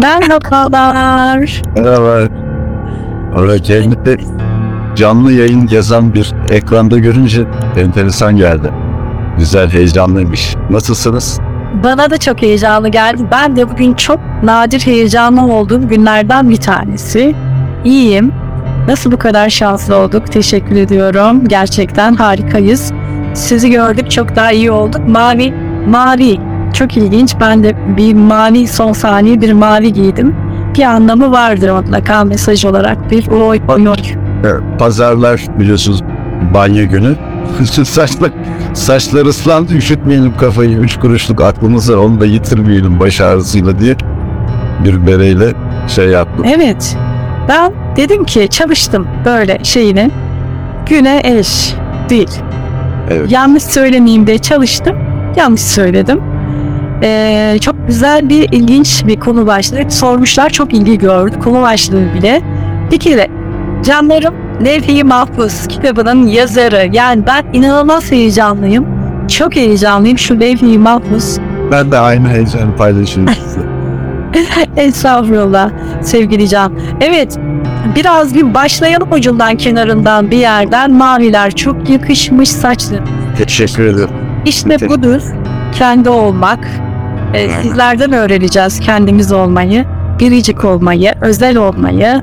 Merhabalar. Merhaba. Kendisi canlı yayın yazan bir ekranda görünce enteresan geldi. Güzel, heyecanlıymış. Nasılsınız? Bana da çok heyecanlı geldi. Ben de bugün çok nadir heyecanlı olduğum günlerden bir tanesi. İyiyim. Nasıl bu kadar şanslı olduk? Teşekkür ediyorum. Gerçekten harikayız. Sizi gördük, çok daha iyi olduk. Mavi. Çok ilginç. Ben de bir mavi, son saniye bir mavi giydim. Bir anlamı vardır mutlaka, mesaj olarak bir oy. Pazarlar biliyorsunuz banyo günü. Saçlar ıslandı, üşütmeyelim kafayı. 3 kuruşluk aklımız var, onu da yitirmeyelim baş ağrısıyla diye bir bereyle yaptım. Evet. Ben dedim ki çalıştım böyle şeyini. Güne eş değil. Evet. Yanlış söylemeyeyim diye çalıştım. Yanlış söyledim. Çok güzel bir ilginç bir konu başlığı sormuşlar. Çok ilgi gördü. Konu başlığı bile. Bir kere canlarım, Levh-i Mahfuz kitabının yazarı. Yani ben inanılmaz heyecanlıyım. Çok heyecanlıyım şu Levh-i Mahfuz. Ben de aynı heyecanı paylaşıyorum size. Estağfurullah sevgili Can. Evet, biraz bir başlayalım ucundan kenarından bir yerden. Maviler çok yakışmış saçlı. Teşekkür ederim. İşte budur. Kendi olmak. Sizlerden öğreneceğiz kendimiz olmayı, biricik olmayı, özel olmayı.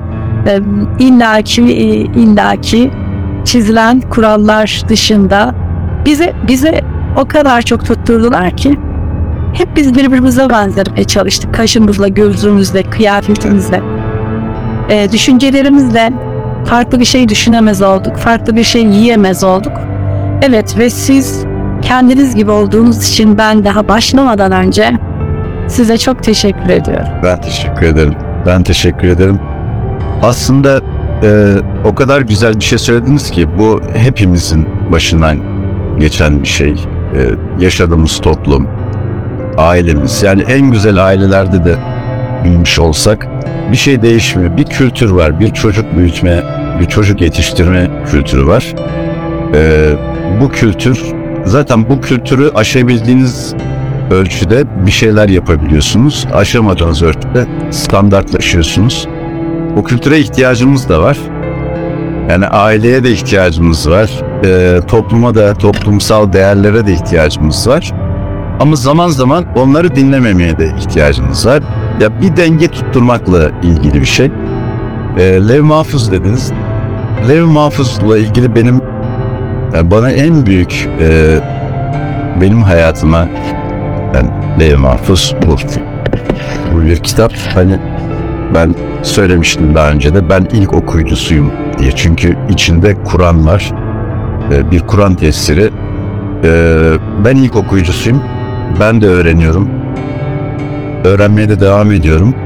İllaki çizilen kurallar dışında bize o kadar çok tutturdular ki hep biz birbirimize benzemeye çalıştık. Kaşımızla, gözlüğümüzle, kıyafetimizle, düşüncelerimizle farklı bir şey düşünemez olduk. Farklı bir şey yiyemez olduk. Evet, ve siz kendiniz gibi olduğunuz için ben daha başlamadan önce size çok teşekkür ediyorum. Ben teşekkür ederim. Aslında o kadar güzel bir şey söylediniz ki bu hepimizin başından geçen bir şey. Yaşadığımız toplum, ailemiz, yani en güzel ailelerde de büyümüş olsak bir şey değişmiyor. Bir kültür var, bir çocuk büyütme, bir çocuk yetiştirme kültürü var. Bu kültür, zaten bu kültürü aşabildiğiniz ölçüde bir şeyler yapabiliyorsunuz. Aşamadığınız ölçüde standartlaşıyorsunuz. Bu kültüre ihtiyacımız da var. Yani aileye de ihtiyacımız var. Topluma da, toplumsal değerlere de ihtiyacımız var. Ama zaman zaman onları dinlememeye de ihtiyacımız var. Ya bir denge tutturmakla ilgili bir şey. Levh-i Mahfuz dediniz. Levh-i Mahfuz'la ilgili bana en büyük benim hayatıma Levh-i Mahfuz bu bir kitap. Hani ben söylemiştim daha önce de, ben ilk okuyucusuyum diye. Çünkü içinde Kur'an var. Bir Kur'an tefsiri. Ben ilk okuyucusuyum. Ben de öğreniyorum. Öğrenmeye de devam ediyorum.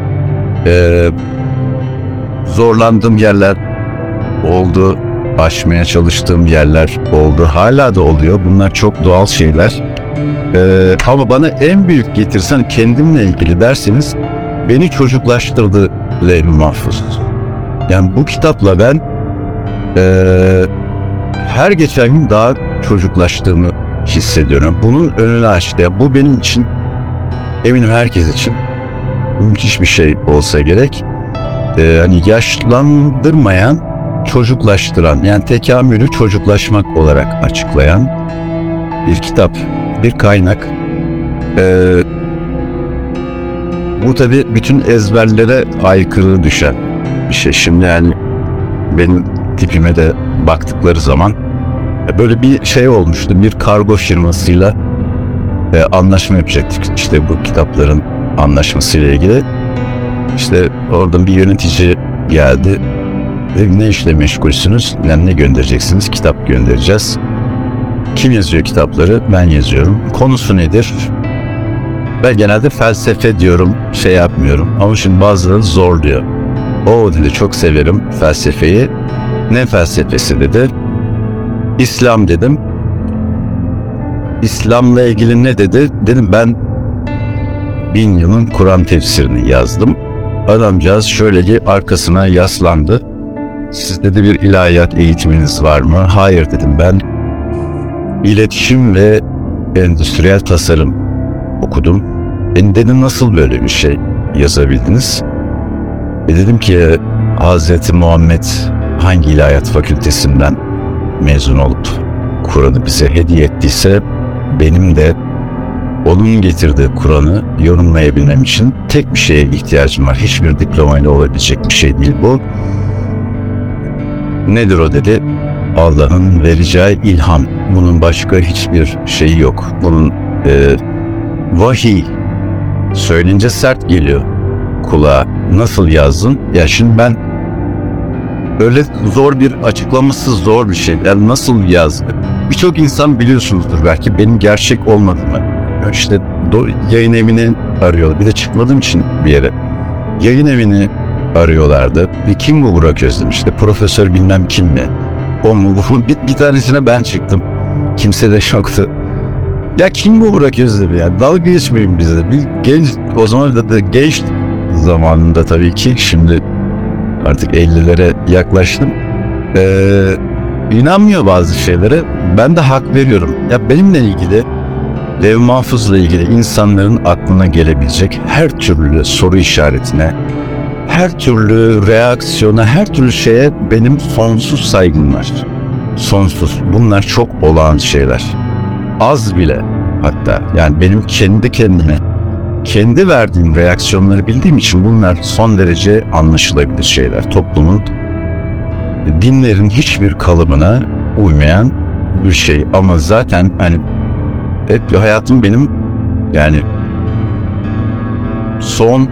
Zorlandığım yerler oldu. Aşmaya çalıştığım yerler oldu. Hala da oluyor. Bunlar çok doğal şeyler. Ama bana en büyük getirsen kendimle ilgili derseniz, beni çocuklaştırdı Levh-i Mahfuz. Yani bu kitapla ben her geçen gün daha çocuklaştığımı hissediyorum. Bunun önünü açtı. Bu benim için, eminim herkes için müthiş bir şey olsa gerek. Hani yaşlandırmayan, çocuklaştıran, yani tekamülü çocuklaşmak olarak açıklayan bir kitap, bir kaynak. Bu tabii bütün ezberlere aykırı düşen bir şey. Şimdi yani benim tipime de baktıkları zaman böyle bir şey olmuştu. Bir kargo firmasıyla anlaşma yapacaktık. İşte bu kitapların anlaşmasıyla ilgili. İşte oradan bir yönetici geldi. Dedim, ne işle meşgulsünüz? Yani ne göndereceksiniz? Kitap göndereceğiz. Kim yazıyor kitapları? Ben yazıyorum. Konusu nedir? Ben genelde felsefe diyorum, yapmıyorum. Ama şimdi bazıları zorluyor. O dedi, çok severim felsefeyi. Ne felsefesi dedi. İslam dedim. İslam'la ilgili ne dedi? Dedim, ben 1000 yılın Kur'an tefsirini yazdım. Adamcağız şöyle arkasına yaslandı. Siz dedi bir ilahiyat eğitiminiz var mı? Hayır dedim, ben iletişim ve endüstriyel tasarım okudum. Dedi, nasıl böyle bir şey? yazabildiniz? Dedim ki Hazreti Muhammed hangi ilahiyat fakültesinden mezun olup Kur'an'ı bize hediye ettiyse benim de onun getirdiği Kur'an'ı yorumlayabilmem için tek bir şeye ihtiyacım var. Hiçbir diplomayla olabilecek bir şey değil bu. Nedir o dedi? Allah'ın vereceği ilham. Bunun başka hiçbir şeyi yok. Bunun vahiy. Söyleyince sert geliyor kulağa. Nasıl yazdın? Ya şimdi ben öyle zor bir açıklaması zor bir şey. Yani nasıl yazdı? Birçok insan biliyorsunuzdur belki benim gerçek olmadığımı. İşte yayın evini arıyor. Bir de çıkmadığım için bir yere. Yayın evini arıyorlardı. Kim bu Burak Özdemir? İşte profesör bilmem kim mi? O mu bu mu? Bir tanesine ben çıktım. Kimse de yoktu. Ya kim bu Burak Özdemir ya? Dalga geçmeyin bize. Bir genç, o zaman da genç zamanında tabii ki. Şimdi artık 50'lere yaklaştım. İnanmıyor bazı şeylere. Ben de hak veriyorum. Ya benimle ilgili, Levh-i Mahfuz'la ilgili insanların aklına gelebilecek her türlü soru işaretine, her türlü reaksiyona, her türlü şeye benim sonsuz saygım var. Sonsuz. Bunlar çok olağan şeyler. Az bile hatta. Yani benim kendi verdiğim reaksiyonları bildiğim için bunlar son derece anlaşılabilir şeyler. Toplumun, dinlerin hiçbir kalıbına uymayan bir şey. Ama zaten hani hep hayatım benim yani son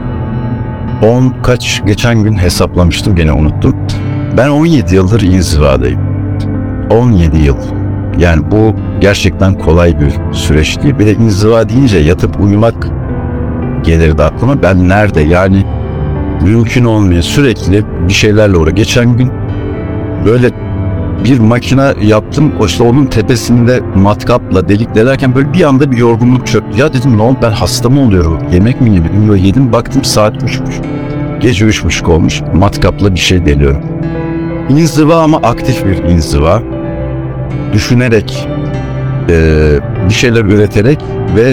geçen gün hesaplamıştım gene unuttum. Ben 17 yıldır inzivadayım. 17 yıl. Yani bu gerçekten kolay bir süreç değil. Bir de inziva deyince yatıp uyumak gelirdi aklıma. Ben nerede yani mümkün olmuyor. Sürekli bir şeylerle uğra. Geçen gün böyle bir makine yaptım. İşte onun tepesinde matkapla delik delerken böyle bir anda bir yorgunluk çöktü. Ya dedim ne oldu, ben hasta mı oluyorum? Yemek mi yedim? Yok, yedim, baktım saat 3.30. Gece 3.30 olmuş. Matkapla bir şey deliyorum. İnziva ama aktif bir inziva. Düşünerek, bir şeyler üreterek ve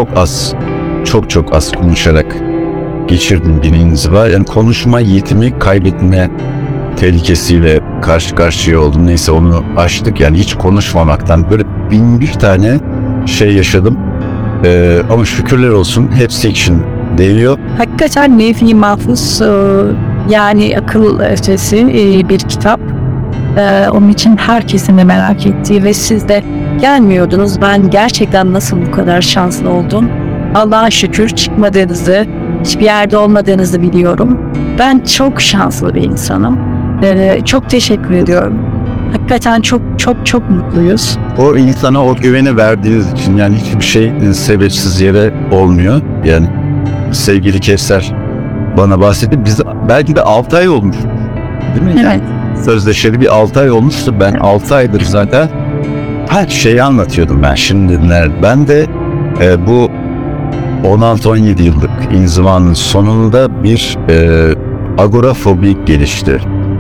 çok az konuşarak geçirdim bir inziva. Yani konuşma yetimi kaybetme tehlikesiyle karşı karşıya oldum. Neyse onu aştık. Yani hiç konuşmamaktan böyle 1001 tane şey yaşadım. Ama şükürler olsun hepsi için değiyor. Hakikaten Levh-i Mahfuz yani akıl ötesi bir kitap. Onun için herkesin de merak ettiği ve siz de gelmiyordunuz. Ben gerçekten nasıl bu kadar şanslı oldum. Allah'a şükür çıkmadığınızı, hiçbir yerde olmadığınızı biliyorum. Ben çok şanslı bir insanım. Çok teşekkür ediyorum. Hakikaten çok mutluyuz. O insana o güveni verdiğiniz için, yani hiçbir şey sebepsiz yere olmuyor. Yani sevgili Kevser bana bahsetti. Biz belki de 6 ay olmuş. Değil mi? Evet. Yani sözleşeli bir 6 ay olmuştu. Ben 6 aydır zaten her şeyi anlatıyordum ben. Şimdi ben de bu 16-17 yıllık inzivanın sonunda bir agorafobi gelişti.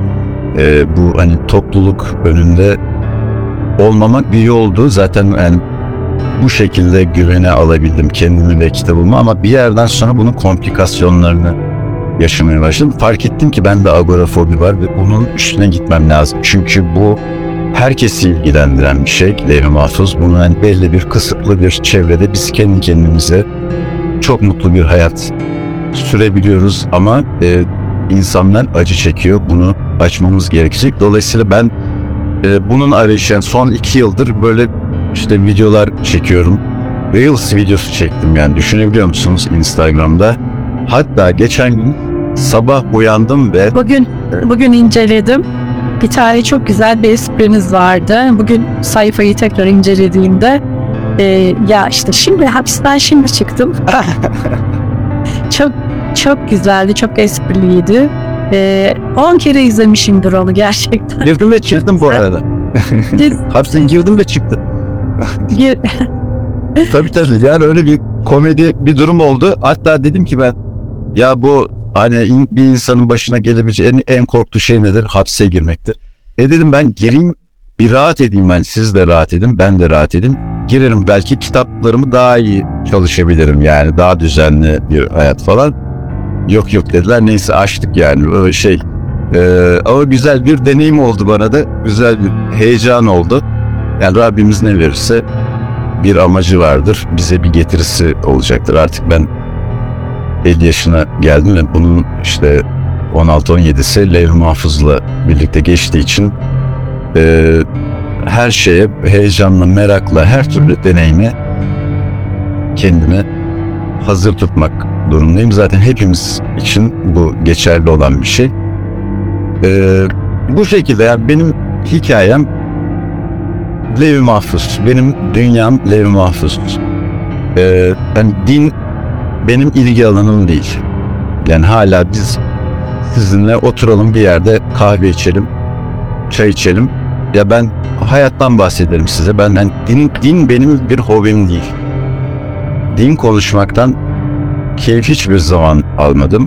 Bu hani topluluk önünde olmamak bir yoldu. Zaten yani bu şekilde güvene alabildim kendimi ve kitabımı, ama bir yerden sonra bunun komplikasyonlarını yaşamaya başladım. Fark ettim ki bende agorafobi var ve bunun üstüne gitmem lazım. Çünkü bu herkesi ilgilendiren bir şey. Levh-i Mahfuz. Bunu yani belli bir kısıtlı bir çevrede biz kendi kendimize çok mutlu bir hayat sürebiliyoruz ama insanlar acı çekiyor. Bunu açmamız gerekecek. Dolayısıyla ben bunun arayışı, yani son 2 yıldır böyle işte videolar çekiyorum. Reels videosu çektim, yani düşünebiliyor musunuz, Instagram'da. Hatta geçen gün sabah uyandım ve Bugün inceledim. Bir tane çok güzel bir espriniz vardı. Bugün sayfayı tekrar incelediğimde ya işte hapisten şimdi çıktım. Çok güzeldi, çok espriliydi. 10 kere izlemişimdir onu gerçekten. girdim ve çıktım bu arada. Hapisten girdim ve çıktım. Tabii yani öyle bir komedi bir durum oldu. Hatta dedim ki ben, ya bu hani bir insanın başına gelebileceği en korktuğu şey nedir? Hapse girmektir. Dedim ben gireyim, bir rahat edeyim ben. Siz de rahat edin, ben de rahat edin. Girerim, belki kitaplarımı daha iyi çalışabilirim, yani daha düzenli bir hayat falan. Yok dediler. Neyse açtık yani. Öyle şey. Ama güzel bir deneyim oldu bana da. Güzel bir heyecan oldu. Yani Rabbimiz ne verirse bir amacı vardır. Bize bir getirisi olacaktır. Artık ben 50 yaşına geldim ve bunun işte 16-17'si Levh-i Mahfuz'la birlikte geçtiği için her şeye heyecanla, merakla, her türlü deneyime kendimi hazır tutmak durumundayım. Zaten hepimiz için bu geçerli olan bir şey. Bu şekilde yani benim hikayem Levh-i Mahfuz. Benim dünyam Levh-i Mahfuz. Yani din benim ilgi alanım değil. Yani hala biz sizinle oturalım bir yerde kahve içelim, çay içelim. Ya ben hayattan bahsederim size. Ben yani din benim bir hobim değil. Din konuşmaktan keyif hiçbir zaman almadım.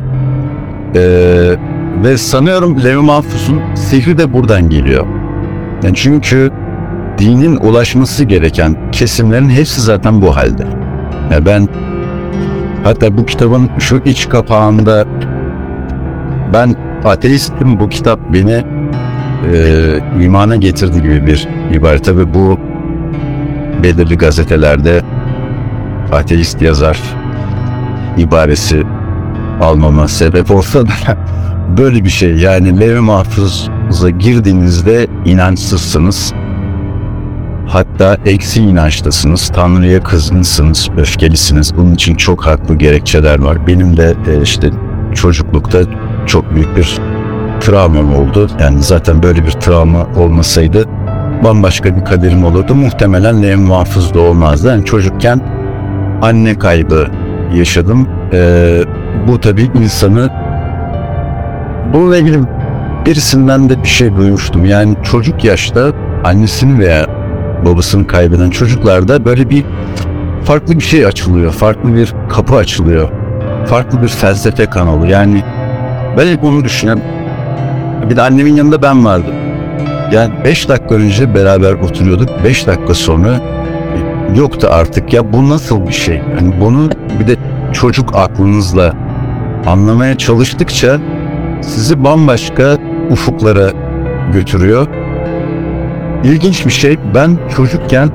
Ve sanıyorum Levh-i Mahfuz'un sihri de buradan geliyor. Yani çünkü dinin ulaşması gereken kesimlerin hepsi zaten bu halde. Yani ben hatta bu kitabın şu iç kapağında ben ateistim, bu kitap beni imana getirdi gibi bir ibare. Tabii bu belirli gazetelerde ateist yazar ibaresi almama sebep olsa da böyle bir şey. Yani Levh-i Mahfuz'a girdiğinizde inançsızsınız. Hatta eksi inançtasınız, Tanrı'ya kızgınsınız, öfkelisiniz. Bunun için çok haklı gerekçeler var. Benim de işte çocuklukta çok büyük bir travmam oldu. Yani zaten böyle bir travma olmasaydı bambaşka bir kaderim olurdu. Muhtemelen Levh-i Mahfuz'da olmazdı. Yani çocukken anne kaybı yaşadım. Bu tabii insanı, bununla ilgili birisinden de bir şey duymuştum. Yani çocuk yaşta annesini veya babasını kaybeden çocuklarda böyle bir farklı bir şey açılıyor. Farklı bir kapı açılıyor. Farklı bir felsefe kanalı. Yani ben hep onu düşünüyorum. Bir de annemin yanında ben vardım. Yani 5 dakika önce beraber oturuyorduk. 5 dakika sonra yoktu artık. Ya bu nasıl bir şey? Yani bunu bir de çocuk aklınızla anlamaya çalıştıkça sizi bambaşka ufuklara götürüyor. İlginç bir şey. Ben çocukken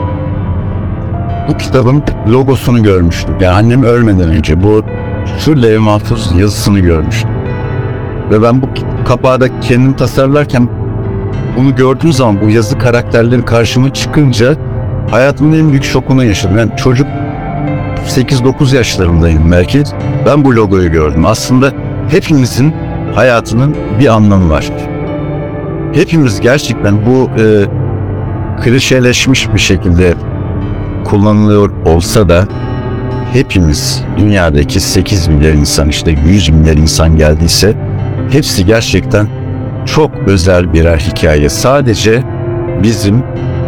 bu kitabın logosunu görmüştüm. Yani annem ölmeden önce bu şu Levh-i Mahfuz yazısını görmüştüm. Ve ben bu kapağı da kendim tasarlarken bunu gördüğüm zaman bu yazı karakterleri karşıma çıkınca hayatımın en büyük şokunu yaşadım. Yani çocuk 8-9 yaşlarındayım belki. Ben bu logoyu gördüm. Aslında hepimizin hayatının bir anlamı var. Hepimiz gerçekten bu klişeleşmiş bir şekilde kullanılıyor olsa da hepimiz dünyadaki 8 milyar insan, işte 100 milyar insan geldiyse hepsi gerçekten çok özel birer hikaye. Sadece bizim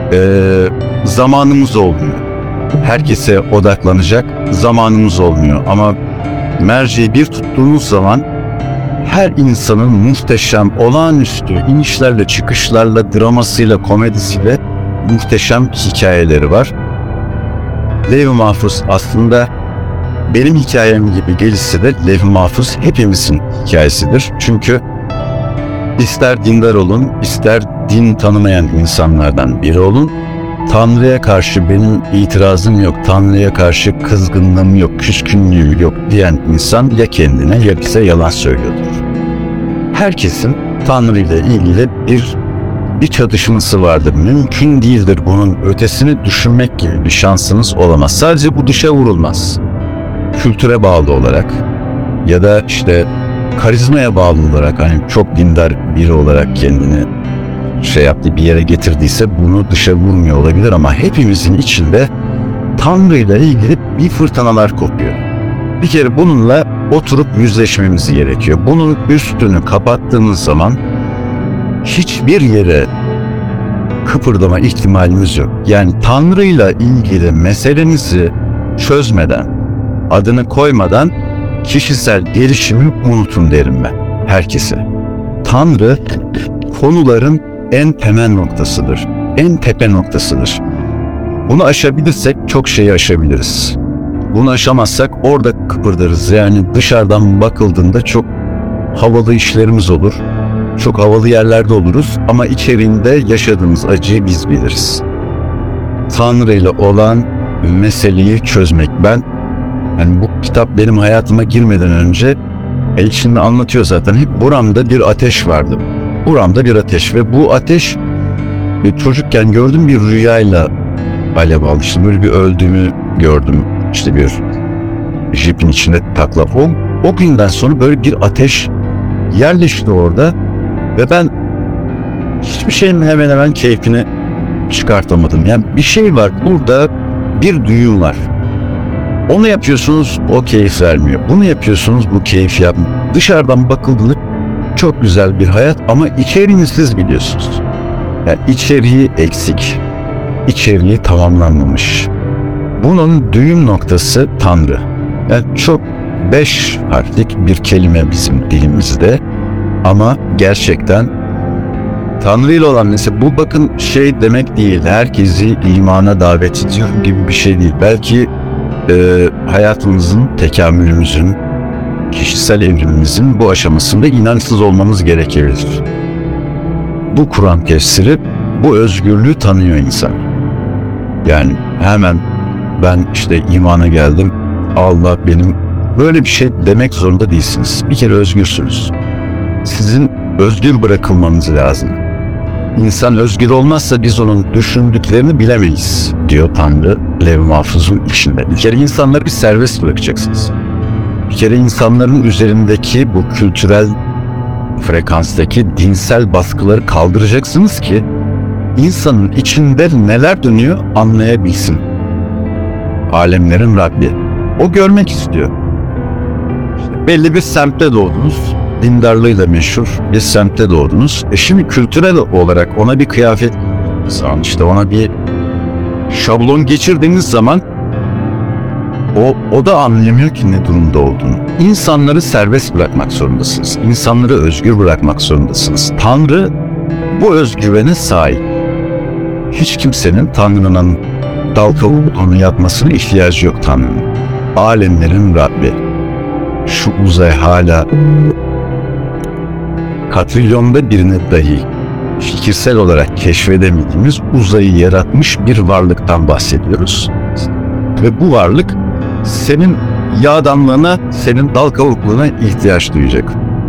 zamanımız olmuyor. Herkese odaklanacak zamanımız olmuyor. Ama merceği bir tuttuğunuz zaman her insanın muhteşem, olağanüstü inişlerle, çıkışlarla, dramasıyla, komedisiyle muhteşem hikayeleri var. Levh-i Mahfuz aslında benim hikayem gibi gelişse de Levh-i Mahfuz hepimizin hikayesidir. Çünkü ister dindar olun, ister din tanımayan insanlardan biri olun, Tanrı'ya karşı benim itirazım yok, Tanrı'ya karşı kızgınlığım yok, küskünlüğüm yok diyen insan ya kendine ya bize yalan söylüyordur. Herkesin Tanrı ile ilgili bir çatışması vardır. Mümkün değildir bunun ötesini düşünmek gibi bir şansınız olamaz. Sadece bu dışa vurulmaz. Kültüre bağlı olarak ya da işte karizmaya bağlı olarak, hani çok dindar biri olarak kendini yaptı, bir yere getirdiyse bunu dışa vurmuyor olabilir ama hepimizin içinde Tanrı ile ilgili bir fırtınalar kopuyor. Bir kere bununla oturup yüzleşmemiz gerekiyor. Bunun üstünü kapattığımız zaman hiçbir yere kıpırdama ihtimalimiz yok. Yani Tanrı ile ilgili meselenizi çözmeden, adını koymadan kişisel gelişimi unutun derim ben herkese. Tanrı konuların en temel noktasıdır. En tepe noktasıdır. Bunu aşabilirsek çok şeyi aşabiliriz. bunu aşamazsak orada kıpırdarız. Yani dışarıdan bakıldığında çok havalı işlerimiz olur. Çok havalı yerlerde oluruz ama içeriğinde yaşadığımız acıyı biz biliriz. Tanrı ile olan meseleyi çözmek. Yani bu kitap benim hayatıma girmeden önce içinde anlatıyor zaten. Hep buramda bir ateş vardı. Buramda bir ateş ve bu ateş çocukken gördüğüm bir rüyayla alev almıştım. Böyle bir öldüğümü gördüm. İşte bir jipin içinde takla. O günden sonra böyle bir ateş yerleşti orada ve ben hiçbir şeyin hemen hemen keyfini çıkartamadım. Yani bir şey var burada, bir düğüm var. Onu yapıyorsunuz, o keyif vermiyor. Bunu yapıyorsunuz, bu keyif yapmıyor. Dışarıdan bakıldığında çok güzel bir hayat ama içeriğini siz biliyorsunuz. Yani içeriği eksik, içeriği tamamlanmamış. Bunun düğüm noktası Tanrı. Yani çok 5 harflik bir kelime bizim dilimizde ama gerçekten Tanrı ile olan mesela bu bakın şey demek değil, herkesi imana davet ediyor gibi bir şey değil. Belki hayatımızın, tekamülümüzün, kişisel evrimimizin bu aşamasında inançsız olmamız gerekebilir. Bu Kur'an tefsiri bu özgürlüğü tanıyor insan. Yani hemen ben işte imana geldim, Allah benim, böyle bir şey demek zorunda değilsiniz. Bir kere özgürsünüz. Sizin özgür bırakılmanız lazım. İnsan özgür olmazsa biz onun düşündüklerini bilemeyiz diyor Tanrı Levh-i Mahfuz'un içinde. Bir kere insanları bir serbest bırakacaksınız. Bir kere insanların üzerindeki bu kültürel frekanstaki dinsel baskıları kaldıracaksınız ki insanın içinde neler dönüyor anlayabilsin. Alemlerin Rabbi. O görmek istiyor. İşte belli bir semtte doğdunuz. Dindarlığıyla meşhur bir semtte doğdunuz. Şimdi kültürel olarak ona bir kıyafet, işte ona bir şablon geçirdiğiniz zaman o da anlayamıyor ki ne durumda olduğunu. İnsanları serbest bırakmak zorundasınız. İnsanları özgür bırakmak zorundasınız. Tanrı bu özgüvene sahip. Hiç kimsenin Tanrı'nın dal kavuğunu yapmasına ihtiyacı yok Tanrı'nın. Alemlerin Rabbi. Şu uzay hala katrilyonda birine dahi fikirsel olarak keşfedemediğimiz uzayı yaratmış bir varlıktan bahsediyoruz. Ve bu varlık senin yağdanlığına, senin dal kabukluğuna ihtiyaç duyacak.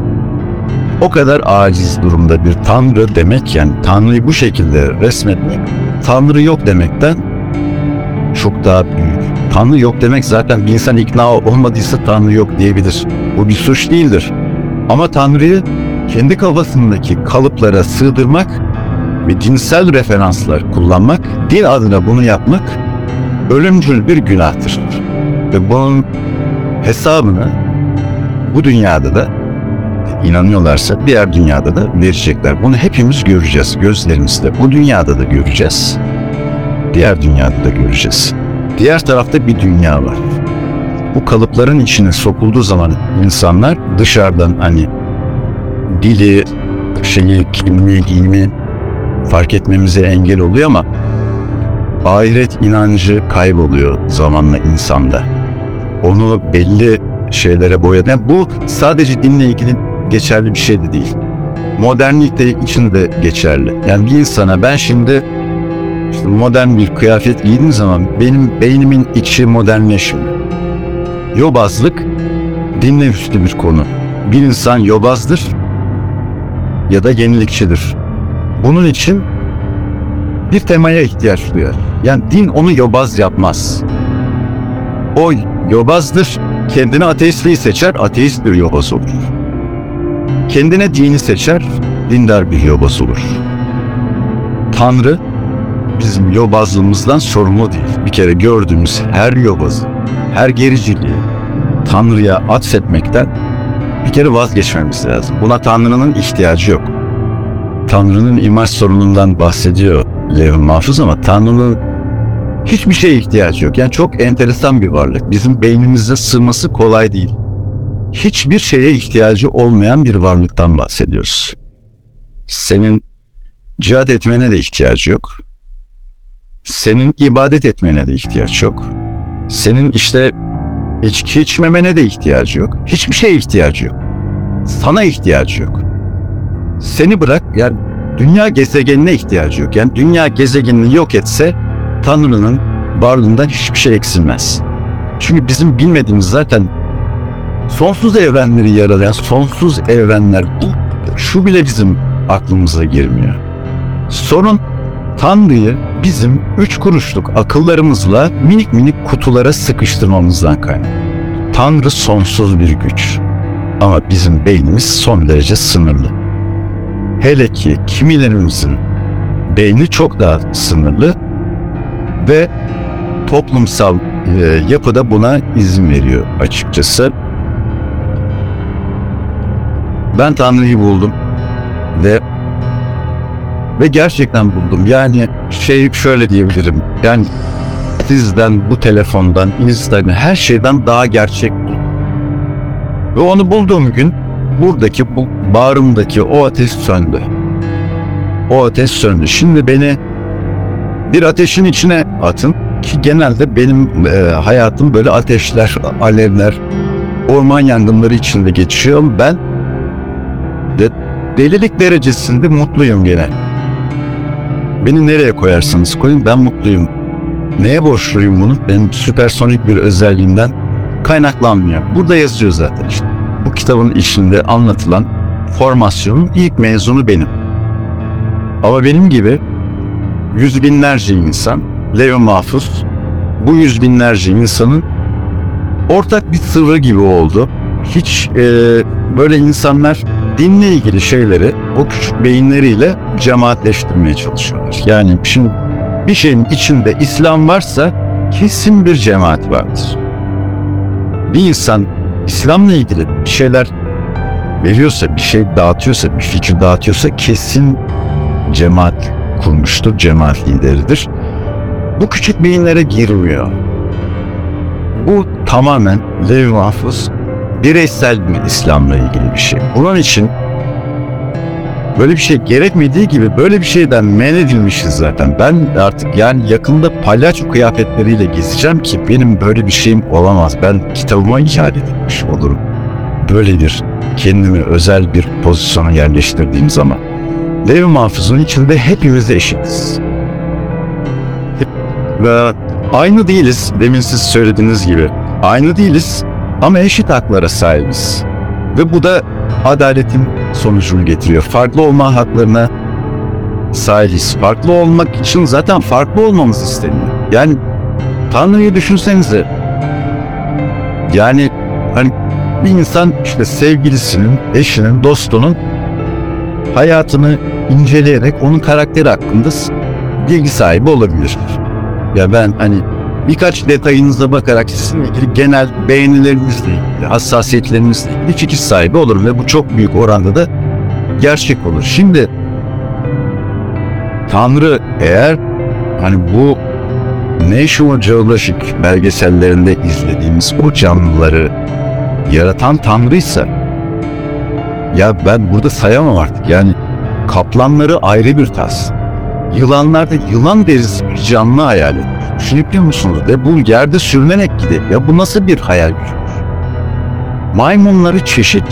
O kadar aciz durumda bir Tanrı demek, yani Tanrı'yı bu şekilde resmetmek, Tanrı yok demekten çok daha büyük. Tanrı yok demek zaten bir insan ikna olmadıysa Tanrı yok diyebilir. Bu bir suç değildir. Ama Tanrı'yı kendi kafasındaki kalıplara sığdırmak ve dinsel referanslar kullanmak, din adına bunu yapmak ölümcül bir günahtır. Ve bunun hesabını bu dünyada da inanıyorlarsa diğer dünyada da verecekler. Bunu hepimiz göreceğiz gözlerimizle. Bu dünyada da göreceğiz. Diğer dünyada da göreceğiz. Diğer tarafta bir dünya var. Bu kalıpların içine sokulduğu zaman insanlar dışarıdan hani dili, kimliği, giyimi fark etmemize engel oluyor ama ahiret inancı kayboluyor zamanla insanda. Onu belli şeylere boyadı. Yani bu sadece dinle ilgili geçerli bir şey de değil. Modernlikte için de geçerli. Yani bir insana ben şimdi işte modern bir kıyafet giydiğim zaman benim beynimin içi modernleşmiyor. Yobazlık dinle üstü bir konu. Bir insan yobazdır ya da yenilikçidir. Bunun için bir temaya ihtiyaç duyar. Yani din onu yobaz yapmaz. O yobazdır. Kendine ateistliği seçer, ateist bir yobaz olur. Kendine dini seçer, dindar bir yobaz olur. Tanrı bizim yobazlığımızdan sorumlu değil. Bir kere gördüğümüz her yobazı, her gericiliği Tanrı'ya atfetmekten bir kere vazgeçmemiz lazım. Buna Tanrı'nın ihtiyacı yok. Tanrı'nın imaj sorunundan bahsediyor Levh-i Mahfuz ama Tanrı'nın hiçbir şeye ihtiyacı yok. Yani çok enteresan bir varlık. Bizim beynimize sığması kolay değil. Hiçbir şeye ihtiyacı olmayan bir varlıktan bahsediyoruz. Senin cihad etmene de ihtiyacı yok. Senin ibadet etmene de ihtiyaç yok. Senin işte İçki içmemene de ihtiyacı yok. Hiçbir şeye ihtiyacı yok. Sana ihtiyacı yok. Seni bırak, yani dünya gezegenine ihtiyacı yok. Yani dünya gezegenini yok etse Tanrı'nın varlığından hiçbir şey eksilmez. Çünkü bizim bilmediğimiz zaten sonsuz evrenleri yaralayan sonsuz evrenler, şu bile bizim aklımıza girmiyor. Sorun Tanrı'yı bizim 3 kuruşluk akıllarımızla minik minik kutulara sıkıştırmamızdan kaynaklı. Tanrı sonsuz bir güç. Ama bizim beynimiz son derece sınırlı. Hele ki kimilerimizin beyni çok daha sınırlı ve toplumsal yapıda buna izin veriyor açıkçası. Ben Tanrı'yı buldum ve gerçekten buldum. Yani şöyle diyebilirim. Yani sizden, bu telefondan, Instagram, her şeyden daha gerçek buldum. Ve onu bulduğum gün buradaki, bu bağrımdaki o ateş söndü. O ateş söndü. Şimdi beni bir ateşin içine atın ki genelde benim hayatım böyle ateşler, alevler, orman yangınları içinde geçiyor. Ben de delilik derecesinde mutluyum gene. Beni nereye koyarsanız koyun, ben mutluyum. Neye borçluyum bunu? Benim süpersonik bir özelliğimden kaynaklanmıyor. Burada yazıyor zaten işte. Bu kitabın içinde anlatılan formasyonun ilk mezunu benim. Ama benim gibi yüz binlerce insan, Levh-i Mahfuz, bu yüz binlerce insanın ortak bir sırrı gibi oldu. Hiç böyle insanlar dinle ilgili şeyleri o küçük beyinleriyle cemaatleştirmeye çalışıyorlar. Yani şimdi bir şeyin içinde İslam varsa kesin bir cemaat vardır. Bir insan İslam'la ilgili bir şeyler veriyorsa, bir şey dağıtıyorsa, bir fikir dağıtıyorsa kesin cemaat kurmuştur, cemaat lideridir. Bu küçük beyinlere girmiyor. Bu tamamen Levh-i Mahfuz bireysel bir İslam'la ilgili bir şey. Bunun için böyle bir şey gerekmediği gibi böyle bir şeyden men edilmişiz zaten. Ben artık yani yakında palyaço kıyafetleriyle gezeceğim ki benim böyle bir şeyim olamaz. Ben kitabıma icat edilmiş olurum. Böyledir. Kendimi özel bir pozisyona yerleştirdiğim zaman. Levh-i Mahfuz'un içinde hepimiz eşitiz. Ve aynı değiliz. Demin siz söylediğiniz gibi. Aynı değiliz ama eşit haklara sahibiz. Ve bu da adaletin sonucunu getiriyor. Farklı olma haklarına sahibiz. Farklı olmak için zaten farklı olmamız isteniyor. Yani Tanrı'yı düşünsenize. Yani hani bir insan işte sevgilisinin, eşinin, dostunun hayatını inceleyerek onun karakteri hakkında bilgi sahibi olabilir. Ya ben hani birkaç detayınıza bakarak sizinle ilgili genel beğenilerinizle ilgili, hassasiyetlerinizle ilgili fikir sahibi olurum ve bu çok büyük oranda da gerçek olur. Şimdi Tanrı eğer hani bu National Geographic belgesellerinde izlediğimiz o canlıları yaratan Tanrıysa ya ben burada sayamam artık. Yani kaplanları ayrı bir tas. Yılanlarda yılan derisi bir canlı hayal edin. Düşünebiliyor musunuz? Ve bu yerde sürünerek gidiyor. Ya bu nasıl bir hayal gücüdür? Maymunları çeşit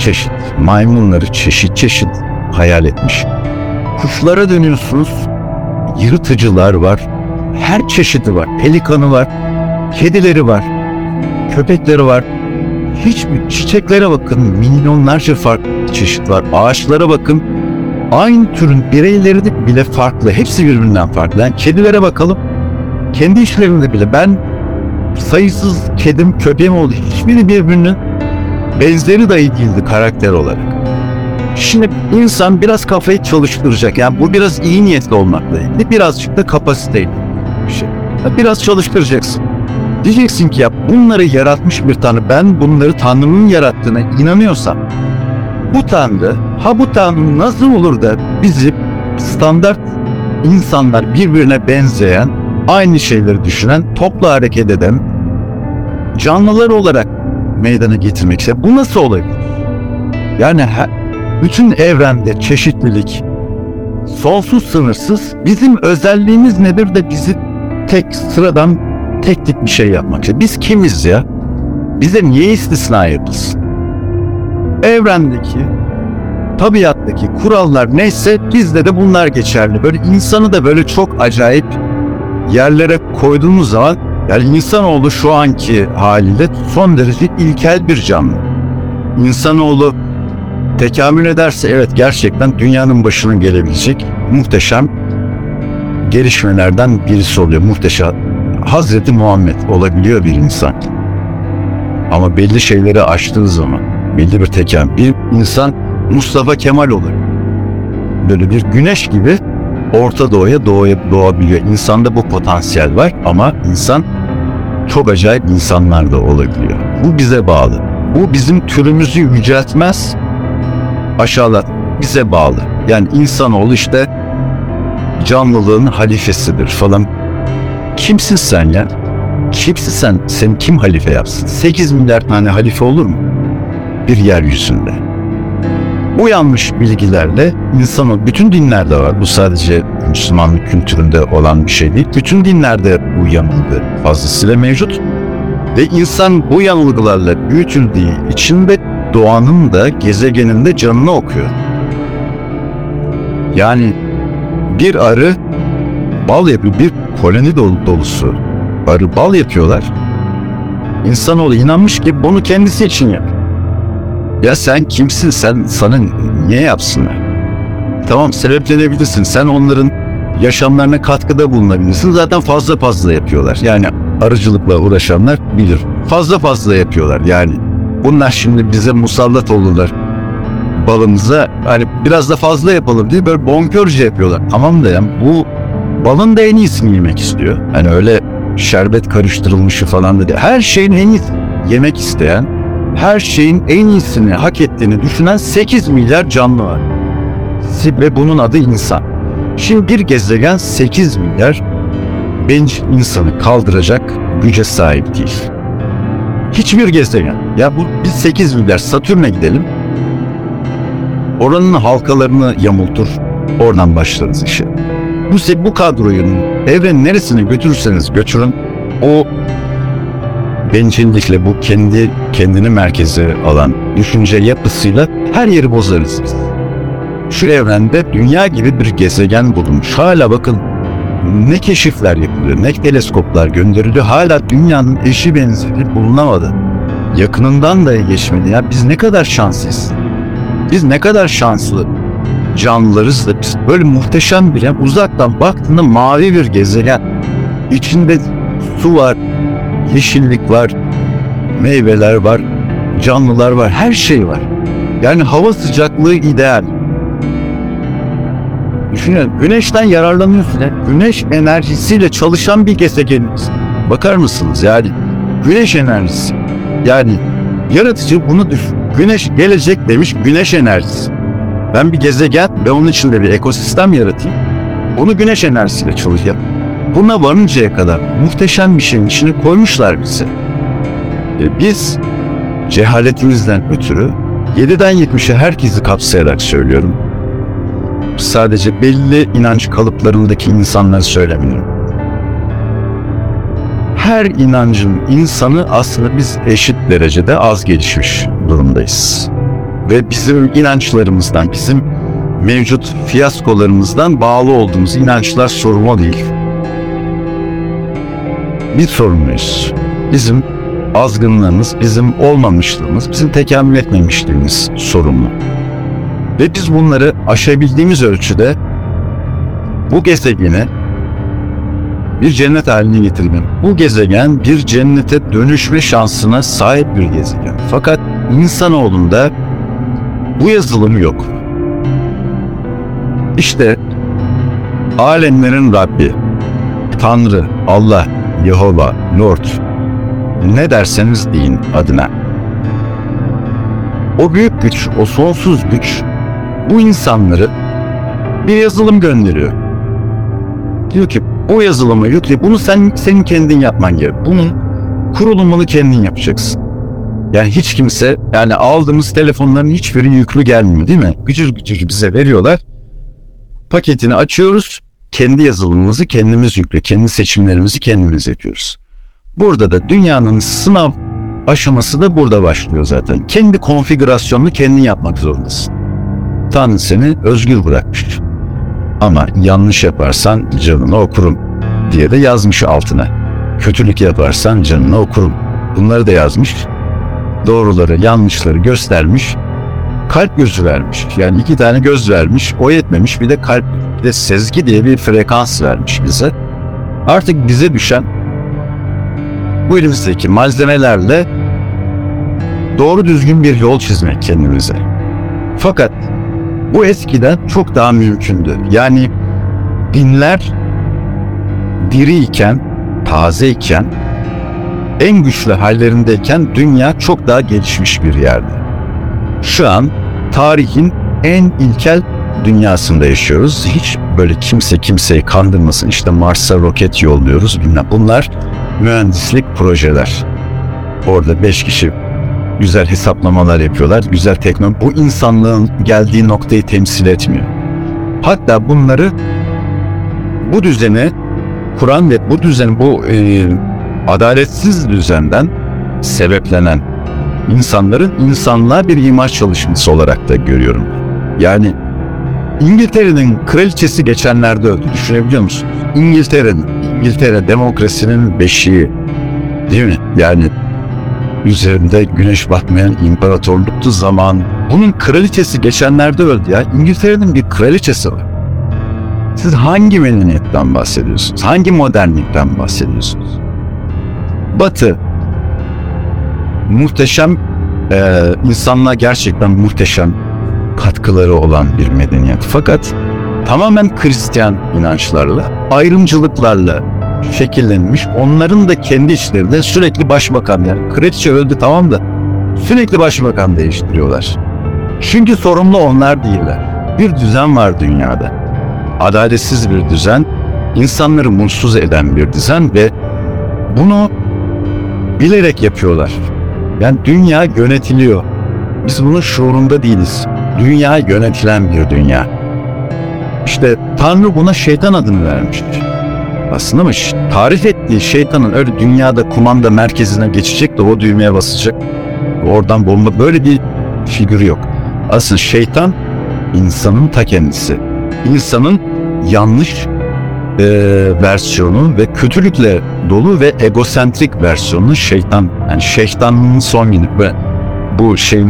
çeşit hayal etmiş. Kuşlara dönüyorsunuz. Yırtıcılar var. Her çeşidi var. Pelikanı var. Kedileri var. Köpekleri var. Hiçbir çiçeklere bakın. Milyonlarca farklı çeşit var. Ağaçlara bakın. Aynı türün bireyleri de bile farklı. Hepsi birbirinden farklı. Yani kedilere bakalım. Kendi işlerinde bile ben sayısız kedim, köpeğim oldu. Hiçbiri birbirinin benzeri dahi değildi karakter olarak. Şimdi insan biraz kafayı çalıştıracak. Yani bu biraz iyi niyetli olmakla ilgili. Birazcık da kapasiteyle bir şey. Biraz çalıştıracaksın. Diyeceksin ki ya bunları yaratmış bir Tanrı. Ben bunları Tanrı'nın yarattığına inanıyorsam bu Tanrı nasıl olur da bizi standart insanlar birbirine benzeyen, aynı şeyleri düşünen, toplu hareket eden canlılar olarak meydana getirmekse bu nasıl olabilir? Yani bütün evrende çeşitlilik sonsuz sınırsız. Bizim özelliğimiz nedir de bizi tek sıradan tek bir şey yapmak. Biz kimiz ya? bize niye istisna yapılsın? Evrendeki, tabiattaki kurallar neyse bizde de bunlar geçerli. Böyle insanı da böyle çok acayip yerlere koyduğumuz zaman, yani insanoğlu şu anki haliyle son derece ilkel bir canlı. İnsanoğlu tekamül ederse evet gerçekten dünyanın başına gelebilecek muhteşem gelişmelerden birisi oluyor. Muhteşem Hazreti Muhammed olabiliyor bir insan. Ama belli şeyleri aştığı zaman belli bir tekamül, bir insan Mustafa Kemal olur. Böyle bir güneş gibi Orta Doğu'ya doğabiliyor. İnsanda bu potansiyel var ama insan çok acayip insanlar da olabiliyor. Bu bize bağlı. Bu bizim türümüzü yüceltmez, aşağılat, bize bağlı. Yani insanoğlu işte canlılığın halifesidir falan. Kimsin sen ya? Kimsin sen? Seni kim halife yapsın? 8 milyar tane halife olur mu? Bir yeryüzünde. Bu yanlış bilgilerle insanoğlu, bütün dinlerde var. Bu sadece Müslümanlık kültüründe olan bir şey değil. Bütün dinlerde bu yanılgı fazlasıyla mevcut. Ve insan bu yanılgılarla büyütüldüğü için de doğanın da gezegenin de canını okuyor. Yani bir arı bal yapıyor, bir koloni dolusu arı bal yapıyorlar. İnsanoğlu inanmış ki bunu kendisi için yap. Ya sen kimsin? Sana niye yapsınlar? Tamam, sebeplenebilirsin. Sen onların yaşamlarına katkıda bulunabilirsin. Zaten fazla yapıyorlar. Yani arıcılıkla uğraşanlar bilir. Fazla yapıyorlar. Yani bunlar şimdi bize musallat olurlar. Balımıza hani biraz da fazla yapalım diye böyle bonkörce yapıyorlar. Tamam da yani bu balın da en iyisini yemek istiyor. Hani öyle şerbet karıştırılmışı falan da değil. Her şeyin en iyisi yemek isteyen, her şeyin en iyisini hak ettiğini düşünen 8 milyar canlı var. Ve bunun adı insan. Şimdi bir gezegen 8 milyar bencil insanı kaldıracak güce sahip değil. Hiçbir gezegen. Ya biz 8 milyar Satürn'e gidelim. Oranın halkalarını yamultur. Oradan başlarız işe. Bu kadroyu evrenin neresine götürürseniz götürün, o bencillikle, bu kendini merkeze alan düşünce yapısıyla her yeri bozarız biz. Şu evrende dünya gibi bir gezegen bulunmuş. Hala bakın ne keşifler yapılıyor, ne teleskoplar gönderiliyor. Hala dünyanın eşi benzeri bulunamadı. Yakınından da geçmedi. Ya biz ne kadar şanslıyız. Biz ne kadar şanslı canlılarız da biz böyle muhteşem bir, uzaktan baktığında mavi bir gezegen. İçinde su var, yeşillik var, meyveler var, canlılar var, her şey var. Yani hava sıcaklığı ideal. Düşünün, güneşten yararlanıyorsun. Güneş enerjisiyle çalışan bir gezegenimiz. Bakar mısınız yani? Güneş enerjisi. Yani yaratıcı bunu düşün. Güneş gelecek demiş, güneş enerjisi. Ben bir gezegen ve onun içinde bir ekosistem yaratayım. Onu güneş enerjisiyle çalışayım. Buna varıncaya kadar muhteşem bir şeyin içine koymuşlar bizi. Biz cehaletimizden ötürü 7'den 70'e herkesi kapsayarak söylüyorum. Sadece belli inanç kalıplarındaki insanları söylemiyorum. Her inancın insanı aslında biz eşit derecede az gelişmiş durumdayız. Ve bizim inançlarımızdan, bizim mevcut fiyaskolarımızdan bağlı olduğumuz inançlar sorumlu değil. Biz sorumluyuz. Bizim azgınlığımız, bizim olmamışlığımız, bizim tekamül etmemişliğimiz sorumlu. Ve biz bunları aşabildiğimiz ölçüde bu gezegeni bir cennet haline getirmek. Bu gezegen bir cennete dönüşme şansına sahip bir gezegen. Fakat insanoğlunda bu yazılım yok. İşte alemlerin Rabbi, Tanrı, Allah, Yehova, Lord, ne derseniz deyin adına. O büyük güç, o sonsuz güç bu insanları bir yazılım gönderiyor. Diyor ki o yazılımı yükle, bunu senin kendin yapman gerek. Bunun kurulumunu kendin yapacaksın. Yani hiç kimse, yani aldığımız telefonların hiçbiri yüklü gelmiyor değil mi? Gücür bize veriyorlar. Paketini açıyoruz. Kendi yazılımımızı kendimiz yüklüyor. Kendi seçimlerimizi kendimiz yapıyoruz. Burada da dünyanın sınav aşaması da burada başlıyor zaten. Kendi konfigürasyonunu kendin yapmak zorundasın. Tanrı seni özgür bırakmış. Ama yanlış yaparsan canını okurum diye de yazmış altına. Kötülük yaparsan canını okurum. Bunları da yazmış. Doğruları, yanlışları göstermiş. Kalp gözü vermiş. Yani 2 tane göz vermiş. O yetmemiş. Bir de kalp, bir de sezgi diye bir frekans vermiş bize. Artık bize düşen bu elimizdeki malzemelerle doğru düzgün bir yol çizmek kendimize. Fakat bu eskiden çok daha mümkündü. Yani dinler diriyken, tazeyken, en güçlü hallerindeyken dünya çok daha gelişmiş bir yerdi. Şu an tarihin en ilkel dünyasında yaşıyoruz. Hiç böyle kimse kimseyi kandırmasın. İşte Mars'a roket yolluyoruz bilmem. Bunlar mühendislik projeler. Orada 5 kişi güzel hesaplamalar yapıyorlar. Güzel teknoloji. Bu insanlığın geldiği noktayı temsil etmiyor. Hatta bunları, bu düzeni kuran ve bu düzen, bu adaletsiz düzenden sebeplenen insanların insanlığa bir imaj çalışması olarak da görüyorum. Yani İngiltere'nin kraliçesi geçenlerde öldü. Düşünebiliyor musun? İngiltere demokrasinin beşiği, değil mi? Yani üzerinde güneş batmayan imparatorluktu zaman. Bunun kraliçesi geçenlerde öldü ya. İngiltere'nin bir kraliçesi var. Siz hangi medeniyetten bahsediyorsunuz? Hangi modernlikten bahsediyorsunuz? Batı muhteşem, insanlığa gerçekten muhteşem katkıları olan bir medeniyet. Fakat tamamen Hristiyan inançlarla, ayrımcılıklarla şekillenmiş. Onların da kendi içlerinde sürekli başbakan, yani kraliçe öldü tamam da sürekli başbakan değiştiriyorlar. Çünkü sorumlu onlar değiller. Bir düzen var dünyada. Adaletsiz bir düzen, insanları mutsuz eden bir düzen ve bunu bilerek yapıyorlar. Yani dünya yönetiliyor. Biz bunun şuurunda değiliz. Dünya yönetilen bir dünya. İşte Tanrı buna şeytan adını vermiştir. Aslında ama tarif ettiği şeytanın öyle dünyada kumanda merkezine geçecek de o düğmeye basacak, oradan bomba, böyle bir figürü yok. Aslında şeytan insanın ta kendisi. İnsanın yanlış versiyonu ve kötülükle dolu ve egosentrik versiyonu şeytan. Yani şeytanın son günü. Bu şeyin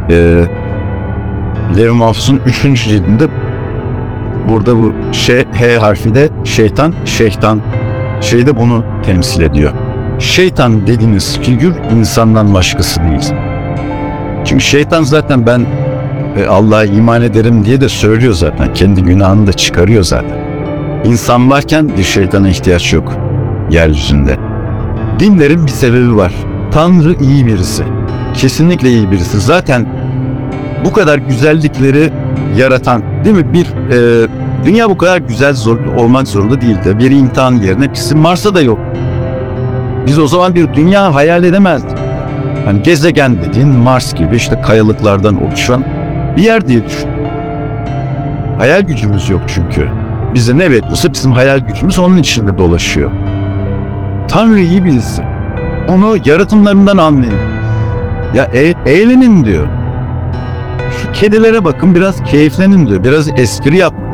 Levi Mahfuz'un 3. cildinde burada bu H harfi de şeytan şeyde bunu temsil ediyor. Şeytan dediğiniz figür insandan başkası değil. Çünkü şeytan zaten ben Allah'a iman ederim diye de söylüyor zaten. Kendi günahını da çıkarıyor zaten. İnsan varken bir şeytana ihtiyaç yok yeryüzünde. Dinlerin bir sebebi var. Tanrı iyi birisi. Kesinlikle iyi birisi. Zaten bu kadar güzellikleri yaratan, değil mi? Dünya bu kadar güzel olmak zorunda değildi. Bir imtihan yerine bizim Mars'ta da yok. Biz o zaman bir dünya hayal edemezdik. Hani gezegen dediğin Mars gibi işte kayalıklardan oluşan bir yer diye düşün. Hayal gücümüz yok çünkü. Bize ne bekliyorsa bizim hayal gücümüz onun içinde dolaşıyor. Tanrı iyi birisi. Onu yaratımlarından anlayın. Ya eğlenin diyor. Şu kedilere bakın, biraz keyiflenin diyor. Biraz espri yapın.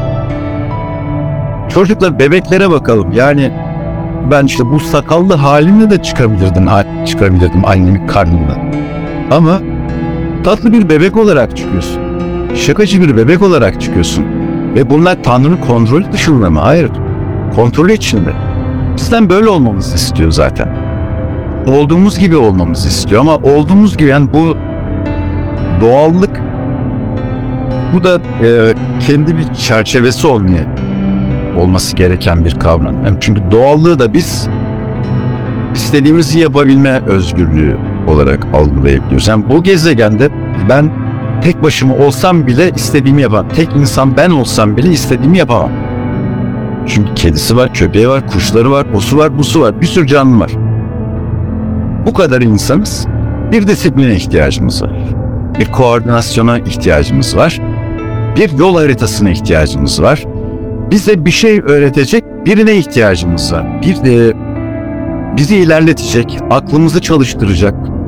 Çocuklar, bebeklere bakalım. Yani ben işte bu sakallı halimle de çıkabilirdim annemin karnından. Ama tatlı bir bebek olarak çıkıyorsun. Şakacı bir bebek olarak çıkıyorsun. Ve bunlar Tanrı'nın kontrolü dışında mı? Hayır. Kontrolü içinde. Bizden böyle olmamızı istiyor zaten. Olduğumuz gibi olmamızı istiyor ama olduğumuz gibi, yani bu doğallık, bu da kendi bir çerçevesi olması gereken bir kavram. Yani çünkü doğallığı da biz istediğimizi yapabilme özgürlüğü olarak algılayabiliyoruz. Yani bu gezegende ben tek başıma olsam bile istediğimi yapamam. Tek insan ben olsam bile istediğimi yapamam. Çünkü kedisi var, köpeği var, kuşları var, osu var, busu var, bir sürü canlı var. Bu kadar insanız. Bir disipline ihtiyacımız var. Bir koordinasyona ihtiyacımız var. Bir yol haritasına ihtiyacımız var. Bize bir şey öğretecek birine ihtiyacımız var. Bir de bizi ilerletecek, aklımızı çalıştıracak,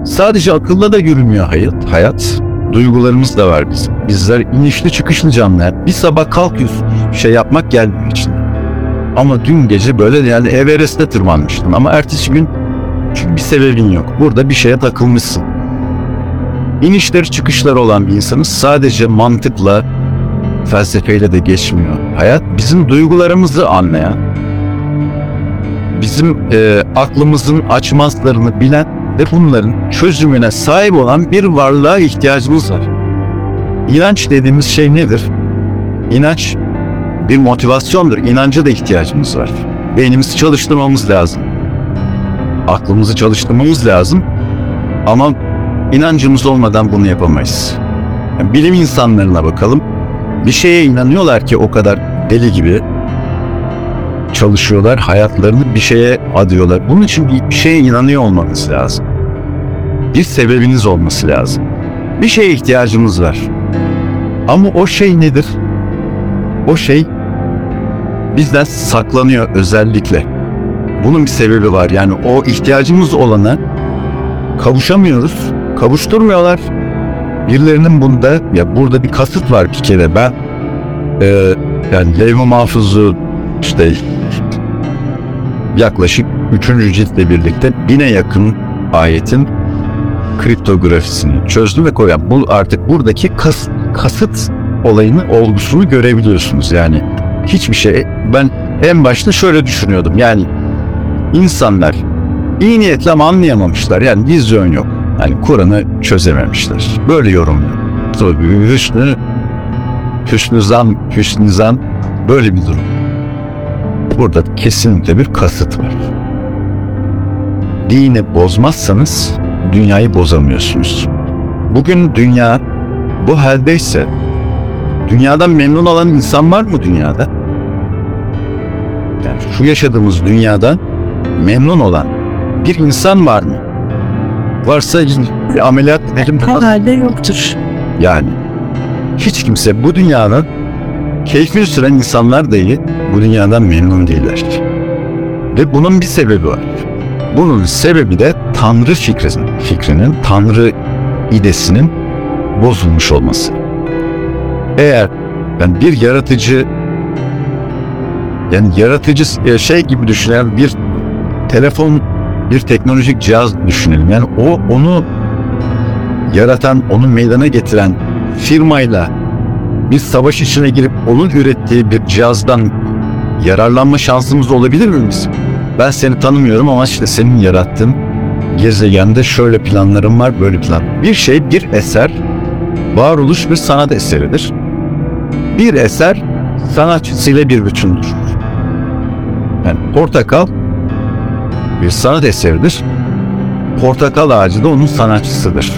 Sadece akılla da yürümüyor hayat. Duygularımız da var bizim. Bizler inişli çıkışlı canlılar. Bir sabah kalkıyorsun, bir şey yapmak gelmiyor içinden. Ama dün gece böyle yani Everest'e tırmanmıştın ama ertesi gün çünkü bir sebebin yok. Burada bir şeye takılmışsın. İnişleri çıkışları olan bir insanız. Sadece mantıkla, felsefeyle de geçmiyor. Hayat bizim duygularımızı anlayan, bizim aklımızın açmazlarını bilen ve bunların çözümüne sahip olan bir varlığa ihtiyacımız var. İnanç dediğimiz şey nedir? İnanç bir motivasyondur. İnanca da ihtiyacımız var. Beynimizi çalıştırmamız lazım. Aklımızı çalıştırmamız lazım. Ama inancımız olmadan bunu yapamayız. Yani bilim insanlarına bakalım. Bir şeye inanıyorlar ki o kadar deli gibi çalışıyorlar. Hayatlarını bir şeye adıyorlar. Bunun için bir şeye inanıyor olmanız lazım. Bir sebebiniz olması lazım. Bir şeye ihtiyacımız var. Ama o şey nedir? O şey bizden saklanıyor özellikle. Bunun bir sebebi var. Yani o ihtiyacımız olana kavuşamıyoruz. Kavuşturmuyorlar. Birilerinin bunda, ya burada bir kasıt var bir kere. Ben yani Levh-i Mahfuz'u işte yaklaşık 3. ciltle birlikte 1000'e yakın ayetin kriptografisini çözdüm ve koyuyorum. Bu artık buradaki kasıt olayını, olgusunu görebiliyorsunuz. Yani hiçbir şey, ben en başta şöyle düşünüyordum. Yani insanlar iyi niyetle ama anlayamamışlar. Yani vizyon yok. Yani Kur'an'ı çözememişler. Böyle yorumluyor. Hüsnü zan böyle bir durum. Burada kesinlikle bir kasıt var. Dini bozmazsanız dünyayı bozamıyorsunuz. Bugün dünya bu haldeyse dünyadan memnun olan insan var mı dünyada? Yani şu yaşadığımız dünyadan memnun olan bir insan var mı? Varsa bir ameliyat edelim. Herhalde yoktur. Yani hiç kimse bu dünyanın keyfini süren insanlar dahi bu dünyadan memnun değiller. Ve bunun bir sebebi var. Bunun sebebi de Tanrı fikrinin, Tanrı idesinin bozulmuş olması. Eğer yani bir yaratıcı, yani yaratıcı şey gibi düşünen bir telefon, bir teknolojik cihaz düşünelim. Yani onu yaratan, onu meydana getiren firmayla bir savaş içine girip onun ürettiği bir cihazdan yararlanma şansımız olabilir mi bizim? Ben seni tanımıyorum ama işte senin yarattığın gezegende şöyle planlarım var, böyle plan. Bir şey, bir eser, varoluş bir sanat eseridir. Bir eser sanatçısıyla bir bütündür. Yani portakal bir sanat eseridir. Portakal ağacı da onun sanatçısıdır.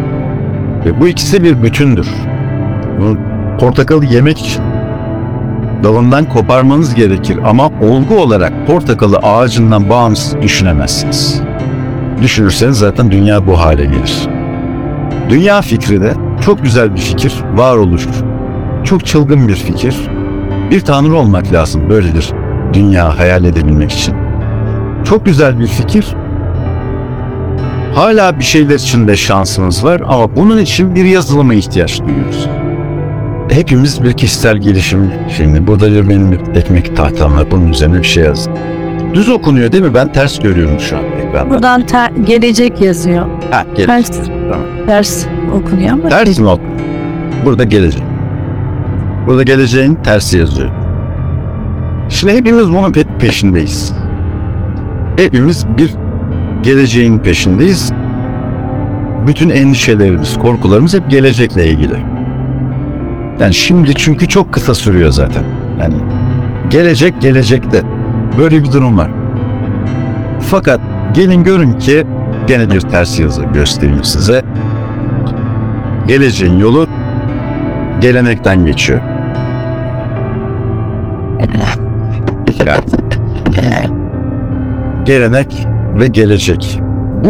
Ve bu ikisi bir bütündür. Bu portakalı yemek için dalından koparmanız gerekir ama olgu olarak portakalı ağacından bağımsız düşünemezsiniz. Düşünürseniz zaten dünya bu hale gelir. Dünya fikri de çok güzel bir fikir, varoluş. Çok çılgın bir fikir. Bir tanrı olmak lazım böyledir dünya hayal edebilmek için. Çok güzel bir fikir. Hala bir şeyler için de şansımız var ama bunun için bir yazılıma ihtiyaç duyuyoruz. Hepimiz bir kişisel gelişim filmi. Burada bir benim bir ekmek tahtam var. Bunun üzerine bir şey yazdım. Düz okunuyor değil mi? Ben ters görüyorum şu an ekranda. Buradan gelecek yazıyor. Ha, gelecek. Ters, Tamam. ters okunuyor ama. Ters mi okunuyor? Burada gelecek. Burada geleceğin tersi yazıyor. Şimdi hepimiz bunun peşindeyiz. Hepimiz bir geleceğin peşindeyiz. Bütün endişelerimiz, korkularımız hep gelecekle ilgili. Yani şimdi çünkü çok kısa sürüyor zaten. Yani gelecekte böyle bir durum var. Fakat gelin görün ki gene bir ters yazı göstereyim size. Geleceğin yolu gelenekten geçiyor. Gelenek ve gelecek.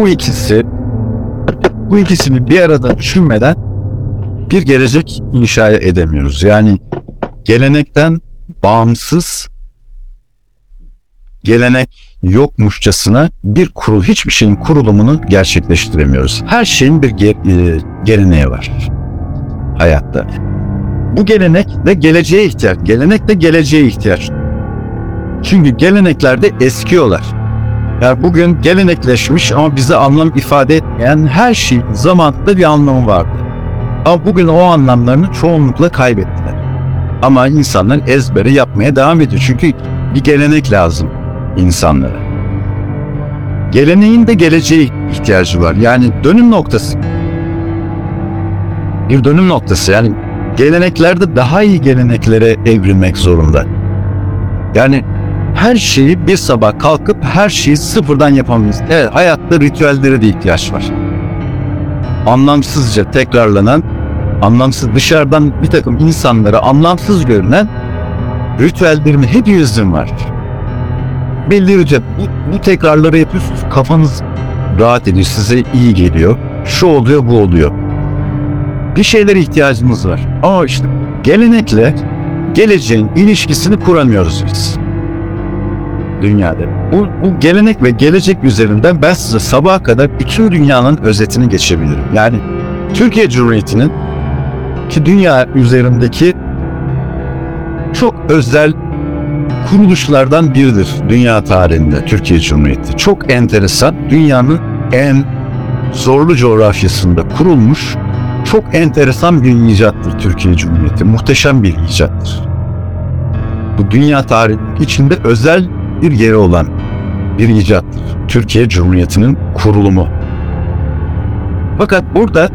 Bu ikisini bir arada düşünmeden bir gelecek inşa edemiyoruz. Yani gelenekten bağımsız, gelenek yokmuşçasına hiçbir şeyin kurulumunu gerçekleştiremiyoruz. Her şeyin bir geleneği var hayatta. Bu gelenek de geleceğe ihtiyaç. Çünkü geleneklerde eskiyorlar. Yani bugün gelenekleşmiş ama bize anlam ifade etmeyen her şey zamanında bir anlamı vardı. Ama bugün o anlamlarını çoğunlukla kaybettiler. Ama insanlar ezbere yapmaya devam ediyor. Çünkü bir gelenek lazım insanlara. Geleneğin de geleceğe ihtiyacı var. Yani dönüm noktası. Bir dönüm noktası. Yani geleneklerde daha iyi geleneklere evrilmek zorunda. Yani her şeyi bir sabah kalkıp her şeyi sıfırdan yapamayız. Evet, hayatta ritüellere de ihtiyaç var. Anlamsızca tekrarlanan, dışarıdan bir takım insanlara anlamsız görünen ritüellerin hepimizin var. Belli ritüel. Bu tekrarları yapıyorsunuz, kafanız rahat ediyor, size iyi geliyor. Şu oluyor, bu oluyor. Bir şeylere ihtiyacımız var. Ama işte gelenekle geleceğin ilişkisini kuramıyoruz biz. Dünyada. Bu gelenek ve gelecek üzerinden ben size sabaha kadar bütün dünyanın özetini geçebilirim. Yani Türkiye Cumhuriyeti'nin ki dünya üzerindeki çok özel kuruluşlardan biridir dünya tarihinde Türkiye Cumhuriyeti. Çok enteresan, dünyanın en zorlu coğrafyasında kurulmuş çok enteresan bir icattır Türkiye Cumhuriyeti. Muhteşem bir icattır. Bu dünya tarihinin içinde özel bir yeri olan bir icattır. Türkiye Cumhuriyeti'nin kurulumu. Fakat burada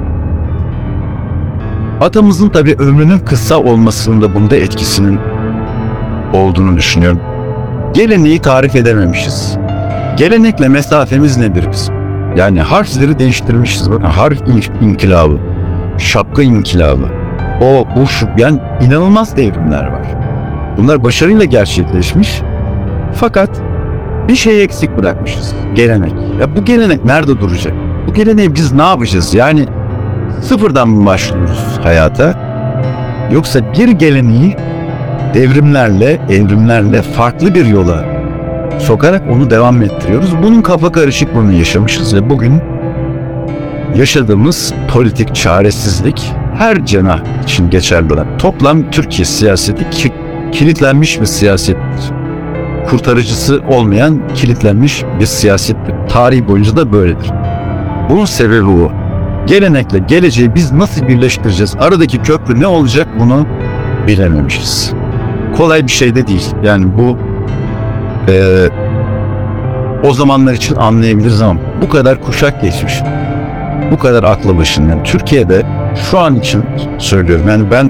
atamızın tabii ömrünün kısa olmasının da bunda etkisinin olduğunu düşünüyorum. Geleneği tarif edememişiz. Gelenekle mesafemiz nedir bizim? Yani harfleri değiştirmişiz. Bakın harf inkılabı, şapka inkılabı. Yani inanılmaz devrimler var. Bunlar başarıyla gerçekleşmiş. Fakat bir şey eksik bırakmışız. Gelenek. Ya bu gelenek nerede duracak? Bu geleneği biz ne yapacağız? Yani sıfırdan mı başlıyoruz hayata? Yoksa bir geleneği evrimlerle farklı bir yola sokarak onu devam ettiriyoruz. Bunun kafa karışıklığını yaşamışız ve bugün yaşadığımız politik çaresizlik her cenah için geçerli olan toplam Türkiye siyaseti kilitlenmiş bir siyasettir. Kurtarıcısı olmayan kilitlenmiş bir siyasettir. Tarih boyunca da böyledir. Bunun sebebi bu. Gelenekle geleceği biz nasıl birleştireceğiz? Aradaki köprü ne olacak bunu bilememişiz. Kolay bir şey de değil. Yani bu o zamanlar için anlayabiliriz ama bu kadar kuşak geçmiş. Bu kadar aklı başında. Yani Türkiye'de şu an için söylüyorum. Yani ben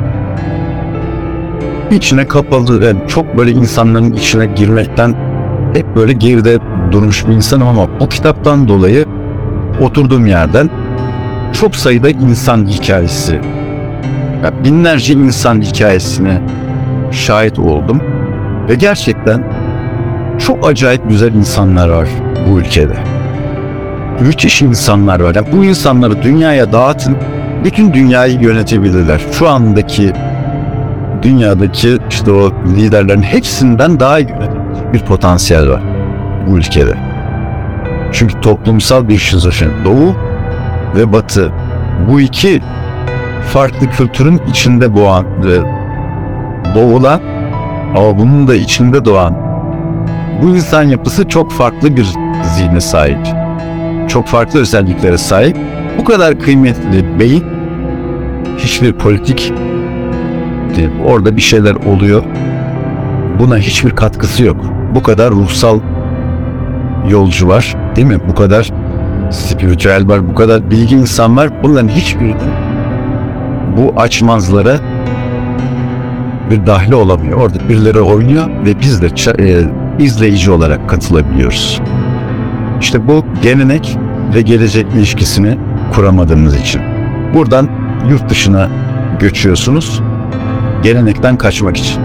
içine kapalı, yani çok böyle insanların içine girmekten hep böyle geride durmuş bir insanım ama bu kitaptan dolayı oturduğum yerden çok sayıda insan hikayesi, yani binlerce insan hikayesine şahit oldum ve gerçekten çok acayip güzel insanlar var bu ülkede. Müthiş insanlar var. Yani bu insanları dünyaya dağıtın, bütün dünyayı yönetebilirler. Şu andaki dünyadaki işte o liderlerin hepsinden daha iyi yönetebilecek bir potansiyel var bu ülkede. Çünkü toplumsal bir şizofreni. Doğu ve Batı, bu iki farklı kültürün içinde doğulan ama bunun da içinde doğan bu insan yapısı çok farklı bir zihne sahip. Çok farklı özelliklere sahip. Bu kadar kıymetli beyin hiçbir politik değil. Orada bir şeyler oluyor. Buna hiçbir katkısı yok. Bu kadar ruhsal yolcu var, değil mi? Bu kadar spiritüel var, bu kadar bilgi insan var. Bunların hiçbiri bu açmazlara bir dahli olamıyor. Orada birileri oynuyor ve biz de izleyici olarak katılabiliyoruz. İşte bu gelenek ve gelecek ilişkisini kuramadığımız için. Buradan yurt dışına göçüyorsunuz. Gelenekten kaçmak için.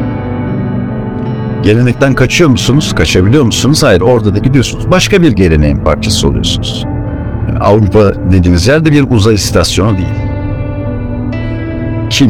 Gelenekten kaçıyor musunuz? Kaçabiliyor musunuz? Hayır. Orada da gidiyorsunuz. Başka bir geleneğin parçası oluyorsunuz. Yani Avrupa dediğiniz yerde bir uzay istasyonu değil.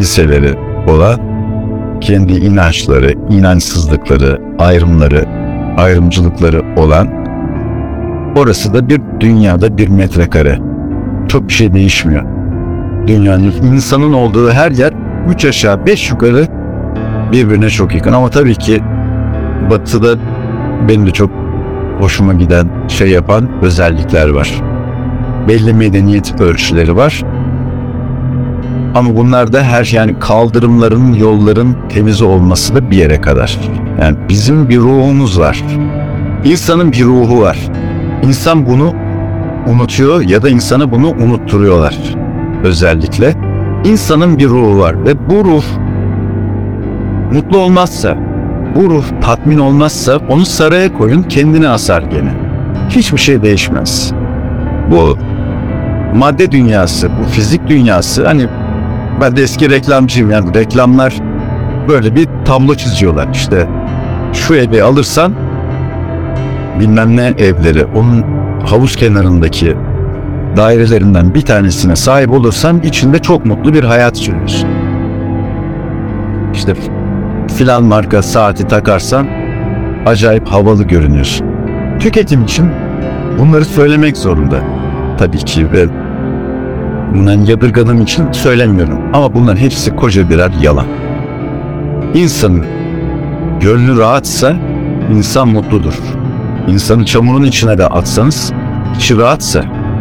Kiliseleri olan, kendi inançları, inançsızlıkları, ayrımları ayrımcılıkları olan, orası da bir dünyada 1 metrekare. Çok bir şey değişmiyor. Dünyanın, insanın olduğu her yer 3 aşağı 5 yukarı birbirine çok yakın. Ama tabii ki Batı'da benim de çok hoşuma giden, şey yapan özellikler var. Belli medeniyet ölçüleri var. Ama bunlar da yani kaldırımların, yolların temiz olması da bir yere kadar. Yani bizim bir ruhumuz var. İnsanın bir ruhu var. İnsan bunu unutuyor ya da insana bunu unutturuyorlar. Özellikle insanın bir ruhu var ve bu ruh mutlu olmazsa, bu ruh tatmin olmazsa onu saraya koyun, kendini asar gene. Hiçbir şey değişmez. Bu madde dünyası, bu fizik dünyası, hani ben de eski reklamcıyım, yani reklamlar böyle bir tablo çiziyorlar. İşte şu evi alırsan bilmem ne evleri, onun havuz kenarındaki dairelerinden bir tanesine sahip olursan içinde çok mutlu bir hayat sürüyorsun. İşte filan marka saati takarsan acayip havalı görünüyorsun. Tüketim için bunları söylemek zorunda tabii ki ve bundan yadırgadığım için söylemiyorum. Ama bunların hepsi koca birer yalan. İnsanın gönlü rahatsa insan mutludur. İnsanı çamurun içine de atsanız içi rahatsa,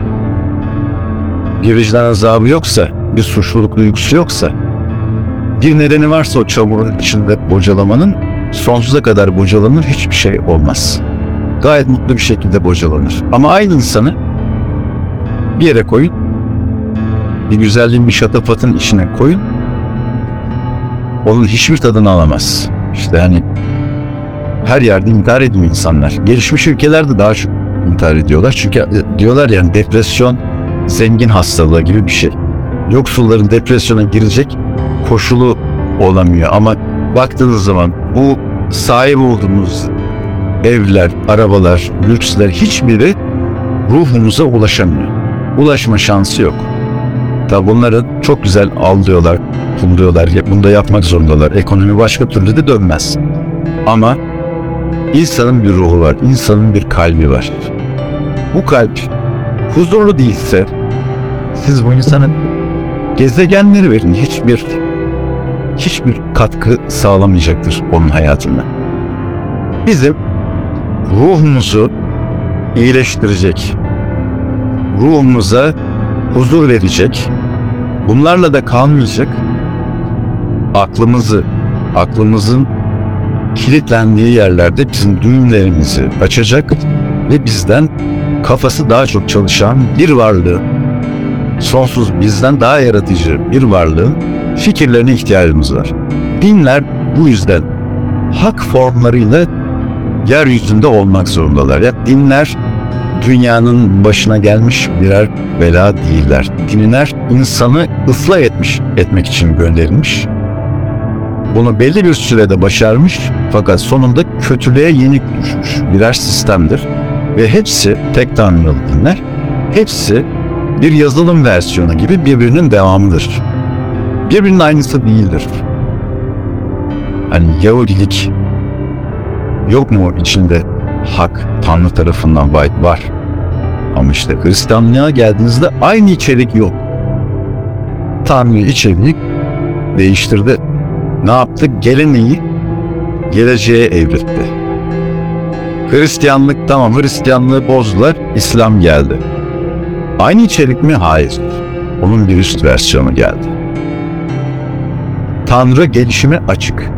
bir vicdan azabı yoksa, bir suçluluk duygusu yoksa, bir nedeni varsa o çamurun içinde bocalamanın, sonsuza kadar bocalanır, hiçbir şey olmaz. Gayet mutlu bir şekilde bocalanır. Ama aynı insanı bir yere koyun, bir güzelliğin, bir şatafatın içine koyun, onun hiçbir tadını alamaz. İşte hani her yerde intihar ediyor insanlar. Gelişmiş ülkelerde daha çok intihar ediyorlar. Çünkü diyorlar yani depresyon zengin hastalığı gibi bir şey. Yoksulların depresyona girecek koşulu olamıyor. Ama baktığınız zaman bu sahip olduğumuz evler, arabalar, lüksler hiçbiri ruhumuza ulaşamıyor. Ulaşma şansı yok. Tabi bunları çok güzel alıyorlar, kullanıyorlar. Bunu da yapmak zorundalar. Ekonomi başka türlü de dönmez. Ama insanın bir ruhu var, insanın bir kalbi var. Bu kalp huzurlu değilse siz bu insanın gezegenleri verin, hiçbir katkı sağlamayacaktır onun hayatına. Bizim ruhumuzu iyileştirecek, ruhumuza huzur verecek, bunlarla da kalmayacak, aklımızın kilitlendiği yerlerde bizim düğümlerimizi açacak ve bizden kafası daha çok çalışan bir varlığı, sonsuz bizden daha yaratıcı bir varlığın fikirlerine ihtiyacımız var. Dinler bu yüzden hak formlarıyla yeryüzünde olmak zorundalar. Ya dinler dünyanın başına gelmiş birer bela değiller. Dinler insanı ıslah etmek için gönderilmiş. Bunu belli bir sürede başarmış fakat sonunda kötülüğe yenik düşmüş birer sistemdir. Ve hepsi tek tanrılı dinler. Hepsi bir yazılım versiyonu gibi birbirinin devamıdır. Birbirinin aynısı değildir. Hani Yahudilik yok mu içinde hak Tanrı tarafından var. Ama işte Hristiyanlığa geldiğinizde aynı içerik yok. Tanrı içeriği değiştirdi. Ne yaptı? Geleneği geleceğe evrildi. Hristiyanlığı bozdular, İslam geldi. Aynı içerik mi? Hayır. Onun bir üst versiyonu geldi. Tanrı gelişime açık.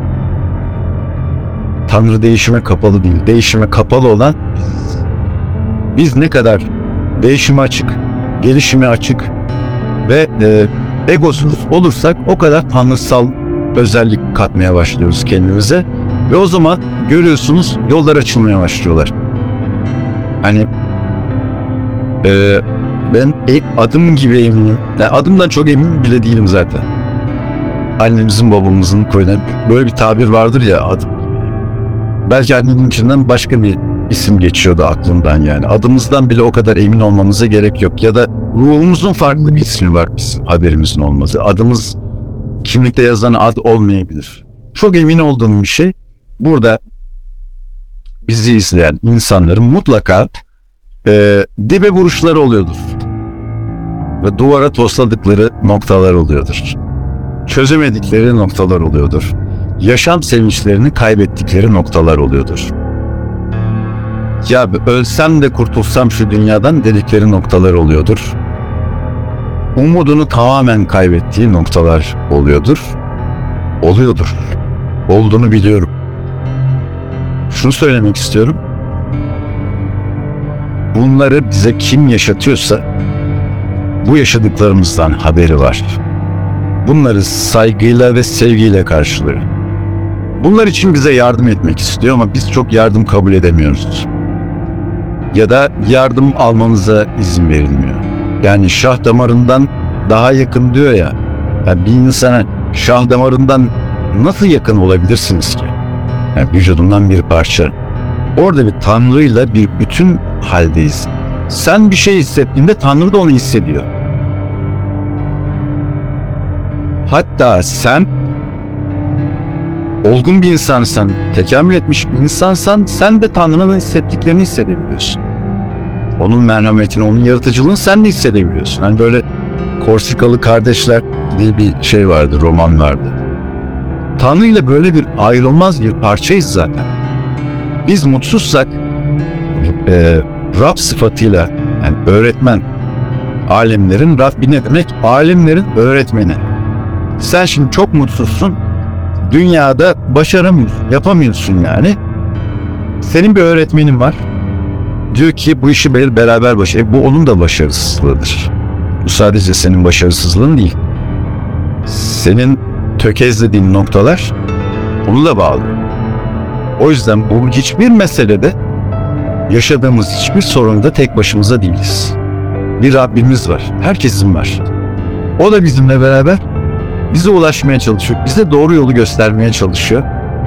Tanrı değişime kapalı değil. Değişime kapalı olan biz ne kadar değişime açık, gelişime açık ve egosuz olursak o kadar tanrısal özellik katmaya başlıyoruz kendimize. Ve o zaman görüyorsunuz yollar açılmaya başlıyorlar. Hani ben adım gibi eminim. Yani adımdan çok emin bile değilim zaten. Annemizin babamızın koyduğu böyle bir tabir vardır ya, adım. Belki annemin içinden başka bir isim geçiyordu aklımdan yani. Adımızdan bile o kadar emin olmamıza gerek yok. Ya da ruhumuzun farklı bir ismi var bizim haberimizin olması. Adımız kimlikte yazılan ad olmayabilir. Çok emin olduğum bir şey. Burada bizi izleyen insanların mutlaka dibe vuruşları oluyordur. Ve duvara tosladıkları noktalar oluyordur. Çözemedikleri noktalar oluyordur. Yaşam sevinçlerini kaybettikleri noktalar oluyordur. Ya ölsem de kurtulsam şu dünyadan dedikleri noktalar oluyordur. Umudunu tamamen kaybettiği noktalar oluyordur. Oluyordur. Olduğunu biliyorum. Şunu söylemek istiyorum. Bunları bize kim yaşatıyorsa bu yaşadıklarımızdan haberi var. Bunları saygıyla ve sevgiyle karşılıyor. Bunlar için bize yardım etmek istiyor ama biz çok yardım kabul edemiyoruz. Ya da yardım almamıza izin verilmiyor. Yani şah damarından daha yakın diyor ya. Yani bir insana şah damarından nasıl yakın olabilirsiniz ki? Yani vücudundan bir parça. Orada bir Tanrı'yla bir bütün haldeyiz. Sen bir şey hissettiğinde Tanrı da onu hissediyor. Hatta sen olgun bir insansan, tekamül etmiş bir insansan sen de Tanrı'nın hissettiklerini hissedebiliyorsun. Onun merhametini, onun yaratıcılığını sen de hissedebiliyorsun. Hani böyle Korsikalı Kardeşler diye bir şey vardı, roman vardı. Tanrı ile böyle bir ayrılmaz bir parçayız zaten. Biz mutsuzsak Rab sıfatıyla, yani öğretmen, alemlerin Rabbi ne demek? Alemlerin öğretmeni. Sen şimdi çok mutsuzsun, dünyada başaramıyorsun, yapamıyorsun yani. Senin bir öğretmenin var. Diyor ki bu işi beraber başarır. Bu onun da başarısızlığıdır. Bu sadece senin başarısızlığın değil. Senin tökezlediğin noktalar onu da bağlıyor. O yüzden bu hiçbir meselede, yaşadığımız hiçbir sorunda tek başımıza değiliz. Bir Rabbimiz var. Herkesin var. O da bizimle beraber bize ulaşmaya çalışıyor. Bize doğru yolu göstermeye çalışıyor.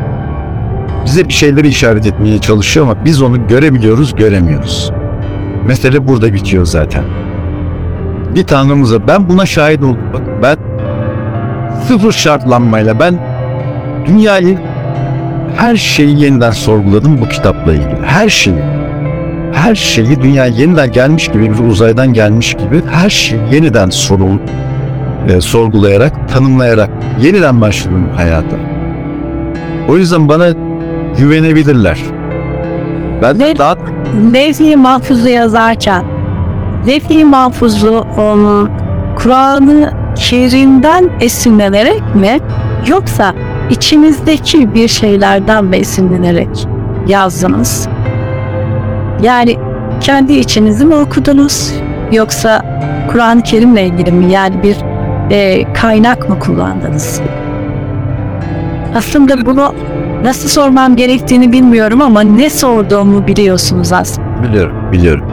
Bize bir şeyleri işaret etmeye çalışıyor ama biz onu görebiliyoruz, göremiyoruz. Mesele burada bitiyor zaten. Bir Tanrımıza, ben buna şahit oldum. Bak, ben sıfır şartlanmayla, ben dünyayı, her şeyi yeniden sorguladım bu kitapla ilgili. Her şeyi dünyaya yeniden gelmiş gibi, bir uzaydan gelmiş gibi her şeyi yeniden sorgulayarak, tanımlayarak yeniden başladım hayata. O yüzden bana güvenebilirler. Ben daha Levh-i Mahfuz'u yazarken Levh-i Mahfuz'u Kur'an-ı Kerim'den esinlenerek mi, yoksa içinizdeki bir şeylerden mi esinlenerek yazdınız? Yani kendi içinizi mi okudunuz, yoksa Kur'an-ı Kerim'le ilgili mi, yani bir kaynak mı kullandınız? Aslında bunu nasıl sormam gerektiğini bilmiyorum ama ne sorduğumu biliyorsunuz aslında. biliyorum.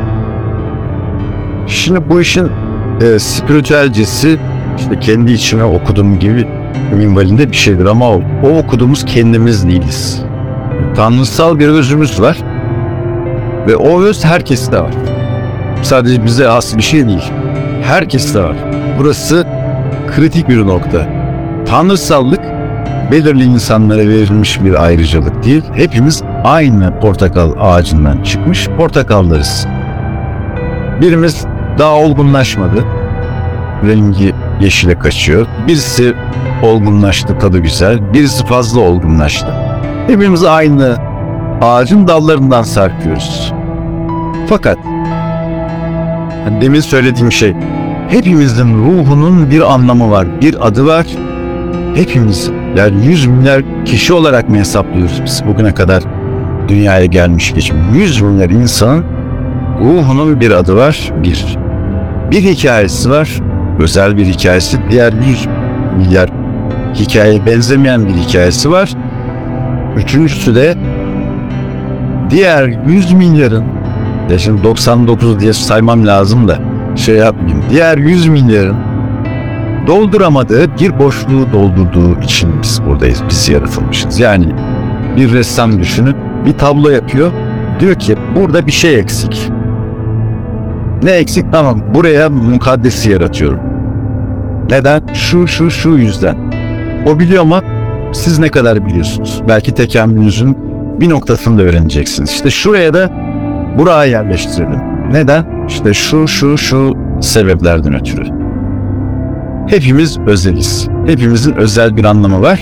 Şimdi bu işin spiritüelcesi işte kendi içime okuduğum gibi minvalinde bir şeydir ama o okuduğumuz kendimiz değiliz. Tanrısal bir özümüz var ve o öz herkeste var. Sadece bize has bir şey değil. Herkeste var. Burası kritik bir nokta. Tanrısallık belirli insanlara verilmiş bir ayrıcalık değil. Hepimiz aynı portakal ağacından çıkmış portakallarız. Birimiz daha olgunlaşmadı. Rengi yeşile kaçıyor. Birisi olgunlaştı, tadı güzel. Birisi fazla olgunlaştı. Hepimiz aynı ağacın dallarından sarkıyoruz. Fakat demin söylediğim şey, hepimizin ruhunun bir anlamı var, bir adı var. Hepimiz, yani 100 milyar kişi olarak mı hesaplıyoruz biz bugüne kadar dünyaya gelmiş geçmiş? 100 milyar insanın ruhunun bir adı var, bir hikayesi var, özel bir hikayesi. Diğer 100 milyar hikayeye benzemeyen bir hikayesi var. Üçüncüsü de diğer 100 milyarın, ya şimdi 99 diye saymam lazım da şey yapmayayım. Diğer 100 milyarın dolduramadığı bir boşluğu doldurduğu için biz buradayız, biz yaratılmışız. Yani bir ressam düşünün, bir tablo yapıyor, diyor ki burada bir şey eksik. Ne eksik? Tamam, buraya mukaddesi yaratıyorum. Neden? Şu yüzden. O biliyor ama siz ne kadar biliyorsunuz? Belki tekamülünüzün bir noktasını da öğreneceksiniz. İşte şuraya da buraya yerleştirelim. Neden? İşte şu sebeplerden ötürü. Hepimiz özeliz. Hepimizin özel bir anlamı var.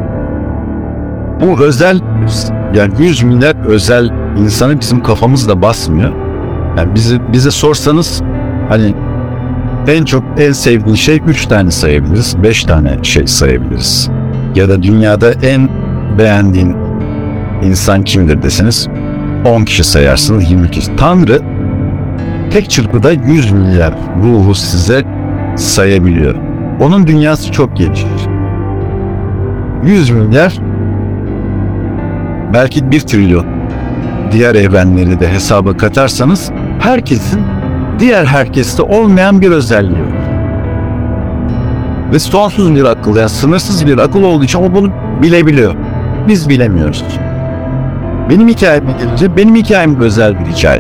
Bu özel, yani 100 milyar özel insanı bizim kafamızda basmıyor. Yani bize sorsanız hani en sevdiğin şey 3 tane sayabiliriz, 5 tane şey sayabiliriz. Ya da dünyada en beğendiğin insan kimdir deseniz 10 kişi sayarsınız, 20 kişi. Tanrı tek çırpıda 100 milyar ruhu size sayabiliyor. Onun dünyası çok geniş. 100 milyar, belki 1 trilyon. Diğer evrenleri de hesaba katarsanız herkesin diğer herkeste olmayan bir özelliği var. Ve sonsuz bir akıl, yani sınırsız bir akıl olduğu için o bunu bilebiliyor. Biz bilemiyoruz. Benim hikayeme gelince, benim hikayem özel bir hikaye.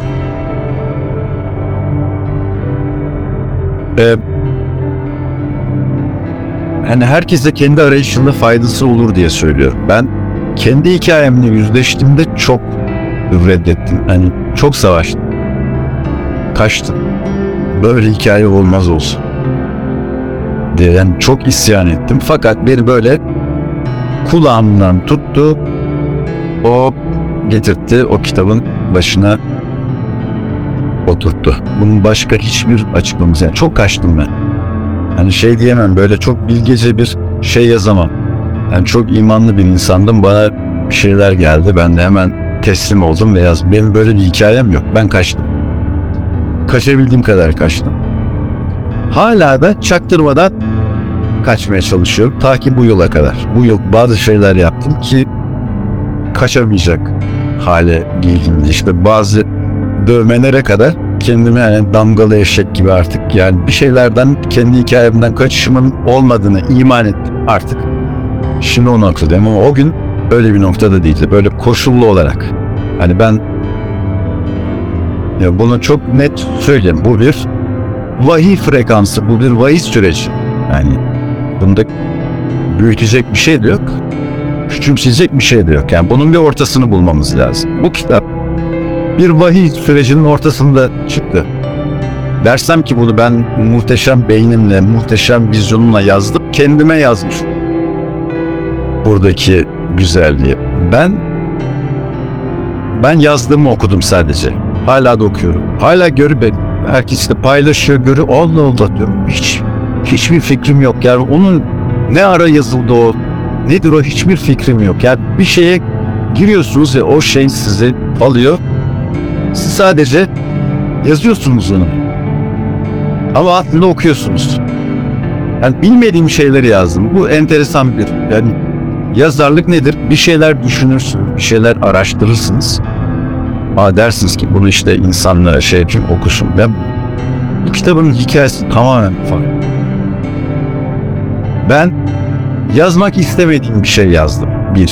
Yani herkese kendi arayışında faydası olur diye söylüyorum. Ben kendi hikayemle yüzleştiğimde çok reddettim. Hani çok savaştım. Kaçtım. Böyle hikaye olmaz olsun diye, yani çok isyan ettim. Fakat beni böyle kulağımdan tuttu. O getirtti, o kitabın başına oturttu. Bunun başka hiçbir açıklaması, yani çok kaçtım ben. Hani şey diyemem, böyle çok bilgece bir şey yazamam. Yani çok imanlı bir insandım, bana bir şeyler geldi, ben de hemen teslim oldum ve yazdım. Benim böyle bir hikayem yok, ben kaçtım. Kaçabildiğim kadar kaçtım. Hala da çaktırmadan kaçmaya çalışıyorum, ta ki bu yıla kadar. Bu yıl bazı şeyler yaptım ki kaçamayacak hale geldim. İşte bazı dövmelere kadar kendimi yani damgalı eşek gibi artık, yani bir şeylerden, kendi hikayemden kaçışımın olmadığını iman ettim artık. Şimdi o noktadayım ama o gün öyle bir noktada değildi. Böyle koşullu olarak. Hani ben ya bunu çok net söyleyeyim. Bu bir vahiy frekansı, bu bir vahiy süreci. Yani bunda büyütecek bir şey de yok. Küçümseyecek bir şey de yok. Yani bunun bir ortasını bulmamız lazım. Bu kitap bir vahiy sürecinin ortasında çıktı. Dersem ki bunu ben muhteşem beynimle, muhteşem vizyonumla yazdım, kendime yazmışım. Buradaki güzelliği. Ben yazdığımı okudum sadece. Hala da okuyorum. Hala herkes de paylaşıyor, Allah Allah diyorum. Hiçbir fikrim yok. Yani onun ne ara yazıldı o, nedir o, hiçbir fikrim yok. Yani bir şeye giriyorsunuz ve o şey sizi alıyor. Siz sadece yazıyorsunuz onu. Ama aslında okuyorsunuz. Yani bilmediğim şeyleri yazdım. Bu enteresan bir, yani yazarlık nedir? Bir şeyler düşünürsünüz, bir şeyler araştırırsınız. Dersiniz ki bunu işte insanlara şey için okusun. Ben bu kitabın hikayesi tamamen farklı. Ben yazmak istemediğim bir şey yazdım.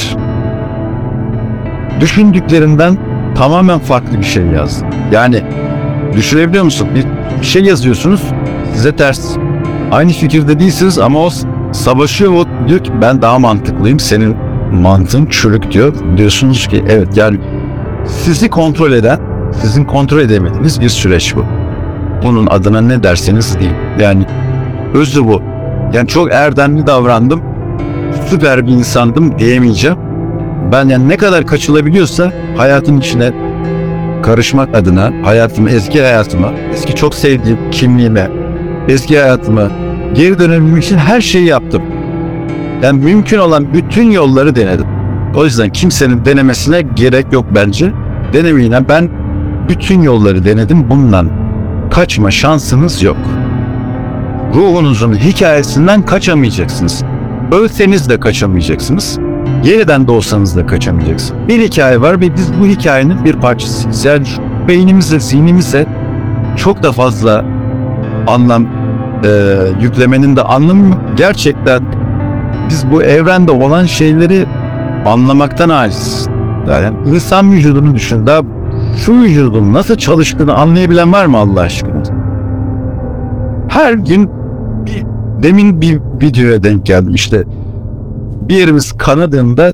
Düşündüklerimden tamamen farklı bir şey yazdım. Yani düşünebiliyor musun? Bir şey yazıyorsunuz, size ters. Aynı fikirde değilsiniz ama o savaşıyor, o diyor ki ben daha mantıklıyım, senin mantığın çürük diyor. Diyorsunuz ki evet, yani sizi kontrol eden, sizin kontrol edemediğiniz bir süreç bu. Bunun adına ne derseniz deyin. Yani özü bu. Yani çok erdemli davrandım, süper bir insandım diyemeyeceğim. Ben yani ne kadar kaçılabiliyorsa hayatın içine karışmak adına, eski hayatıma, eski çok sevdiğim kimliğime, eski hayatıma geri dönebilmek için her şeyi yaptım. Yani mümkün olan bütün yolları denedim. O yüzden kimsenin denemesine gerek yok bence. Denemeyin. Ben bütün yolları denedim. Bundan kaçma şansınız yok. Ruhunuzun hikayesinden kaçamayacaksınız. Ölseniz de kaçamayacaksınız. Yeniden doğsanız da kaçamayacaksınız. Bir hikaye var ve biz bu hikayenin bir parçasıyız. Yani beynimize, zihnimize çok da fazla anlam yüklemenin de anlamı yok. Gerçekten biz bu evrende olan şeyleri anlamaktan aciziz. Yani insan vücudunu düşün. Daha şu vücudun nasıl çalıştığını anlayabilen var mı Allah aşkına? Her gün demin bir videoya denk geldim. İşte bir yerimiz kanadığında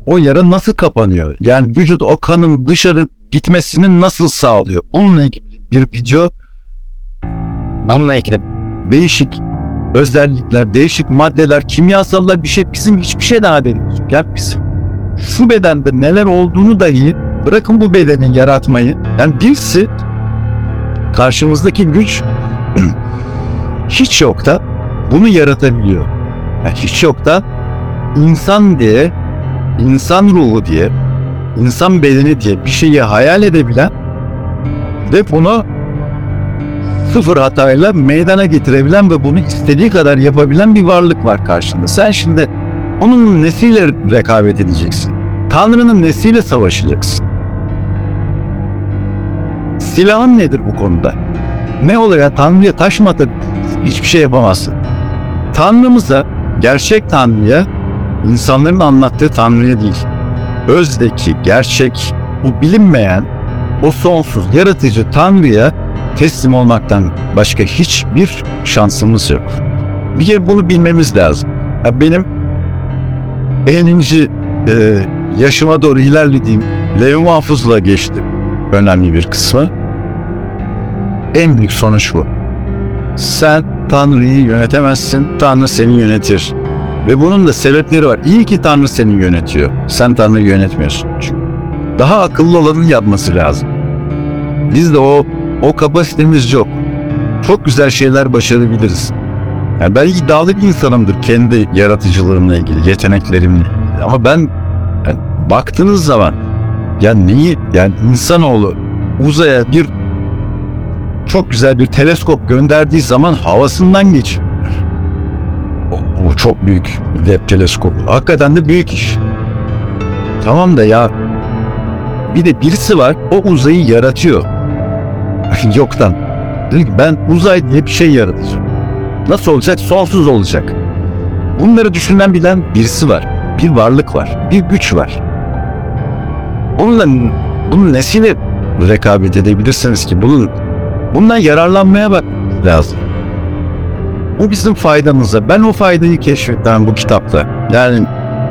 o yara nasıl kapanıyor? Yani vücut o kanın dışarı gitmesini nasıl sağlıyor? Onunla ilgili bir video, onunla ilgili değişik özellikler, değişik maddeler, kimyasallar, bir şey, bizim hiçbir şey daha haberimiz yok. Yani bizim şu bedende neler olduğunu dahi, bırakın bu bedeni yaratmayı, yani birisi karşımızdaki güç hiç yok da bunu yaratabiliyor. Yani hiç yok da insan diye, insan ruhu diye, insan bedeni diye bir şeyi hayal edebilen ve bunu sıfır hatayla meydana getirebilen ve bunu istediği kadar yapabilen bir varlık var karşında. Sen şimdi onun nesiyle rekabet edeceksin? Tanrı'nın nesiyle savaşacaksın? Silahın nedir bu konuda? Ne oluyor? Tanrı'ya taş mı atıp hiçbir şey yapamazsın. Tanrımıza, gerçek Tanrı'ya, insanların anlattığı Tanrı'ya değil, özdeki, gerçek, bu bilinmeyen, o sonsuz, yaratıcı Tanrı'ya teslim olmaktan başka hiçbir şansımız yok. Bir kere bunu bilmemiz lazım. Benim 50. yaşıma doğru ilerlediğim Levh-i Mahfuz'la geçtim önemli bir kısmı. En büyük sonuç bu. Sen Tanrı'yı yönetemezsin, Tanrı seni yönetir. Ve bunun da sebepleri var. İyi ki Tanrı seni yönetiyor. Sen Tanrı'yı yönetmiyorsun. Daha akıllı olanın yapması lazım. Bizde o kapasitemiz yok. Çok güzel şeyler başarabiliriz. Yani ben iddialı bir insanımdır kendi yaratıcılığımla ilgili, yeteneklerimle ilgili. Ama ben yani baktığınız zaman yani insanoğlu uzaya bir çok güzel bir teleskop gönderdiği zaman havasından geçiyor. O çok büyük Webb teleskobu. Hakikaten de büyük iş. Tamam da ya bir de birisi var, o uzayı yaratıyor. Yoktan. Dedi ki ben uzay diye bir şey yaratacağım. Nasıl olacak? Sonsuz olacak. Bunları düşünen bilen birisi var. Bir varlık var. Bir güç var. Bunun nesiyle rekabet edebilirsiniz ki? Bundan yararlanmaya bak lazım. Bu bizim faydamıza. Ben o faydayı keşfettim bu kitapta. Yani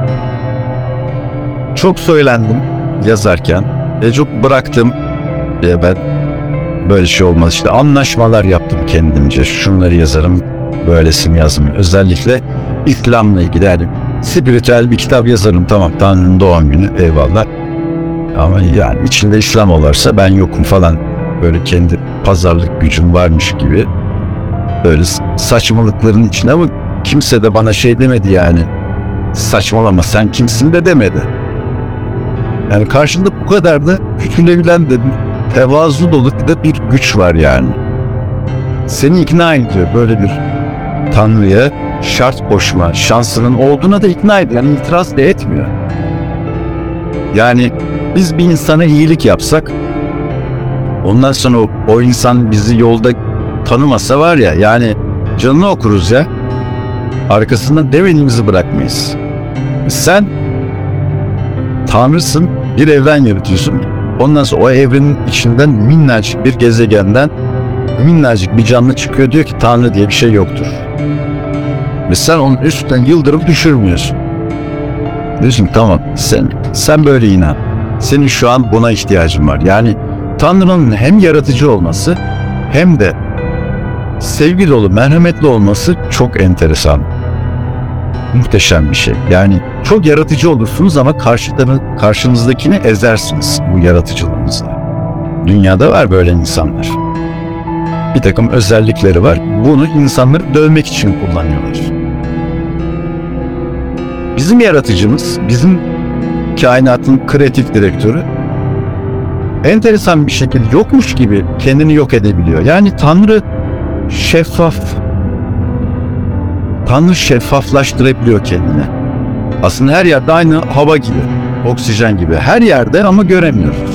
çok söylendim yazarken. Çok bıraktım. Ben böyle şey olmaz işte. Anlaşmalar yaptım kendimce. Şunları yazarım, böylesini yazmıyorum. Özellikle İslam'la ilgili yani spiritüel bir kitap yazarım. Tamam, Tanrı'nın doğum günü, eyvallah. Ama yani içinde İslam olursa ben yokum falan. Böyle kendi pazarlık gücüm varmış gibi. Böyle saçmalıkların içine, ama kimse de bana şey demedi yani. Saçmalama, sen kimsin de demedi. Yani karşında bu kadar da küçülebilen de tevazu dolu da bir güç var yani. Seni ikna ediyor böyle bir Tanrı'ya şart koşma şansının olduğuna da ikna ediyor. Yani itiraz da etmiyor. Yani biz bir insana iyilik yapsak, ondan sonra o insan bizi yolda tanımasa var ya, yani canını okuruz ya. Arkasından demediğimizi bırakmayız. Sen Tanrısın, bir evren yaratıyorsun. Ondan sonra o evrenin içinden minnacık bir gezegenden minnacık bir canlı çıkıyor, diyor ki Tanrı diye bir şey yoktur. Ve sen onun üstünden yıldırım düşürmüyorsun. Diyorsun tamam, sen böyle inan. Senin şu an buna ihtiyacın var. Yani Tanrı'nın hem yaratıcı olması hem de sevgi dolu, merhametli olması çok enteresan. Muhteşem bir şey. Yani çok yaratıcı olursunuz ama karşınızdakini ezersiniz bu yaratıcılığınızla. Dünyada var böyle insanlar. Bir takım özellikleri var. Bunu insanları dövmek için kullanıyorlar. Bizim yaratıcımız, bizim kainatın kreatif direktörü enteresan bir şekilde yokmuş gibi kendini yok edebiliyor. Yani Tanrı şeffaf. Tanrı şeffaflaştırabiliyor kendini. Aslında her yerde aynı hava gibi, oksijen gibi. Her yerde ama göremiyoruz.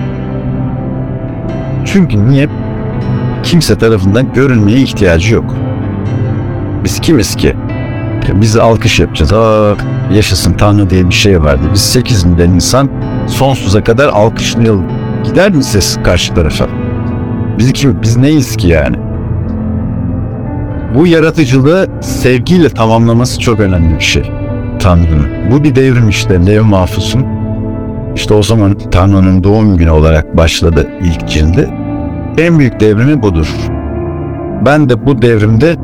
Çünkü niye? Kimse tarafından görünmeye ihtiyacı yok. Biz kimiz ki? Biz alkış yapacağız. Yaşasın Tanrı diye bir şey vardı. Biz 8 milyon insan sonsuza kadar alkışlayalım. Gider mi ses karşı tarafa? Biz neyiz ki yani? Bu yaratıcılığı sevgiyle tamamlaması çok önemli bir şey. Tanrı'nın. Bu bir devrim işte, Lev Mahfuz'un. İşte o zaman Tanrı'nın doğum günü olarak başladı ilk cildi. En büyük devrimi budur. Ben de bu devrimde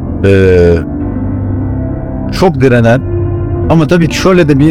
çok direnen, ama tabii şöyle de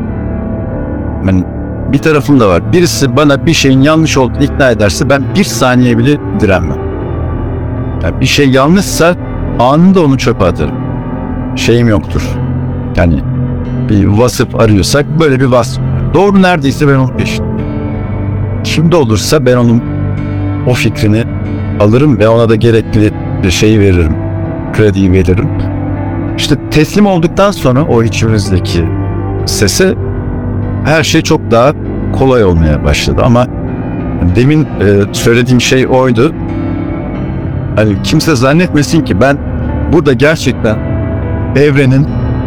bir tarafım da var. Birisi bana bir şeyin yanlış olduğunu ikna ederse ben bir saniye bile direnmem. Yani bir şey yanlışsa anında onu çöpe atarım. Şeyim yoktur. Yani bir vasıf arıyorsak böyle bir vasıf. Doğru neredeyse ben onun peşindeyim. Kimde olursa ben onun o fikrini alırım ve ona da gerekli bir şeyi veririm. Krediyi veririm. İşte teslim olduktan sonra o içimizdeki sese her şey çok daha kolay olmaya başladı. Ama demin söylediğim şey oydu. Hani kimse zannetmesin ki ben burada gerçekten evrenin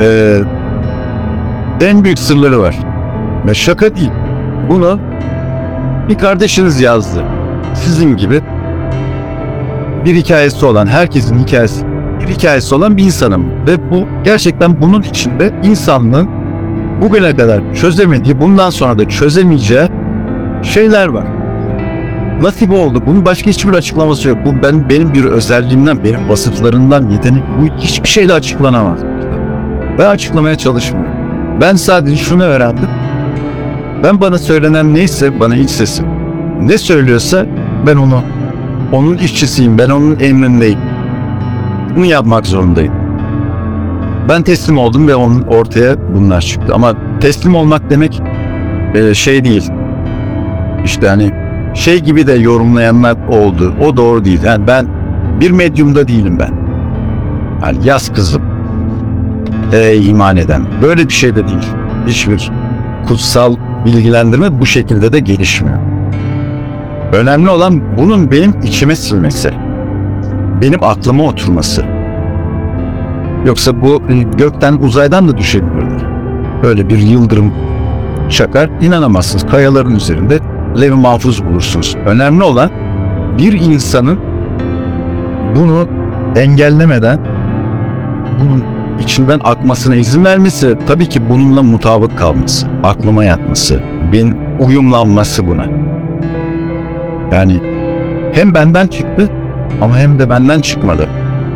en büyük sırları var. Ve şaka değil. Bunu bir kardeşiniz yazdı. Sizin gibi bir hikayesi olan, herkesin hikayesi olan bir insanım. Ve bu gerçekten bunun içinde insanlığın bugüne kadar çözemediği, bundan sonra da çözemeyeceği şeyler var. Nasıl bu oldu? Bunun başka hiçbir açıklaması yok. Bu benim bir özelliğimden, benim vasıflarımdan, yetenek. Bu hiçbir şeyle açıklanamaz. Ben açıklamaya çalışmıyorum. Ben sadece şunu öğrendim. Ben bana söylenen neyse, bana iç sesim ne söylüyorsa ben onun işçisiyim, ben onun emrindeyim. Bunu yapmak zorundayım. Ben teslim oldum ve onun ortaya bunlar çıktı. Ama teslim olmak demek şey değil. İşte hani şey gibi de yorumlayanlar oldu. O doğru değil. Yani ben bir medyumda değilim ben. Yani yaz kızım. İman eden. Böyle bir şey de değil. Hiçbir kutsal bilgilendirme bu şekilde de gelişmiyor. Önemli olan bunun benim içime sinmesi. Benim aklıma oturması. Yoksa bu gökten, uzaydan da düşebilir. Böyle bir yıldırım çakar, inanamazsınız. Kayaların üzerinde Lev-i Mahfuz bulursunuz. Önemli olan bir insanın bunu engellemeden bunun içinden akmasına izin vermesi, tabii ki bununla mutabık kalması, aklıma yatması, uyumlanması buna. Yani hem benden çıktı ama hem de benden çıkmadı.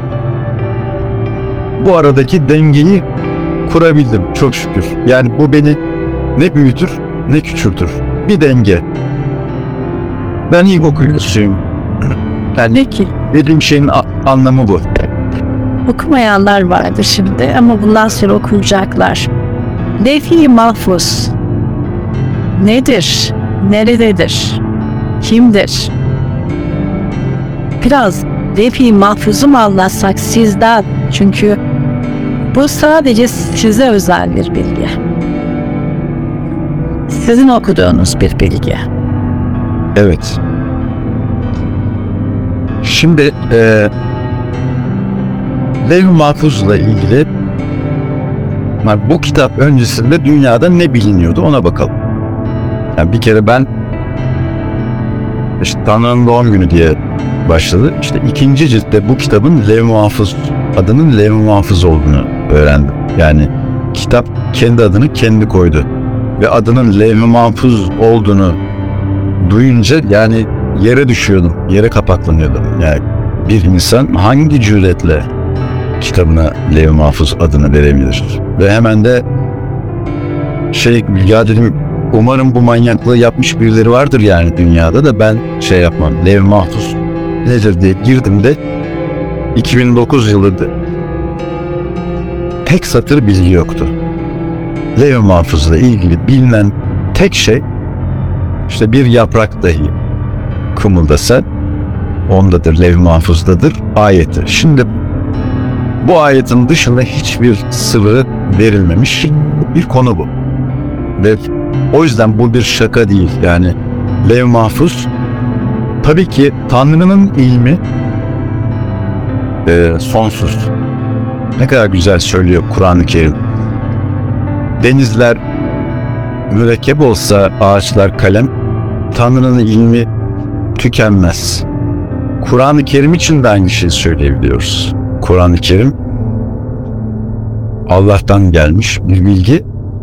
Bu aradaki dengeyi kurabildim çok şükür. Yani bu beni ne büyütür ne küçültür. Bir denge. Ben ilkokul üyesiyim. Yani Peki. dediğim şeyin anlamı bu. Okumayanlar vardır şimdi ama bundan sonra okuyacaklar. Levh-i Mahfuz nedir? Nerededir? Kimdir? Biraz Levh-i Mahfuz'u mu anlatsak sizden? Çünkü bu sadece size özel bir bilgi. Sizin okuduğunuz bir bilgi. Evet. Şimdi Lev-i Mahfuz'la ilgili bu kitap öncesinde dünyada ne biliniyordu ona bakalım. Yani bir kere ben işte Tanrı'nın doğum günü diye başladı. İşte ikinci ciltte bu kitabın Lev-i Mahfuz adının Lev-i Mahfuz olduğunu öğrendim. Yani kitap kendi adını kendi koydu. Ve adının Lev-i Mahfuz olduğunu duyunca yani yere düşüyordum. Yere kapaklanıyordum. Yani bir insan hangi cüretle kitabına Lev-i Mahfuz adını verebilir? Ve hemen de ya dedim, umarım bu manyaklığı yapmış birileri vardır yani dünyada da ben şey yapmam. Lev-i Mahfuz nedir diye girdim de 2009 yılıydı. Tek satır bilgi yoktu. Lev-i Mahfuz'la ilgili bilinen tek şey işte bir yaprak dahi kımıldasa ondadır, Lev-i Mahfuz'dadır ayeti. Şimdi bu ayetin dışında hiçbir sırrı verilmemiş bir konu bu. Ve o yüzden bu bir şaka değil. Yani Lev-i Mahfuz tabii ki Tanrı'nın ilmi sonsuz. Ne kadar güzel söylüyor Kur'an-ı Kerim. Denizler mürekkep olsa, ağaçlar kalem, Tanrı'nın ilmi tükenmez. Kur'an-ı Kerim için de aynı şeyi söyleyebiliyoruz. Kur'an-ı Kerim Allah'tan gelmiş bir bilgi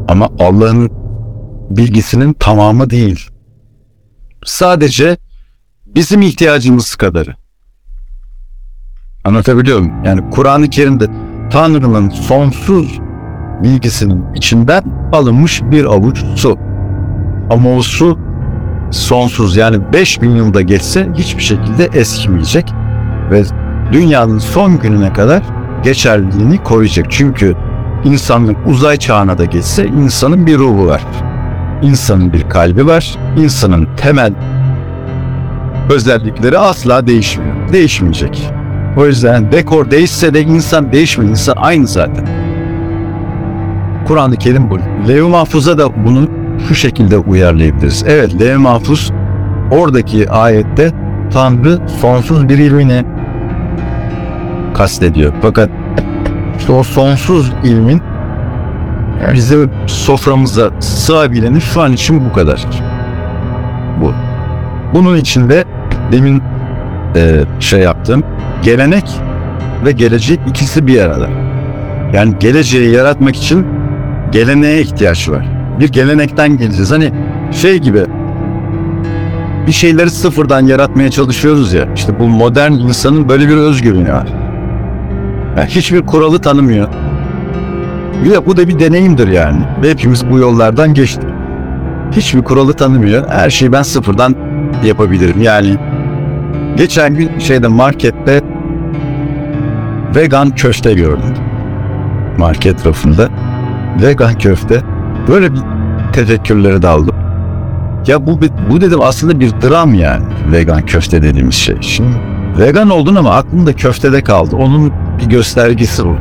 Ama Allah'ın bilgisinin tamamı değil. Sadece bizim ihtiyacımız kadarı. Anlatabiliyor muyum? Yani Kur'an-ı Kerim'de Tanrı'nın sonsuz bilgisinin içinden alınmış bir avuç su. Ama o su sonsuz, yani 5000 yılda geçse hiçbir şekilde eskimeyecek ve dünyanın son gününe kadar geçerliliğini koruyacak. Çünkü insanlık uzay çağına da geçse insanın bir ruhu var. İnsanın bir kalbi var. İnsanın temel özellikleri asla değişmiyor. Değişmeyecek. O yüzden dekor değişse de insan değişmiyor. İnsan aynı zaten. Kur'an-ı Kerim bu. Levh-i Mahfuz'a da bunu şu şekilde uyarlayabiliriz. Evet, Levh-i Mahfuz oradaki ayette Tanrı sonsuz bir ilmini kastediyor. Fakat işte o sonsuz ilmin bize soframıza sığabileni şu an için bu kadar. Bu. Bunun içinde demin yaptım. Gelenek ve gelecek ikisi bir arada. Yani geleceği yaratmak için geleneğe ihtiyaç var. Bir gelenekten geleceğiz. Hani gibi bir şeyleri sıfırdan yaratmaya çalışıyoruz ya. İşte bu modern insanın böyle bir özgüveni var. Yani hiçbir kuralı tanımıyor. Bu da bir deneyimdir yani. Ve hepimiz bu yollardan geçtik. Hiçbir kuralı tanımıyor. Her şeyi ben sıfırdan yapabilirim. Yani geçen gün markette vegan köfte gördüm. Market rafında vegan köfte. Böyle bir tefekkürlere daldım. Ya bu dedim aslında bir dram yani, vegan köfte dediğimiz şey. Şimdi vegan oldun ama aklında köftede kaldı. Onun bir göstergesi bu.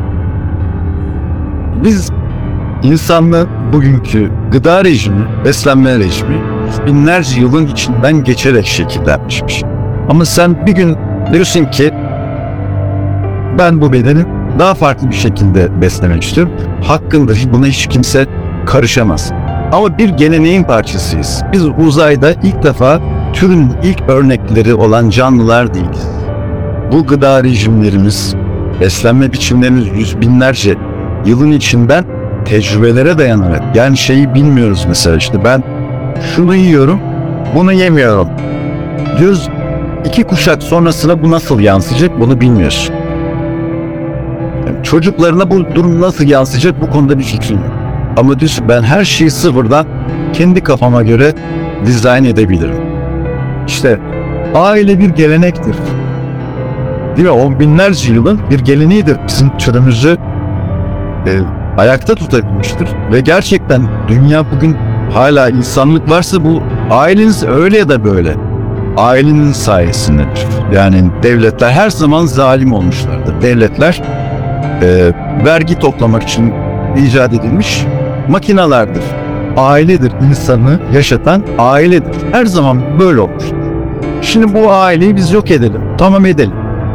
Biz insanlığın bugünkü gıda rejimi, beslenme rejimi binlerce yılın içinden geçerek şekillenmişmiş. Ama sen bir gün diyorsun ki ben bu bedeni daha farklı bir şekilde beslemek istiyorum. Hakkındır, buna hiç kimse karışamaz. Ama bir geleneğin parçasıyız. Biz uzayda ilk defa türün ilk örnekleri olan canlılar değiliz. Bu gıda rejimlerimiz, beslenme biçimlerimiz yüz binlerce yılın içinden tecrübelere dayanarak. Yani bilmiyoruz mesela, işte ben şunu yiyorum, bunu yemiyorum diyoruz. 2 kuşak sonrasına bu nasıl yansıyacak bunu bilmiyorsun. Yani çocuklarına bu durum nasıl yansıyacak bu konuda bir fikrim yok. Ama diyorsun ben her şeyi sıfırdan kendi kafama göre dizayn edebilirim. İşte aile bir gelenektir. Değil mi? 10 binlerce yılın bir geleneğidir. Bizim türümüzü ayakta tutabilmiştir. Ve gerçekten dünya bugün hala insanlık varsa bu aileniz öyle ya da böyle. Ailenin sayesindedir. Yani devletler her zaman zalim olmuşlardır. Devletler vergi toplamak için icat edilmiş makinalardır. Ailedir, insanı yaşatan ailedir. Her zaman böyle olmuş. Şimdi bu aileyi biz yok edelim. Tamam, edelim.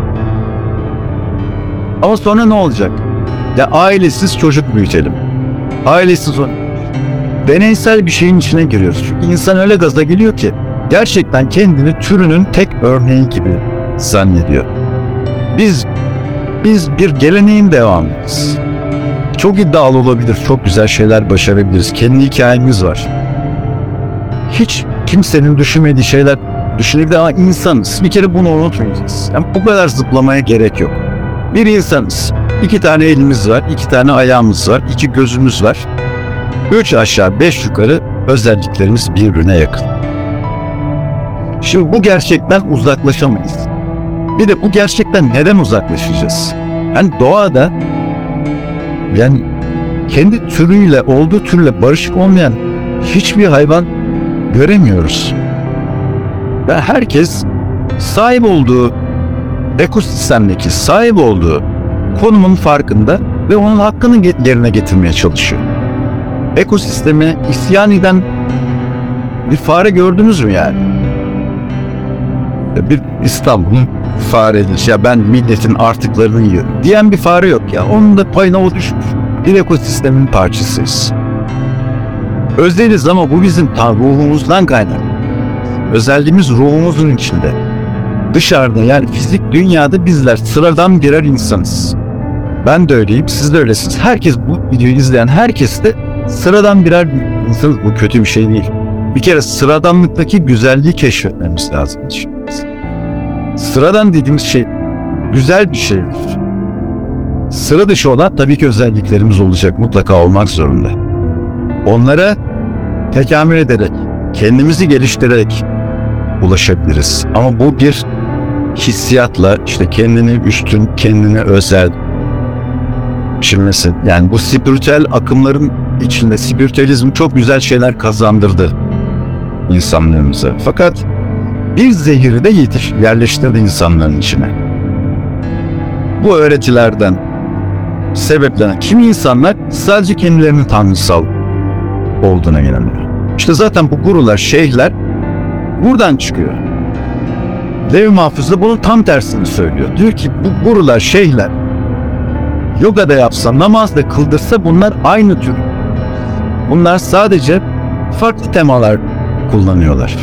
Ama sonra ne olacak? Ya ailesiz çocuk büyütelim. Ailesiz deneysel bir şeyin içine giriyoruz. Çünkü insan öyle gaza geliyor ki gerçekten kendini türünün tek örneği gibi zannediyor. Biz bir geleneğin devamıyız. Çok iddialı olabilir, çok güzel şeyler başarabiliriz. Kendi hikayemiz var. Hiç kimsenin düşünmediği şeyler düşünebilir ama insanız. Bir kere bunu unutmayacağız. Yani bu kadar zıplamaya gerek yok. Bir insanız. 2 tane elimiz var, 2 tane ayağımız var, 2 gözümüz var. 3 aşağı 5 yukarı özelliklerimiz birbirine yakın. Şimdi bu gerçekten uzaklaşamayız. Bir de bu gerçekten neden uzaklaşacağız? Yani doğada kendi türüyle, olduğu türle barışık olmayan hiçbir hayvan göremiyoruz. Ve herkes sahip olduğu ekosistemdeki sahip olduğu konumun farkında ve onun hakkını yerine getirmeye çalışıyor. Ekosisteme isyan eden bir fare gördünüz mü yani? Bir İstanbul'un faredir. Ya ben milletin artıklarını yiyorum diyen bir fare yok ya. Onun da payına o düşmüş. Bir ekosistemin parçasıyız. Özeliz ama bu bizim ruhumuzdan kaynaklı. Özelliğimiz ruhumuzun içinde. Dışarıda yani fizik dünyada bizler sıradan birer insanız. Ben de öyleyim, siz de öylesiniz. Herkes, bu videoyu izleyen herkes de sıradan birer insanız. Bu kötü bir şey değil. Bir kere sıradanlıktaki güzelliği keşfetmemiz lazım. Sıradan dediğimiz şey güzel bir şeydir. Sıra dışı olan tabii ki özelliklerimiz olacak, mutlaka olmak zorunda. Onlara tekamül ederek, kendimizi geliştirerek ulaşabiliriz. Ama bu bir hissiyatla, işte kendini üstün, kendine özel düşünmesi. Yani bu spiritüel akımların içinde spiritüalizm çok güzel şeyler kazandırdı insanlığımıza. Fakat bir zehiri de yerleştirdi insanların içine. Bu öğretilerden sebeplenen kimi insanlar sadece kendilerinin tanrısal olduğuna inanıyor. İşte zaten bu gurular, şeyhler buradan çıkıyor. Lev-i Mahfuz da bunun tam tersini söylüyor. Diyor ki bu gurular, şeyhler yoga da yapsa, namaz da kıldırsa bunlar aynı tür. Bunlar sadece farklı temalar kullanıyorlar.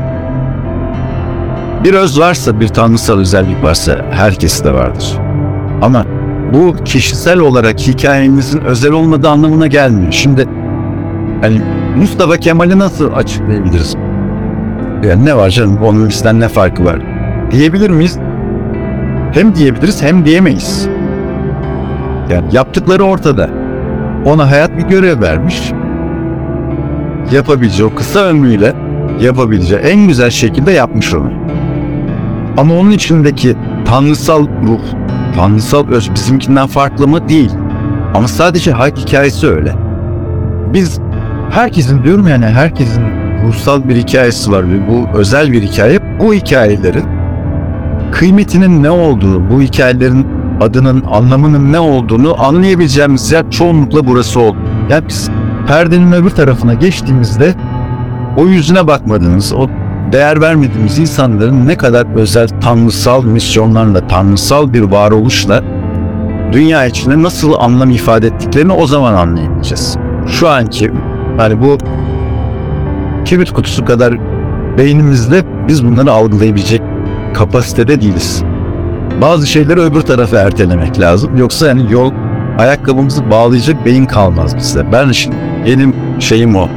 Bir öz varsa, bir tanrısal özellik varsa herkes de vardır. Ama bu kişisel olarak hikayemizin özel olmadığı anlamına gelmiyor. Şimdi hani Mustafa Kemal'i nasıl açıklayabiliriz? Yani ne var canım, onun bizden ne farkı var diyebilir miyiz? Hem diyebiliriz hem diyemeyiz. Yani yaptıkları ortada. Ona hayat bir görev vermiş. Yapabileceği, o kısa ömrüyle yapabileceği en güzel şekilde yapmış onu. Ama onun içindeki tanrısal ruh, tanrısal öz bizimkinden farklı mı? Değil. Ama sadece hayat hikayesi öyle. Biz herkesin, diyorum yani, herkesin ruhsal bir hikayesi var ve bu özel bir hikaye. Bu hikayelerin kıymetinin ne olduğu, bu hikayelerin adının, anlamının ne olduğunu anlayabileceğimiz yer çoğunlukla burası oldu. Yani biz perdenin öbür tarafına geçtiğimizde o yüzüne bakmadığımız, o değer vermediğimiz insanların ne kadar özel tanrısal misyonlarla, tanrısal bir varoluşla dünya içinde nasıl anlam ifade ettiklerini o zaman anlayabileceğiz. Şu anki hani bu kibrit kutusu kadar beynimizle biz bunları algılayabilecek kapasitede değiliz. Bazı şeyleri öbür tarafa ertelemek lazım. Yoksa yani yol, ayakkabımızı bağlayacak beyin kalmaz bizde. Ben şimdi benim şeyim o.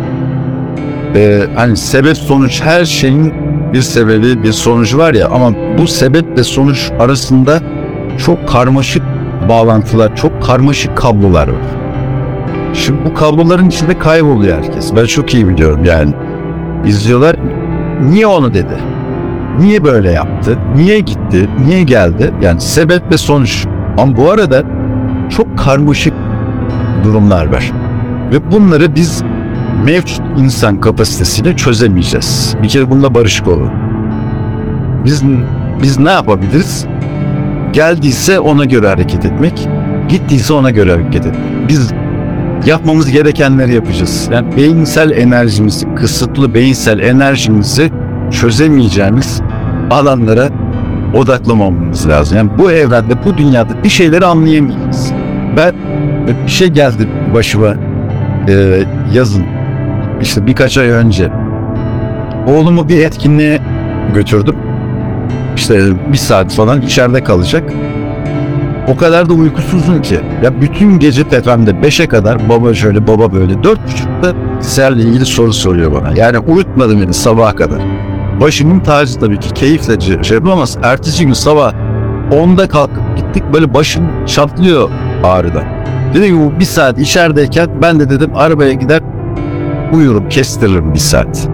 Hani sebep sonuç, her şeyin bir sebebi, bir sonucu var ya, ama bu sebep ve sonuç arasında çok karmaşık bağlantılar, çok karmaşık kablolar var. Şimdi bu kabloların içinde kayboluyor herkes. Ben çok iyi biliyorum yani. İzliyorlar. Niye onu dedi? Niye böyle yaptı? Niye gitti? Niye geldi? Yani sebep ve sonuç. Ama bu arada çok karmaşık durumlar var. Ve bunları biz mevcut insan kapasitesiyle çözemeyeceğiz. Bir kere bununla barışık olun. Biz ne yapabiliriz? Geldiyse ona göre hareket etmek, gittiyse ona göre hareket etmek. Biz yapmamız gerekenleri yapacağız. Yani beyinsel enerjimizi, kısıtlı beyinsel enerjimizi çözemeyeceğimiz alanlara odaklamamamız lazım. Yani bu evrende, bu dünyada bir şeyleri anlayamayız. Ben bir şey geldi başıma yazın, işte birkaç ay önce oğlumu bir etkinliğe götürdüm. İşte bir saat falan içeride kalacak. O kadar da uykusuzum ki. Ya bütün gece tepemde 5'e kadar baba şöyle, baba böyle. 4.30'da serle ilgili soru soruyor bana. Yani uyutmadı beni sabaha kadar. Başımın tacı tabii ki, keyifle şey yapamaz. Ertesi gün sabah 10'da kalkıp gittik, böyle başım çatlıyor ağrıdan. Dedi ki bu bir saat içerideyken ben de dedim arabaya gider uyurum, kestiririm bir saat.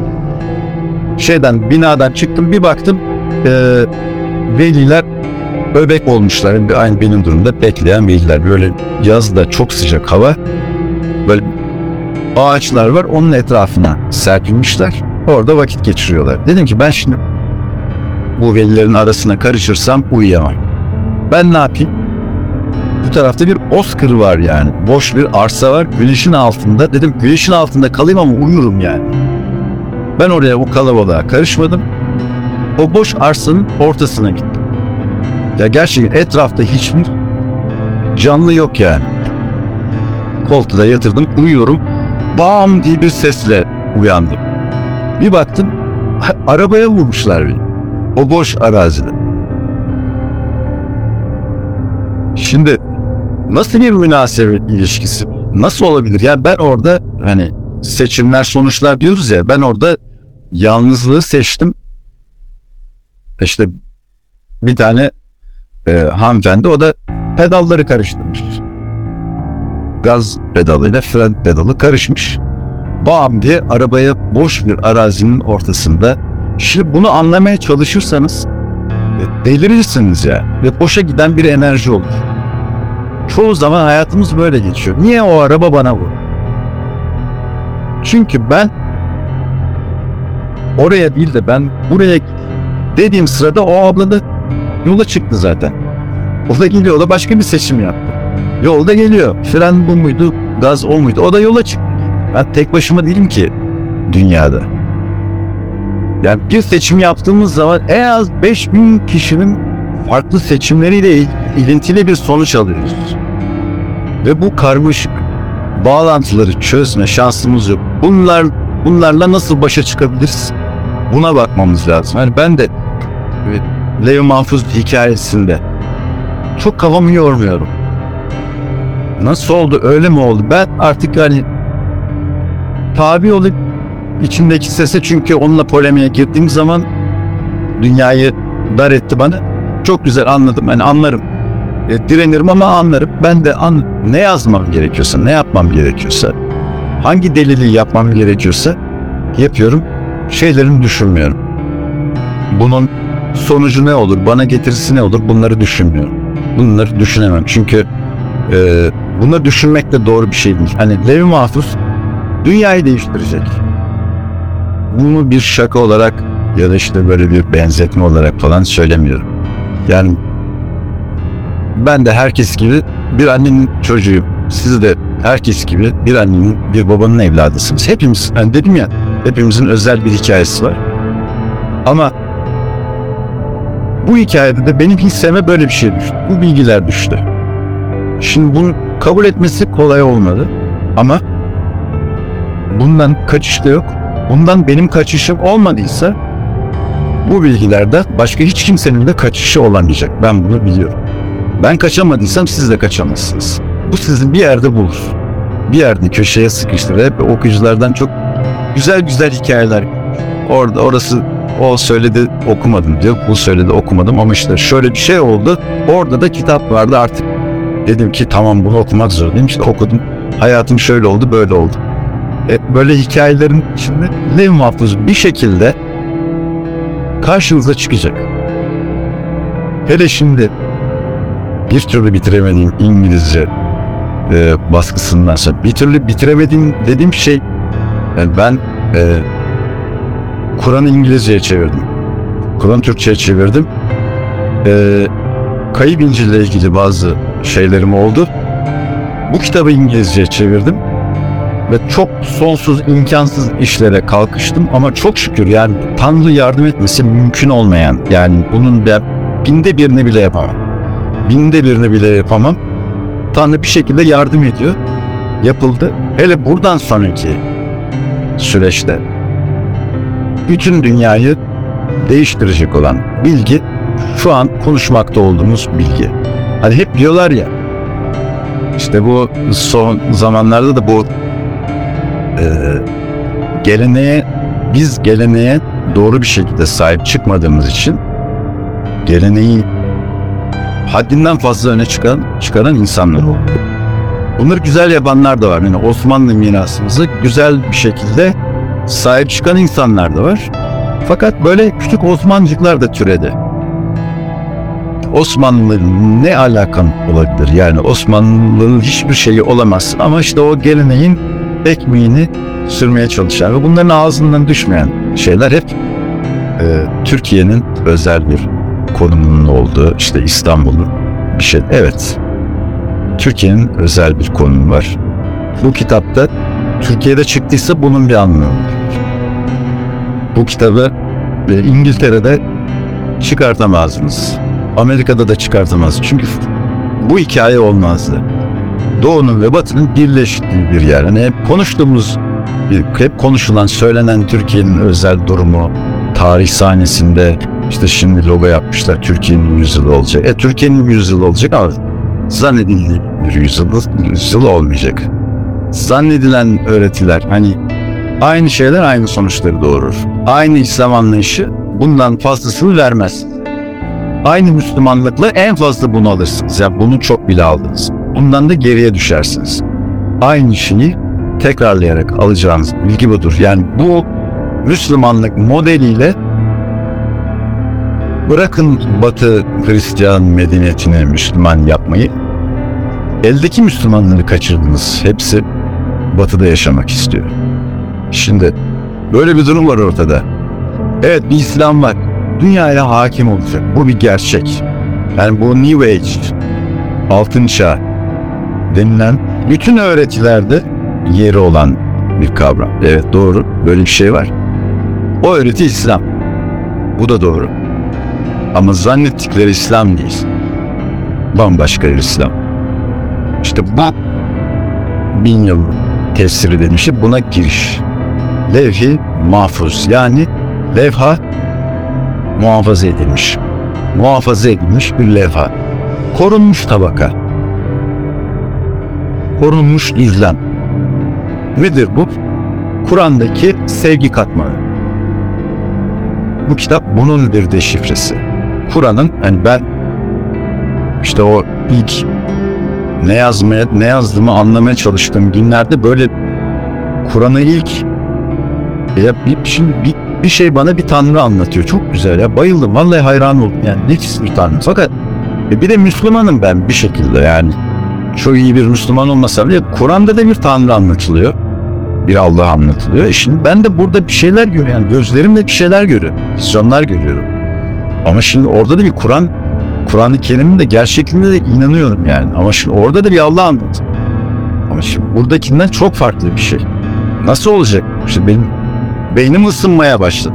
Binadan çıktım, bir baktım veliler öbek olmuşlar. Aynı benim durumda bekleyen veliler. Böyle yazda çok sıcak hava. Böyle ağaçlar var, onun etrafına serpilmişler. Orada vakit geçiriyorlar. Dedim ki ben şimdi bu velilerin arasına karışırsam uyuyamam. Ben ne yapayım? Bu tarafta bir Oscar var yani. Boş bir arsa var. Güneşin altında. Dedim güneşin altında kalayım ama uyurum yani. Ben oraya, o kalabalığa karışmadım. O boş arsanın ortasına gittim. Ya gerçekten etrafta hiçbir canlı yok yani. Koltuğa yatırdım, uyuyorum. Bam diye bir sesle uyandım. Bir baktım arabaya vurmuşlar beni. O boş arazide. Şimdi nasıl bir münasebet ilişkisi? nasıl olabilir? Ya ben orada hani seçimler sonuçlar diyoruz ya, ben orada yalnızlığı seçtim. İşte bir tane hanımefendi, o da pedalları karıştırmış. Gaz pedalıyla fren pedalı karışmış. Bam diye arabaya boş bir arazinin ortasında. Şimdi bunu anlamaya çalışırsanız delirirsiniz ya. Ve boşa giden bir enerji olur. Çoğu zaman hayatımız böyle geçiyor. Niye o araba bana vurdu? Çünkü ben oraya değil de ben buraya dediğim sırada o abla da yola çıktı zaten. O da geliyor, o da başka bir seçim yaptı. Yolda geliyor. Fren bu muydu, gaz o muydu? O da yola çıktı. Ben tek başıma değilim ki dünyada. Yani bir seçim yaptığımız zaman en az 5000 kişinin farklı seçimleriyle ilintili bir sonuç alıyoruz. Ve bu karmaşık bağlantıları çözme şansımız yok. Bunlarla nasıl başa çıkabiliriz? Buna bakmamız lazım. Yani ben de Levh Mahfuz hikayesinde çok kafamı yormuyorum. Nasıl oldu, öyle mi oldu? Ben artık hani tabi olup içimdeki sese, çünkü onunla polemiğe girdiğim zaman dünyayı dar etti bana. Çok güzel anladım. Yani anlarım. Direnirim ama anlarım. Ben de ne yazmam gerekiyorsa, ne yapmam gerekiyorsa, hangi delili yapmam gerekiyorsa yapıyorum. Şeylerini düşünmüyorum. Bunun sonucu ne olur, bana getirisi ne olur, bunları düşünmüyorum. Bunları düşünemem. Çünkü bunları düşünmek de doğru bir şey değil. Hani Levh Mahfuz dünyayı değiştirecek. Bunu bir şaka olarak ya da işte böyle bir benzetme olarak falan söylemiyorum. Yani ben de herkes gibi bir annenin çocuğuyum. Siz de herkes gibi bir annenin, bir babanın evladısınız. Hepimiz, yani dedim ya, hepimizin özel bir hikayesi var. Ama bu hikayede de benim hisseme böyle bir şey düştü. Bu bilgiler düştü. Şimdi bunu kabul etmesi kolay olmadı. Ama bundan kaçış da yok. Bundan benim kaçışım olmadıysa bu bilgilerden başka hiç kimsenin de kaçışı olamayacak. Ben bunu biliyorum. Ben kaçamadıysam siz de kaçamazsınız. Bu sizin bir yerde bulur. Bir yerde köşeye sıkıştırır. Hep okuyuculardan çok güzel hikayeler. Orası o söyledi okumadım diyor. Bu söyledi okumadım ama işte şöyle bir şey oldu. Orada da kitap vardı, artık dedim ki tamam, bunu okumak zorundayım. İşte okudum. Hayatım şöyle oldu, böyle oldu. Böyle hikayelerin içinde Levh Mahfuz bir şekilde karşınıza çıkacak. Hele şimdi bir türlü bitiremediğim İngilizce baskısından sonra, bir türlü bitiremediğim dediğim şey, yani ben Kur'an'ı İngilizceye çevirdim. Kur'an'ı Türkçe'ye çevirdim. Kayıp İncil'le ilgili bazı şeylerim oldu. Bu kitabı İngilizceye çevirdim. Ve çok sonsuz, imkansız işlere kalkıştım ama çok şükür, yani Tanrı yardım etmesi mümkün olmayan, yani bunun binde birini bile yapamam. Binde birini bile yapamam. Tanrı bir şekilde yardım ediyor. Yapıldı. Hele buradan sonraki süreçte bütün dünyayı değiştirecek olan bilgi şu an konuşmakta olduğumuz bilgi. Hani hep diyorlar ya, işte bu son zamanlarda da bu geleneğe doğru bir şekilde sahip çıkmadığımız için geleneği haddinden fazla öne çıkaran insanlar oldu. Bunları güzel yapanlar da var. Yani Osmanlı mirasımızı güzel bir şekilde sahip çıkan insanlar da var. Fakat böyle küçük Osmancıklar da türedi. Osmanlı'nın ne alakan olabilir? Yani Osmanlı'nın hiçbir şeyi olamaz. Ama işte o geleneğin ekmeğini sürmeye çalışan ve bunların ağzından düşmeyen şeyler hep Türkiye'nin özel bir konumunun olduğu, işte İstanbul'un bir şey. Evet, Türkiye'nin özel bir konumu var. Bu kitapta Türkiye'de çıktıysa bunun bir anlamı var. Bu kitabı İngiltere'de çıkartamazsınız. Amerika'da da çıkartamaz. Çünkü bu hikaye olmazdı. Doğu'nun ve Batı'nın birleştiği bir yer. Yani hep konuşulan, söylenen Türkiye'nin özel durumu, tarih sahnesinde işte şimdi logo yapmışlar, Türkiye'nin 100 yılı olacak. Türkiye'nin 100 yılı olacak ama zannedildiği bir 100 yıl olmayacak. zannedilen öğretiler, hani aynı şeyler aynı sonuçları doğurur. Aynı İslam anlayışı bundan fazlasını vermez. Aynı Müslümanlıkla en fazla bunu alırsınız. Yani bunu çok bile aldınız. Bundan da geriye düşersiniz. Aynı şeyi tekrarlayarak alacağınız bilgi budur. Yani bu Müslümanlık modeliyle bırakın Batı Hristiyan medeniyetine Müslüman yapmayı, eldeki Müslümanları kaçırdınız. Hepsi Batı'da yaşamak istiyor. Şimdi böyle bir durum var ortada. Evet, bir İslam var. Dünyaya hakim olacak. Bu bir gerçek. Yani bu New Age, Altın Çağ denilen bütün öğretilerde yeri olan bir kavram. Evet, doğru. Böyle bir şey var. O öğreti İslam. Bu da doğru. Ama zannettikleri İslam değil. Bambaşka bir İslam. İşte bu 1000 yıl tefsiri demişti. Buna giriş. Levh-i mahfuz, yani levha muhafaza edilmiş. Muhafaza edilmiş bir levha. Korunmuş tabaka. Korunmuş düzlem. Nedir bu? Kur'an'daki sevgi katmanı. Bu kitap bunun bir deşifresi. Kur'an'ın, yani ben işte o ilk ne yazdığımı anlamaya çalıştığım günlerde böyle Kur'an'ı ilk bir şey bana bir tanrı anlatıyor. Çok güzel ya. Bayıldım. Vallahi hayran oldum. Yani nefis bir tanrı. Fakat bir de Müslümanım ben bir şekilde yani. Çok iyi bir Müslüman olmasam bile Kur'an'da da bir tanrı anlatılıyor. Bir Allah anlatılıyor. Şimdi ben de burada bir şeyler görüyorum. Yani gözlerimle bir şeyler görüyorum. Vizyonlar görüyorum. Ama şimdi orada da bir Kur'an-ı Kerim'in de gerçekliğine de inanıyorum yani. Ama şimdi orada da bir Allah anlatıyor. Ama şimdi buradakinden çok farklı bir şey. Nasıl olacak? İşte benim beynim ısınmaya başladı.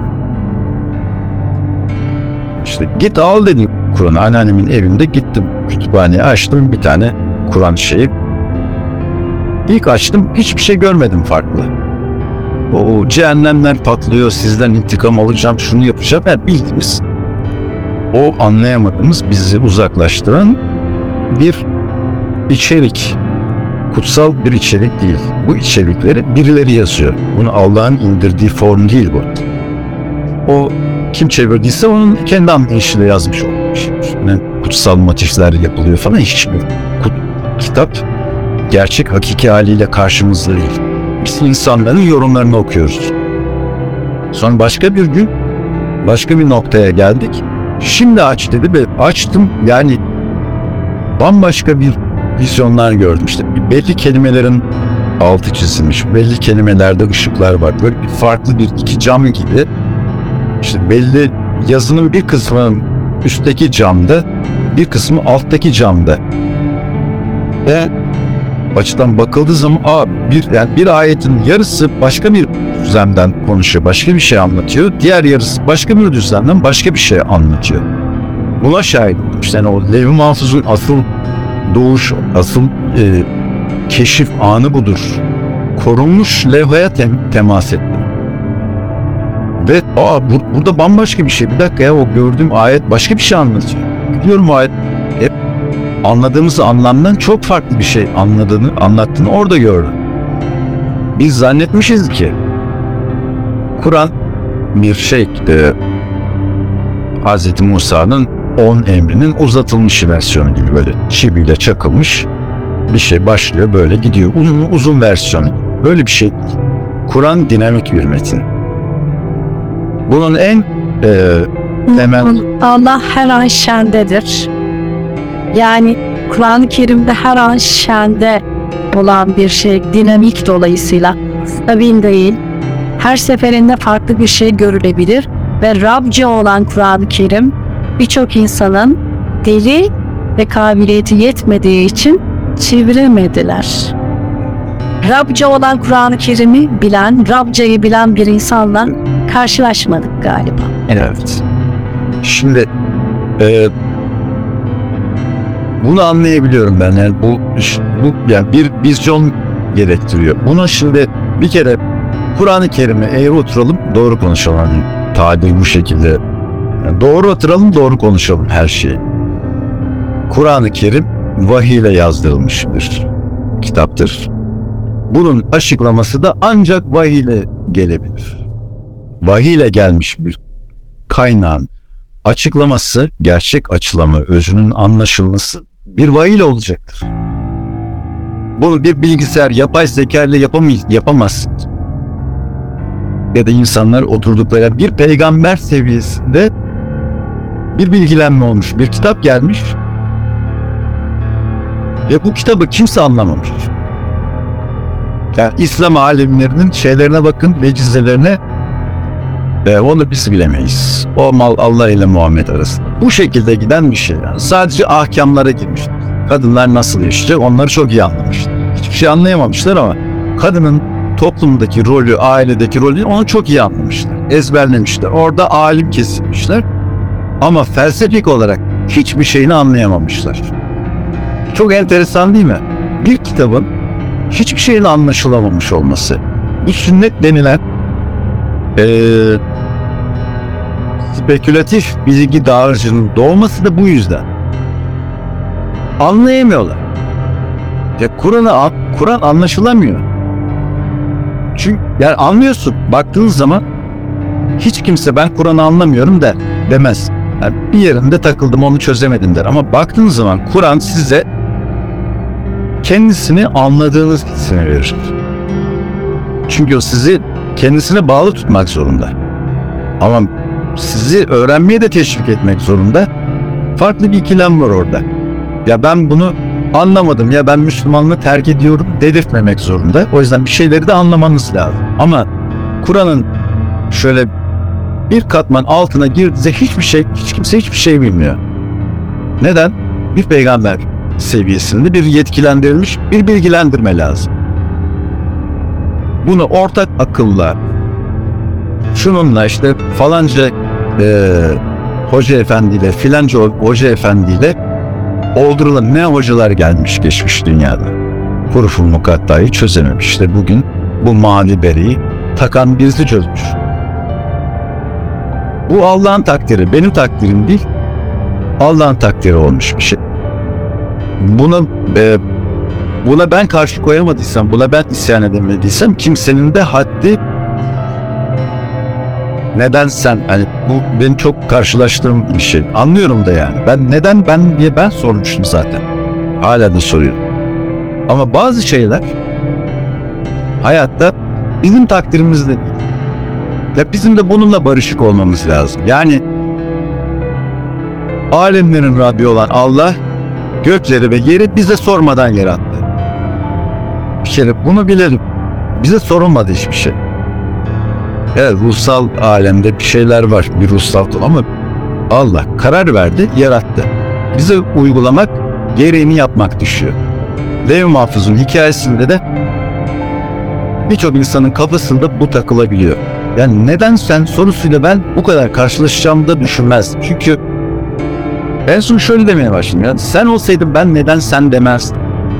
İşte git al dedim Kur'an'ı. Anneannemin evinde gittim. Kütüphaneyi açtım, bir tane Kur'an şeyi. İlk açtım, hiçbir şey görmedim farklı. O cehennemler patlıyor, sizden intikam alacağım, şunu yapacağım. Yani bildiğimiz, o anlayamadığımız, bizi uzaklaştıran bir içerik. Kutsal bir içerik değil. Bu içerikleri birileri yazıyor. Bunu Allah'ın indirdiği form değil bu. O kim çevirdiyse onun kendi anlayışıyla yazmış olmuş. Üstüne kutsal motifler yapılıyor falan. Hiçbir kitap gerçek hakiki haliyle karşımızda değil. Biz insanların yorumlarını okuyoruz. Sonra başka bir gün başka bir noktaya geldik. Şimdi aç dedi ve açtım, yani bambaşka bir vizyonlar gördüm. İşte belli kelimelerin altı çizilmiş, belli kelimelerde ışıklar var. Böyle bir farklı bir iki cam gibi. İşte belli yazının bir kısmı üstteki camda, bir kısmı alttaki camda. Ve açıdan bakıldığı zaman bir ayetin yarısı başka bir düzlemden konuşuyor, başka bir şey anlatıyor. Diğer yarısı başka bir düzlemden başka bir şey anlatıyor. Buna şahit oldum. İşte yani o Levh-i Mahfuz'un asıl doğuş, asıl keşif anı budur. Korunmuş levhaya temas ettim. Ve burada bambaşka bir şey. Bir dakika ya, o gördüğüm ayet başka bir şey anlatıyor. Biliyorum, o ayet hep anladığımız anlamdan çok farklı bir şey anlattığını orada gördüm. Biz zannetmişiz ki Kur'an bir şey, Hz. Musa'nın 10 emrinin uzatılmış versiyonu gibi, böyle çiviyle çakılmış bir şey, başlıyor böyle gidiyor, uzun versiyonu. Böyle bir şey değil. Kur'an dinamik bir metin. Bunun en temel... Allah her an şendedir. Yani Kur'an-ı Kerim'de her an şende olan bir şey, dinamik dolayısıyla stabil değil. Her seferinde farklı bir şey görülebilir ve Rabce olan Kur'an-ı Kerim birçok insanın dili ve kabiliyeti yetmediği için çeviremediler. Rabce olan Kur'an-ı Kerim'i bilen, Rabce'yi bilen bir insanla karşılaşmadık galiba. Evet. Şimdi bunu anlayabiliyorum ben. Yani bu yani bir vizyon gerektiriyor. Buna şimdi bir kere Kur'an-ı Kerim'e eğer oturalım, doğru konuşalım. Yani tabir bu şekilde. Yani doğru oturalım, doğru konuşalım her şeyi. Kur'an-ı Kerim vahiy ile yazdırılmış bir kitaptır. Bunun açıklaması da ancak vahiy ile gelebilir. Vahiy ile gelmiş bir kaynağın açıklaması, gerçek açılımı, özünün anlaşılması bir vahiy ile olacaktır. Bunu bir bilgisayar, yapay zeka ile yapamazsın. Ya da insanlar oturdukları bir peygamber seviyesinde bir bilgilenme olmuş, bir kitap gelmiş ve bu kitabı kimse anlamamış. Yani İslam alimlerinin şeylerine bakın, vecizelerine, onu biz bilemeyiz. O mal Allah ile Muhammed arasında. Bu şekilde giden bir şey. Yani sadece ahkamlara girmiş. Kadınlar nasıl yaşayacak onları çok iyi anlamışlar. Hiçbir şey anlayamamışlar ama kadının toplumdaki rolü, ailedeki rolü onu çok iyi anlamışlar. Ezberlemişler. Orada alim kesilmişler. Ama felsefik olarak hiçbir şeyini anlayamamışlar. Çok enteresan değil mi? Bir kitabın hiçbir şeyin anlaşılamamış olması. Bu sünnet denilen spekülatif bilgi dağarcığının doğması da bu yüzden. Anlayamıyorlar. Ya Kur'an anlaşılamıyor. Çünkü yani anlıyorsun. Baktığınız zaman hiç kimse ben Kur'an'ı anlamıyorum demez. Yani bir yerinde takıldım onu çözemedim der. Ama baktığınız zaman Kur'an size kendisini anladığınız hissini verir. Çünkü o sizi kendisine bağlı tutmak zorunda. Ama sizi öğrenmeye de teşvik etmek zorunda. Farklı bir ikilem var orada. Ya ben bunu anlamadım, ya ben Müslümanlığı terk ediyorum dedirtmemek zorunda. O yüzden bir şeyleri de anlamanız lazım. Ama Kur'an'ın şöyle bir katman altına girdiğinizde hiç kimse hiçbir şey bilmiyor. Neden? Bir peygamber seviyesinde bir yetkilendirilmiş bir bilgilendirme lazım. Bunu ortak akılla, şununla işte falanca hoca efendiyle, filanca hoca efendiyle oldurulan ne hocalar gelmiş geçmiş dünyada. Huruf-ul mukattayı çözememiş. İşte bugün bu mavi beriyi takan birisi çözmüş. Bu Allah'ın takdiri, benim takdirim değil. Allah'ın takdiri olmuş bir şey. Buna ben karşı koyamadıysam, buna ben isyan edemediysem kimsenin de haddi. Neden sen? Hani bu benim çok karşılaştığım bir şey. Anlıyorum da yani. Neden ben diye ben sormuştum zaten. Hala da soruyorum. Ama bazı şeyler hayatta bizim takdirimizde değil. Ve bizim de bununla barışık olmamız lazım. Yani alemlerin Rabbi olan Allah gökleri ve yeri bize sormadan yarattı. Bir kere bunu bilelim. Bize sorulmadı hiçbir şey. Evet, ruhsal alemde bir şeyler var. Bir ruhsal ama Allah karar verdi, yarattı. Bize uygulamak, gereğini yapmak düşüyor. Levh-i Mahfuz'un hikayesinde de birçok insanın kafasında bu takılabiliyor. Yani neden sen sorusuyla ben bu kadar karşılaşacağımı da düşünmezdim. Çünkü en son şöyle demeye başladım. Yani sen olsaydın ben neden sen demezdim.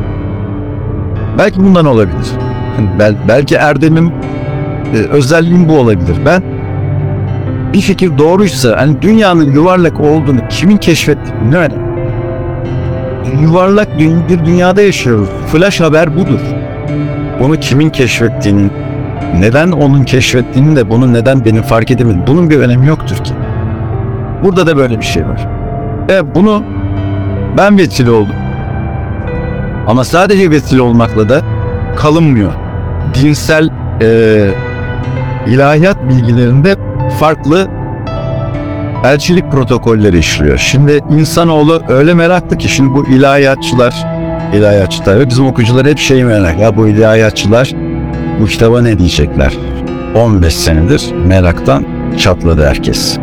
Belki bundan olabilir. Belki erdemim, özelliğim bu olabilir. Ben bir fikir doğruysa, hani dünyanın yuvarlak olduğunu kimin keşfettiğini ne önemli? Yuvarlak bir dünyada yaşıyoruz. Flash haber budur. Bunu kimin keşfettiğini, neden onun keşfettiğini de bunu neden benim fark edemedim. Bunun bir önemi yoktur ki. Burada da böyle bir şey var. Bunu ben vesile oldum. Ama sadece vesile olmakla da kalınmıyor. Dinsel ilahiyat bilgilerinde farklı elçilik protokolleri işliyor. Şimdi insanoğlu öyle meraklı ki şimdi bu ilahiyatçılar bizim okuyucular hep merak. Ya bu ilahiyatçılar bu kitaba ne diyecekler? 15 senedir meraktan çatladı herkes.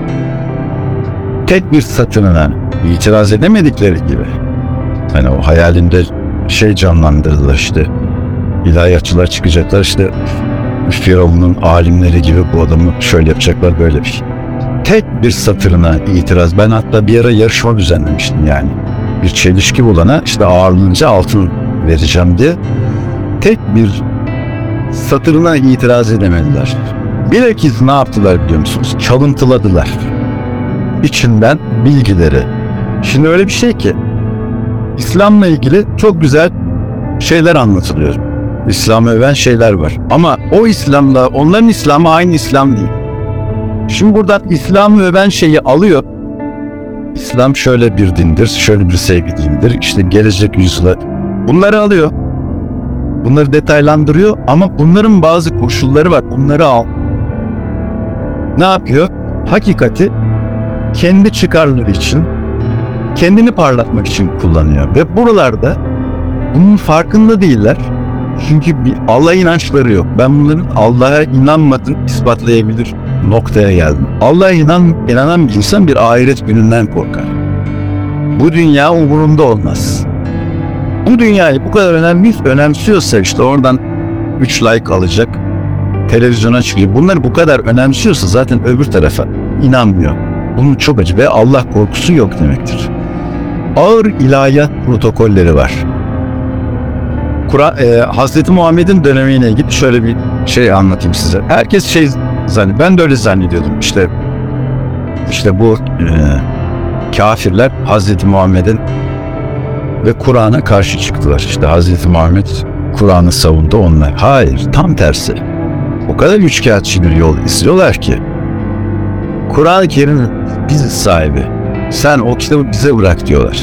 Tek bir satırına itiraz edemedikleri gibi. Hani o hayalinde canlandırdılar işte. İlahiyatçılar çıkacaklar işte Firavun'un alimleri gibi bu adamı şöyle yapacaklar böyle bir. Tek bir satırına itiraz. Ben hatta bir ara yarışma düzenlemiştim yani. Bir çelişki bulana işte ağırlığınca altın vereceğim diye. Tek bir satırına itiraz edemediler. Bilakis ne yaptılar biliyor musunuz? Çalıntıladılar. İçinden bilgileri. Şimdi öyle bir şey ki İslam'la ilgili çok güzel şeyler anlatılıyor. İslam'ı öven şeyler var. Ama o İslam'la onların İslam'ı aynı İslam değil. Şimdi buradan İslam'ı öven şeyi alıyor. İslam şöyle bir dindir, şöyle bir sevgi dinidir. İşte gelecek yüzyıla bunları alıyor. Bunları detaylandırıyor ama bunların bazı koşulları var. Bunları al. Ne yapıyor? Hakikati kendi çıkarları için, kendini parlatmak için kullanıyor. Ve buralarda bunun farkında değiller. Çünkü bir Allah inançları yok. Ben bunların Allah'a inanmadığını ispatlayabilir noktaya geldim. Allah'a inanan bir insan bir ahiret gününden korkar. Bu dünya umurunda olmaz. Bu dünyayı bu kadar önemsiyorsa işte oradan 3 like alacak, televizyona çıkıyor. Bunları bu kadar önemsiyorsa zaten öbür tarafa inanmıyor. Bunun çok acı ve Allah korkusu yok demektir. Ağır ilahiyat protokolleri var. Hazreti Muhammed'in dönemiyle ilgili şöyle bir şey anlatayım size. Herkes ben de öyle zannediyordum. İşte bu kafirler Hazreti Muhammed'in ve Kur'an'a karşı çıktılar. İşte Hazreti Muhammed Kur'an'ı savundu onlar. Hayır, tam tersi. O kadar üçkağıtçı bir yol izliyorlar ki Kur'an-ı Kerim biziz sahibi. Sen o kitabı bize bırak diyorlar.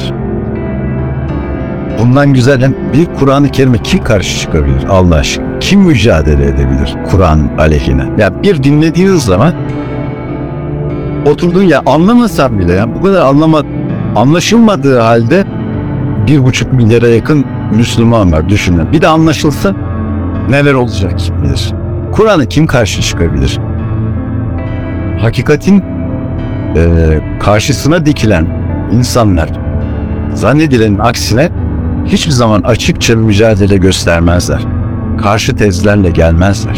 Bundan güzel bir Kur'an-ı Kerim'e kim karşı çıkabilir Allah aşkına? Kim mücadele edebilir Kur'an aleyhine? Ya bir dinlediğiniz zaman oturduğun ya anlamasan bile ya bu kadar anlaşılmadığı halde 1,5 milyara yakın Müslüman var düşünün. Bir de anlaşılsa neler olacak kim bilir. Kur'an'a kim karşı çıkabilir? Hakikatin karşısına dikilen insanlar zannedilenin aksine hiçbir zaman açıkça mücadele göstermezler. Karşı tezlerle gelmezler.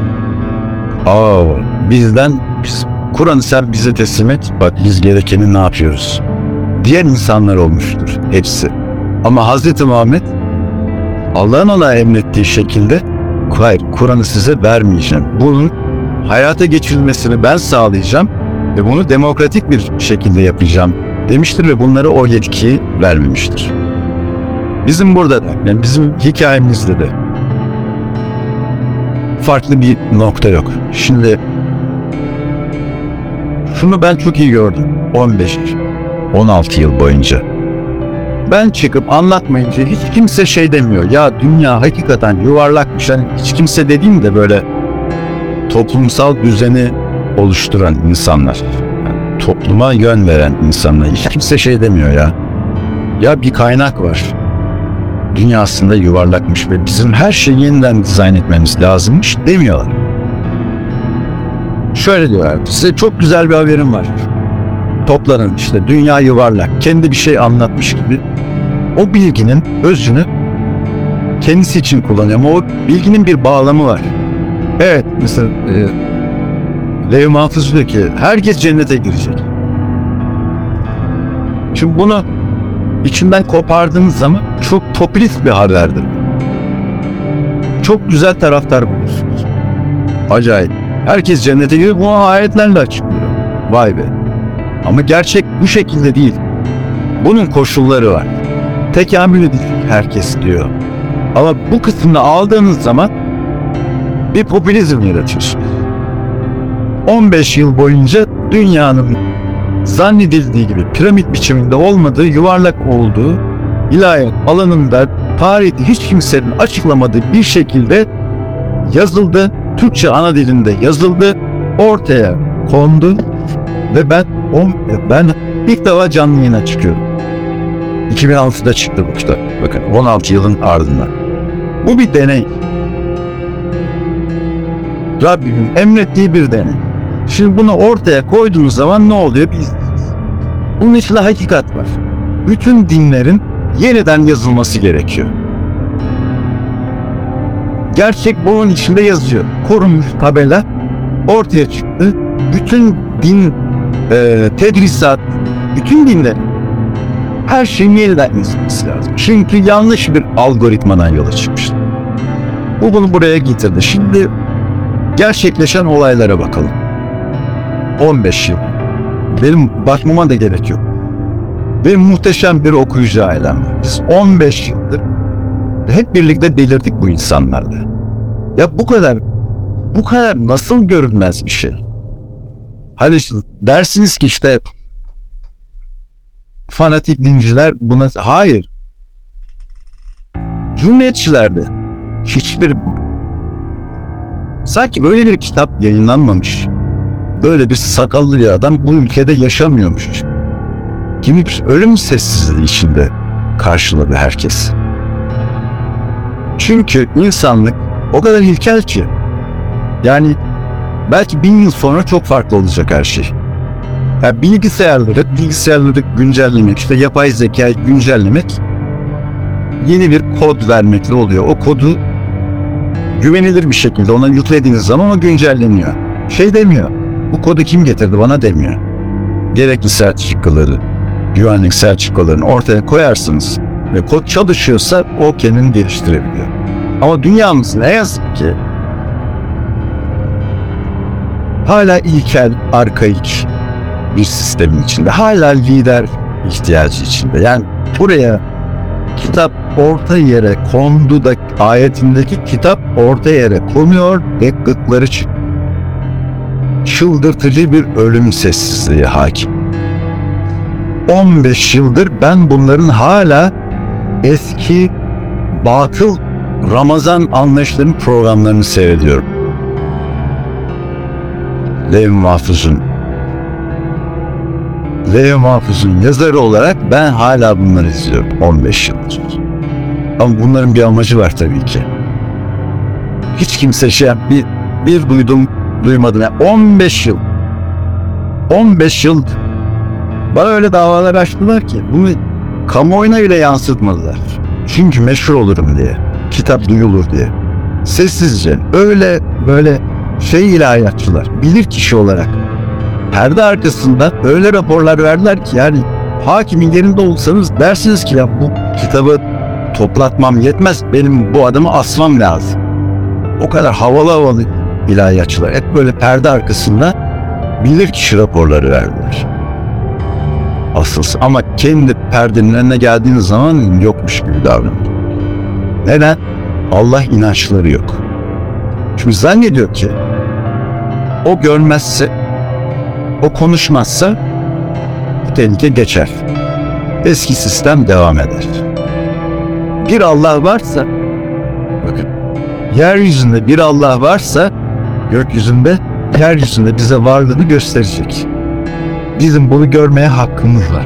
Kur'an'ı sen bize teslim et, bak biz gerekeni ne yapıyoruz diyen insanlar olmuştur hepsi. Ama Hazreti Muhammed Allah'ın ona emrettiği şekilde hayır, Kur'an'ı size vermeyeceğim. Bunun hayata geçirilmesini ben sağlayacağım ve bunu demokratik bir şekilde yapacağım demiştir ve bunlara o yetkiyi vermemiştir. Bizim burada da, yani bizim hikayemizde de farklı bir nokta yok. Şimdi şunu ben çok iyi gördüm 15-16 yıl boyunca. Ben çıkıp anlatmayınca hiç kimse demiyor. Ya dünya hakikaten yuvarlakmış. Yani hiç kimse dediğim de böyle toplumsal düzeni oluşturan insanlar. Yani topluma yön veren insanlar. Hiç kimse demiyor ya. Ya bir kaynak var. Dünya aslında yuvarlakmış ve bizim her şeyi yeniden dizayn etmemiz lazımmış demiyorlar. Şöyle diyorlar. Size çok güzel bir haberim var. Toplanın işte dünya yuvarlak. Kendi bir şey anlatmış gibi. O bilginin özünü kendisi için kullanıyor ama o bilginin bir bağlamı var. Evet mesela Lev Mahfuz diyor ki herkes cennete girecek. Şimdi bunu içinden kopardığınız zaman çok popülist bir haberdir. Çok güzel taraftar bulursunuz. Acayip. Herkes cennete giriyor. Bu ayetlerle açıklıyor. Vay be. Ama gerçek bu şekilde değil. Bunun koşulları var. Tekamül edecek herkes diyor. Ama bu kısmını aldığınız zaman bir popülizm yaratıyorsunuz. 15 yıl boyunca dünyanın zannedildiği gibi piramit biçiminde olmadığı, yuvarlak olduğu ilahiyat alanında tarihte hiç kimsenin açıklamadığı bir şekilde yazıldı. Türkçe ana dilinde yazıldı. Ortaya kondu ve ben ilk defa canlı yayına çıkıyorum. 2006'da çıktı bu kitap. Bakın 16 yılın ardından. Bu bir deney. Rabbimin emrettiği bir deney. Şimdi bunu ortaya koyduğunuz zaman ne oluyor? Bunun içinde hakikat var. Bütün dinlerin yeniden yazılması gerekiyor. Gerçek bunun içinde yazıyor. Korunmuş tabela ortaya çıktı. Bütün din tedrisat, bütün dinler her şeyin yeniden yazılması lazım. Çünkü yanlış bir algoritmadan yola çıkmıştı. Bu bunu buraya getirdi. Şimdi gerçekleşen olaylara bakalım. 15 yıl. Benim bakmama da gerek yok. Benim muhteşem bir okuyucu ailem var. Biz 15 yıldır hep birlikte delirdik bu insanlarla. Ya bu kadar nasıl görünmez bir şey? Hani dersiniz ki işte fanatik dinciler buna... Hayır. Cumhuriyetçilerde hiçbir... Sanki böyle bir kitap yayınlanmamış. Böyle bir sakallı bir adam bu ülkede yaşamıyormuş. Kimi bir ölüm sessizliği içinde karşıladı herkes. Çünkü insanlık o kadar ilkel ki. Yani belki 1000 yıl sonra çok farklı olacak her şey. Yani bilgisayarları güncellemek, işte yapay zekayı güncellemek yeni bir kod vermekle oluyor. O kodu güvenilir bir şekilde ona yüklediğiniz zaman o güncelleniyor. Şey demiyor, bu kodu kim getirdi bana demiyor. Gerekli sertifikaları, güvenlik sertifikalarını ortaya koyarsınız ve kod çalışıyorsa o kendini geliştirebiliyor. Ama dünyamız ne yazık ki hala ilkel, arkaik bir sistemin içinde. Hala lider ihtiyacı içinde. Yani buraya kitap orta yere kondu da ayetindeki kitap orta yere konuyor ve gıkları çıkıyor. Çıldırtıcı bir ölüm sessizliği hakim. 15 yıldır ben bunların hala eski batıl Ramazan anlayışlarının programlarını seyrediyorum. Lev Mahfuz'un yazarı olarak ben hala bunları izliyorum 15 yıldır. Ama bunların bir amacı var tabii ki. Hiç kimse bir duydum duymadım. Yani 15 yıl bana öyle davalar açtılar ki bunu kamuoyuna bile yansıtmadılar. Çünkü meşhur olurum diye. Kitap duyulur diye. Sessizce öyle böyle ilahiyatçılar bilir kişi olarak perde arkasında öyle raporlar verdiler ki yani hakimin yerinde olsanız dersiniz ki ya bu kitabı toplatmam yetmez, benim bu adamı asmam lazım. O kadar havalı ilahiyatçılar hep böyle perde arkasında bilirkişi raporları verdiler. Asılsız ama kendi perdenin önüne geldiğiniz zaman yokmuş gibi davranıyor. Neden? Allah inançları yok. Çünkü zannediyor ki o görmezse, o konuşmazsa bu tehlike geçer. Eski sistem devam eder. Bir Allah varsa, bakın, yeryüzünde bir Allah varsa gökyüzünde, yeryüzünde bize varlığını gösterecek. Bizim bunu görmeye hakkımız var.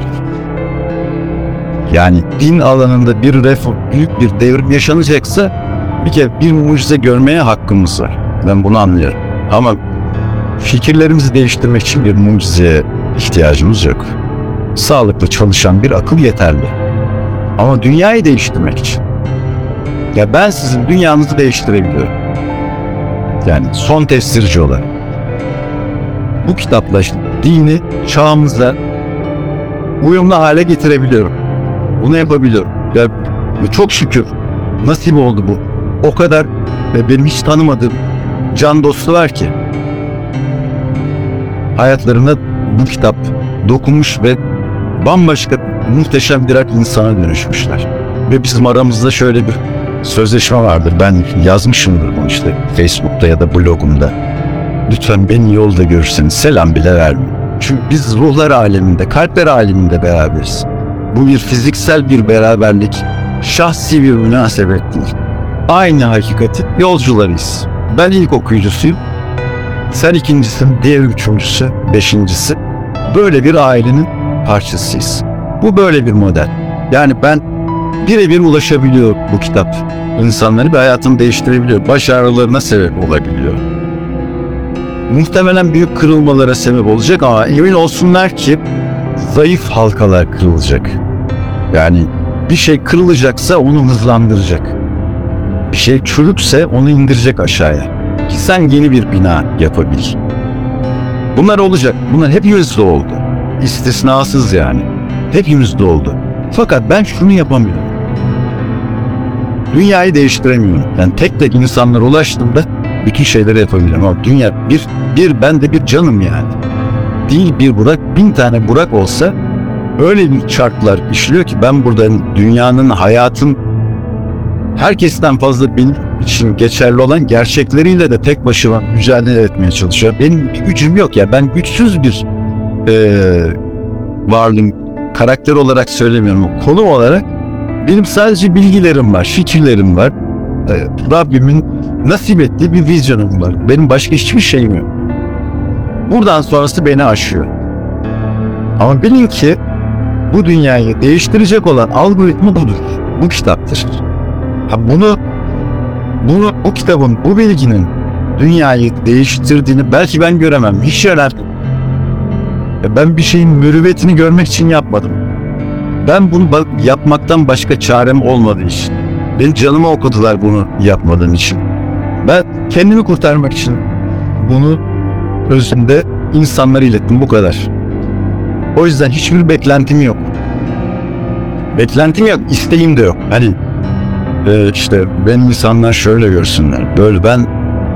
Yani din alanında bir reform, büyük bir devrim yaşanacaksa bir kere bir mucize görmeye hakkımız var. Ben bunu anlıyorum. Ama fikirlerimizi değiştirmek için bir mucizeye ihtiyacımız yok. Sağlıklı çalışan bir akıl yeterli. Ama dünyayı değiştirmek için. Ya ben sizin dünyanızı değiştirebiliyorum. Yani son tefsirci olarak. Bu kitapla işte dini çağımıza uyumlu hale getirebiliyorum. Bunu yapabiliyorum. Ya çok şükür nasip oldu bu. O kadar benim hiç tanımadığım can dostu var ki hayatlarına bu kitap dokunmuş ve bambaşka muhteşem birer insana dönüşmüşler. Ve bizim aramızda şöyle bir sözleşme vardır. Ben yazmışımdır bunu işte Facebook'ta ya da blogumda. Lütfen beni yolda görürseniz selam bile vermeyin. Çünkü biz ruhlar aleminde, kalpler aleminde beraberiz. Bu bir fiziksel bir beraberlik, şahsi bir münasebet değil. Aynı hakikatin yolcularıyız. Ben ilk okuyucusuyum. Sen ikincisin, diğer üçüncüsü, beşincisi. Böyle bir ailenin parçasıyız. Bu böyle bir model. Yani ben birebir ulaşabiliyor bu kitap. İnsanları bir hayatını değiştirebiliyor. Baş ağrılarına sebep olabiliyor. Muhtemelen büyük kırılmalara sebep olacak ama emin olsunlar ki zayıf halkalar kırılacak. Yani bir şey kırılacaksa onu hızlandıracak. Bir şey çürükse onu indirecek aşağıya. Ki sen yeni bir bina yapabil. Bunlar olacak. Bunlar hepimizde oldu. İstisnasız yani. Hepimizde oldu. Fakat ben şunu yapamıyorum. Dünyayı değiştiremiyorum. Yani tek tek insanlara ulaştığımda bütün şeyleri yapabilirim. Ama dünya ben de bir canım yani. Değil bir Burak, 1000 tane Burak olsa öyle bir çarklar işliyor ki ben burada dünyanın, hayatın herkesten fazla benim için geçerli olan gerçekleriyle de tek başıma mücadele etmeye çalışıyor. Benim bir gücüm yok ya. Ben güçsüz bir varlığım. Karakter olarak söylemiyorum. Konum olarak benim sadece bilgilerim var, fikirlerim var. Rabbimin nasip ettiği bir vizyonum var. Benim başka hiçbir şeyim yok. Buradan sonrası beni aşıyor. Ama bilin ki bu dünyayı değiştirecek olan algoritma budur. Bu kitaptır. Bu kitabın, bu bilginin dünyayı değiştirdiğini belki ben göremem. Hiç önemli. Ben bir şeyin mürüvvetini görmek için yapmadım. Ben bunu yapmaktan başka çarem olmadığı için. Benim canıma okudular bunu yapmadığım için. Ben kendimi kurtarmak için bunu özünde insanlara ilettim, bu kadar. O yüzden hiçbir beklentim yok. Beklentim yok, isteğim de yok. Hani işte benim insanlar şöyle görsünler, böyle. Ben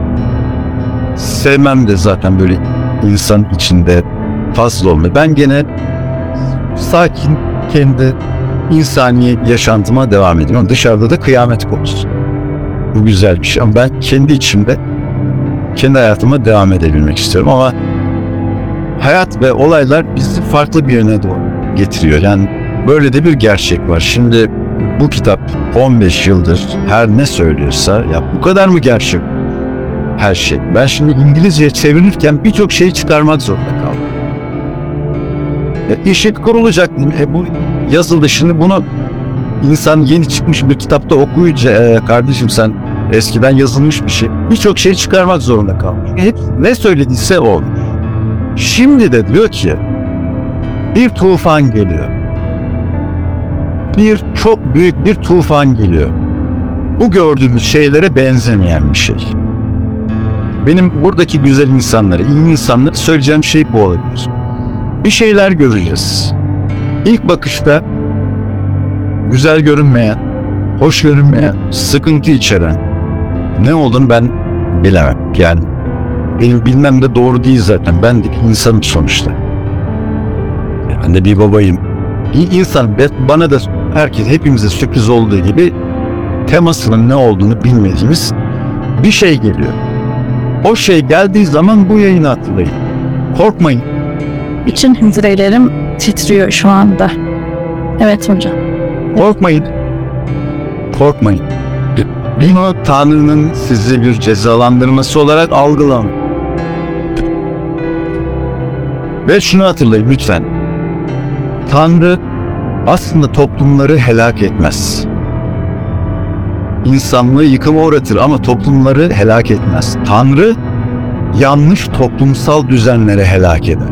sevmem de zaten böyle insan içinde fazla olmayı. Ben gene sakin kendi insani yaşantıma devam ediyorum. Dışarıda da kıyamet kopsun. Bu güzel bir şey ama ben kendi içimde kendi hayatıma devam edebilmek istiyorum ama hayat ve olaylar bizi farklı bir yöne doğru getiriyor. Yani böyle de bir gerçek var. Şimdi bu kitap 15 yıldır her ne söylüyorsa, ya bu kadar mı gerçek her şey? Ben şimdi İngilizceye çevirirken birçok şeyi çıkarmak zorunda kaldım. İşit kurulacak. Bu yazıldı. Şimdi bunu insan yeni çıkmış bir kitapta okuyunca kardeşim sen eskiden yazılmış bir şey. Birçok şey çıkarmak zorunda kalmış. Hep ne söylediyse o. Şimdi de diyor ki bir tufan geliyor. Çok büyük bir tufan geliyor. Bu gördüğümüz şeylere benzemeyen bir şey. Benim buradaki güzel insanlara, iyi insanlara söyleyeceğim şey bu olabilir. Bir şeyler göreceğiz. İlk bakışta güzel görünmeyen, hoş görünmeyen, sıkıntı içeren ne olduğunu ben bilemem. Yani benim bilmem de doğru değil zaten. Ben de insanım sonuçta. Ben de bir babayım. İnsan, bana da hepimize sürpriz olduğu gibi temasının ne olduğunu bilmediğimiz bir şey geliyor. O şey geldiği zaman bu yayını hatırlayın. Korkmayın. Bütün hücrelerim titriyor şu anda. Evet hocam. Korkmayın. Korkmayın. Bunu Tanrı'nın sizi bir cezalandırması olarak algılamayın. Ve şunu hatırlayın lütfen. Tanrı aslında toplumları helak etmez. İnsanlığı yıkıma uğratır ama toplumları helak etmez. Tanrı yanlış toplumsal düzenlere helak eder.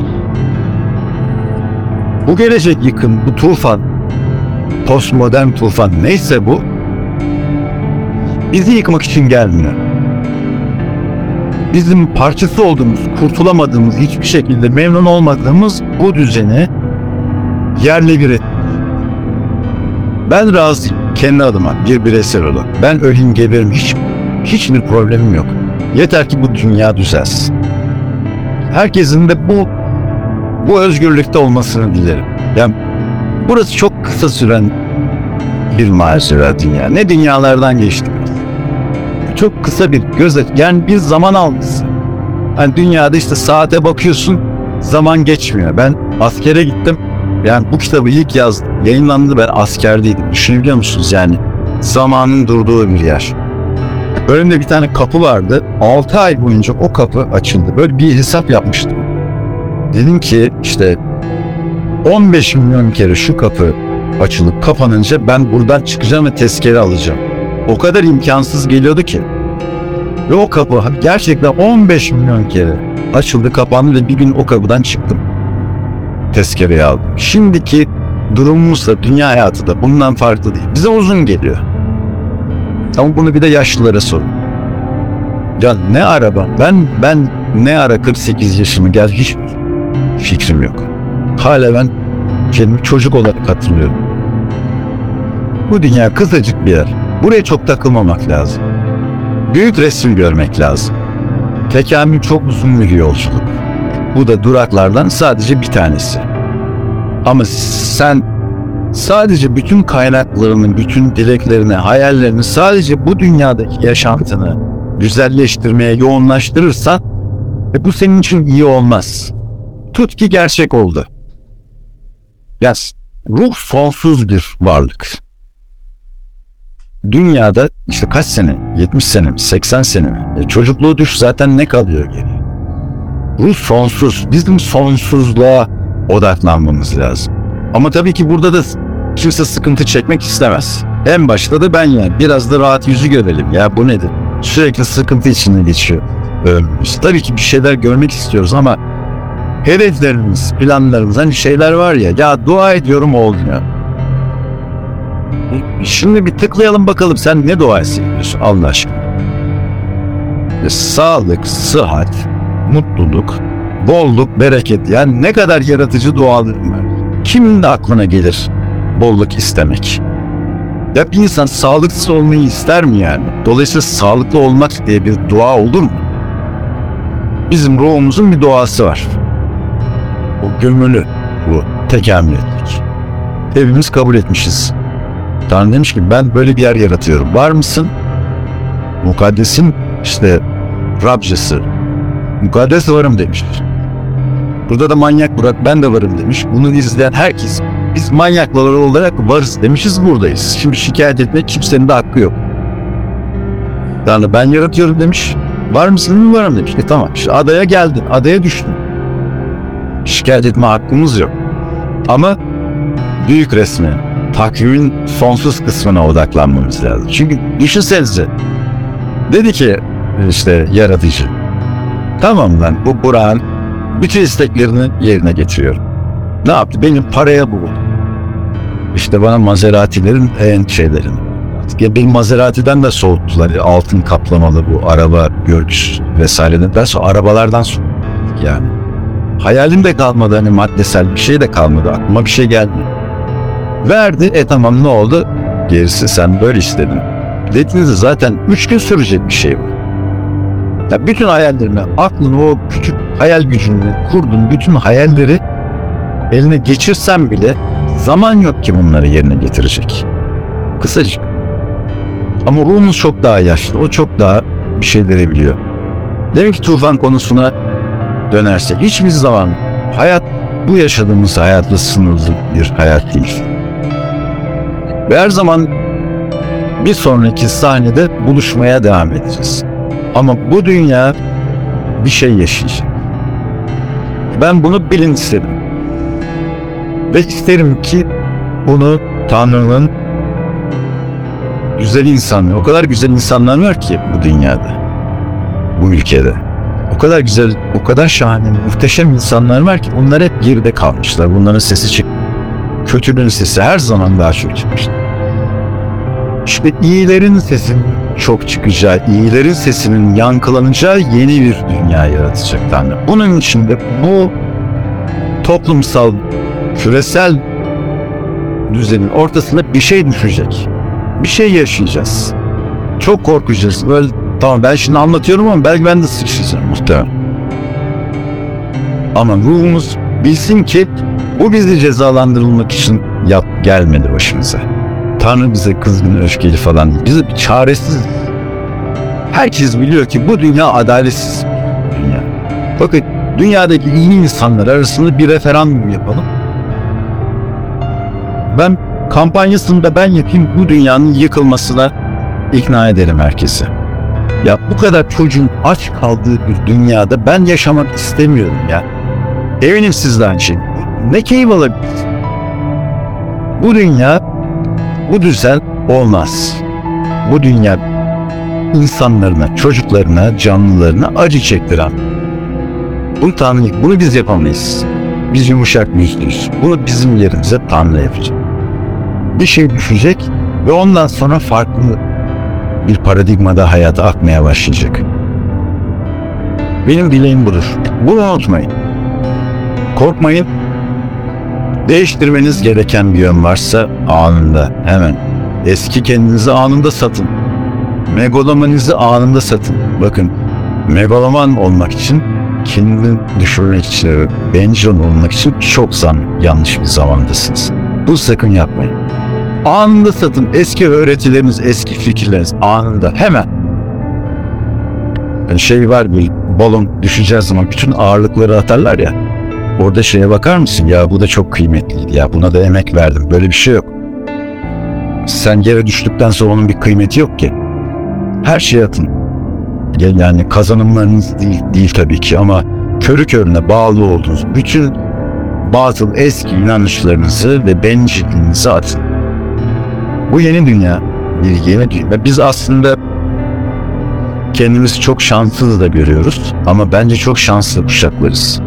Bu gelecek yıkım, bu tufan, postmodern tufan neyse bu, bizi yıkmak için gelmiyor. Bizim parçası olduğumuz, kurtulamadığımız, hiçbir şekilde memnun olmadığımız bu düzeni yerle bir et. Ben razıyım kendi adıma, bir bireysel olarak. Ben öleyim geberim, hiçbir problemim yok. Yeter ki bu dünya düzelsin. Herkesin de bu özgürlükte olmasını dilerim. Yani burası çok kısa süren bir macera dünya. Ne dünyalardan geçtik. Çok kısa bir yani bir zaman algısı. Yani dünyada işte saate bakıyorsun, zaman geçmiyor. Ben askere gittim. Yani bu kitabı ilk yazdım. Yayınlandı, ben askerdeydim. Düşünebiliyor musunuz yani? Zamanın durduğu bir yer. Önümde bir tane kapı vardı. 6 ay boyunca o kapı açıldı. Böyle bir hesap yapmıştım. Dedim ki işte 15 milyon kere şu kapı açılıp kapanınca ben buradan çıkacağım ve tezkere alacağım. O kadar imkansız geliyordu ki. Ve o kapı gerçekten 15 milyon kere açıldı, kapandı ve bir gün o kapıdan çıktım. Tezkereyi aldım. Şimdiki durumumuz da dünya hayatı da bundan farklı değil. Bize uzun geliyor. Ama bunu bir de yaşlılara sorun. Ya ne araba? Ben ne ara 48 yaşımı geldi hiçbir fikrim yok. Hala ben kendimi çocuk olarak hatırlıyorum. Bu dünya kısacık bir yer. Buraya çok takılmamak lazım. Büyük resim görmek lazım. Tekamül çok uzun bir yolculuk. Bu da duraklardan sadece bir tanesi. Ama sen sadece bütün kaynaklarını, bütün dileklerini, hayallerini sadece bu dünyadaki yaşantını güzelleştirmeye yoğunlaştırırsan bu senin için iyi olmaz. Tut ki gerçek oldu. Yaz. Ruh sonsuz bir varlık. Dünyada işte kaç sene? 70 sene mi? 80 sene mi? Çocukluğu düş, zaten ne kalıyor geriye? Ruh sonsuz. Bizim sonsuzluğa odaklanmamız lazım. Ama tabii ki burada da kimse sıkıntı çekmek istemez. En başta da ben yani. Biraz da rahat yüzü görelim. Ya bu nedir? Sürekli sıkıntı içinde geçiyor ömrümüz. Tabii ki bir şeyler görmek istiyoruz ama hedeflerimiz, planlarımız, hani şeyler var ya dua ediyorum olmuyor. Şimdi bir tıklayalım bakalım, sen ne dua ediyorsun Allah aşkına? Sağlık, sıhhat, mutluluk, bolluk, bereket, yani ne kadar yaratıcı dualarım var. Kimin de aklına gelir bolluk istemek? Ya bir insan sağlıksız olmayı ister mi yani? Dolayısıyla sağlıklı olmak diye bir dua olur mu? Bizim ruhumuzun bir duası var. O gömülü, bu tekamül etmek. Hepimiz kabul etmişiz. Tanrı demiş ki ben böyle bir yer yaratıyorum. Var mısın? Mukaddesin işte Rabcası. Mukaddes varım demiş. Burada da manyak Burak ben de varım demiş. Bunu izleyen herkes biz manyaklar olarak varız demişiz, buradayız. Şimdi şikayet etmek kimsenin de hakkı yok. Tanrı ben yaratıyorum demiş. Var mısın? Varım demiş. Tamam işte adaya geldin, adaya düştün. Şikayet etme hakkımız yok. Ama büyük resmi, takvimin sonsuz kısmına odaklanmamız lazım. Çünkü düşünsenize, dedi ki işte yaratıcı, tamam lan bu Burak'ın bütün isteklerini yerine getiriyorum. Ne yaptı? Benim paraya buldu. İşte bana Maserati'lerin en şeylerini. Ya benim Maserati'den de soğuttular. Altın kaplamalı bu araba görgüsü vesaireden sonra arabalardan soğuttu. Yani hayalim de kalmadı, hani maddesel bir şey de kalmadı, aklıma bir şey gelmiyor. Verdi, tamam ne oldu? Gerisi sen böyle istedin. Dediğinizde zaten 3 gün sürecek bir şey bu. Ya bütün hayallerini, aklını, o küçük hayal gücünü kurdun, bütün hayalleri eline geçirsen bile zaman yok ki bunları yerine getirecek. Kısacık. Ama ruhumuz çok daha yaşlı, o çok daha bir şeyleri biliyor. Demek ki tufan konusuna dönerse hiçbir zaman hayat bu yaşadığımız hayatla sınırlı bir hayat değil. Ve her zaman bir sonraki sahnede buluşmaya devam edeceğiz. Ama bu dünya bir şey yaşayacak. Ben bunu bilin istedim. Ve isterim ki bunu Tanrı'nın güzel insanları, o kadar güzel insanlar var ki bu dünyada, bu ülkede. O kadar güzel, o kadar şahane, muhteşem insanlar var ki onlar hep geride kalmışlar. Bunların sesi çıkmıyor. Kötülüğün sesi her zaman daha çok çıkmıştır. İşte iyilerin sesinin çok çıkacağı, iyilerin sesinin yankılanacağı yeni bir dünya yaratacak Tanrı. Bunun için de bu toplumsal, küresel düzenin ortasında bir şey düşecek. Bir şey yaşayacağız. Çok korkacağız. Böyle tamam ben şimdi anlatıyorum ama belki ben de sıçrayacağım muhtemelen. Ama ruhumuz bilsin ki bu bizi cezalandırılmak için gelmedi başımıza. Tanrı bize kızgın, öfkeli falan değil. Bize bir çaresiz. Herkes biliyor ki bu dünya adaletsiz bir dünya. Bakın dünyadaki iyi insanlar arasında bir referandum yapalım. Ben kampanyasını da ben yapayım, bu dünyanın yıkılmasına ikna ederim herkese. Ya bu kadar çocuğun aç kaldığı bir dünyada ben yaşamak istemiyorum ya. Eminim siz de aynı şey. Ne keyif alabiliriz? Bu dünya, bu düzen olmaz. Bu dünya insanlarına, çocuklarına, canlılarına acı çektiren. Bunu biz yapamayız. Biz yumuşak yüzlüyüz. Bunu bizim yerimize Tanrı yapacak. Bir şey düşecek ve ondan sonra farklı bir paradigmada hayata akmaya başlayacak. Benim dileğim budur. Bunu unutmayın. Korkmayın. Değiştirmeniz gereken bir yön varsa anında, hemen. Eski kendinizi anında satın. Megalomaninizi anında satın. Bakın, megaloman olmak için, kendini düşürmek için, bencil olmak için çok yanlış bir zamandasınız. Bu sakın yapmayın. Anında satın. Eski öğretileriniz, eski fikirleriniz anında. Hemen. Yani şey var, bir balon düşeceği zaman bütün ağırlıkları atarlar ya. Orada şeye bakar mısın? Ya bu da çok kıymetliydi. Ya buna da emek verdim. Böyle bir şey yok. Sen yere düştükten sonra onun bir kıymeti yok ki. Her şeye atın. Yani kazanımlarınız değil tabii ki ama körü körüne bağlı olduğunuz bütün batıl eski inanışlarınızı ve bencilliğinizi atın. Bu yeni dünya, bir yeni dünya. Biz aslında kendimizi çok şanssız da görüyoruz ama bence çok şanslı kuşaklarız.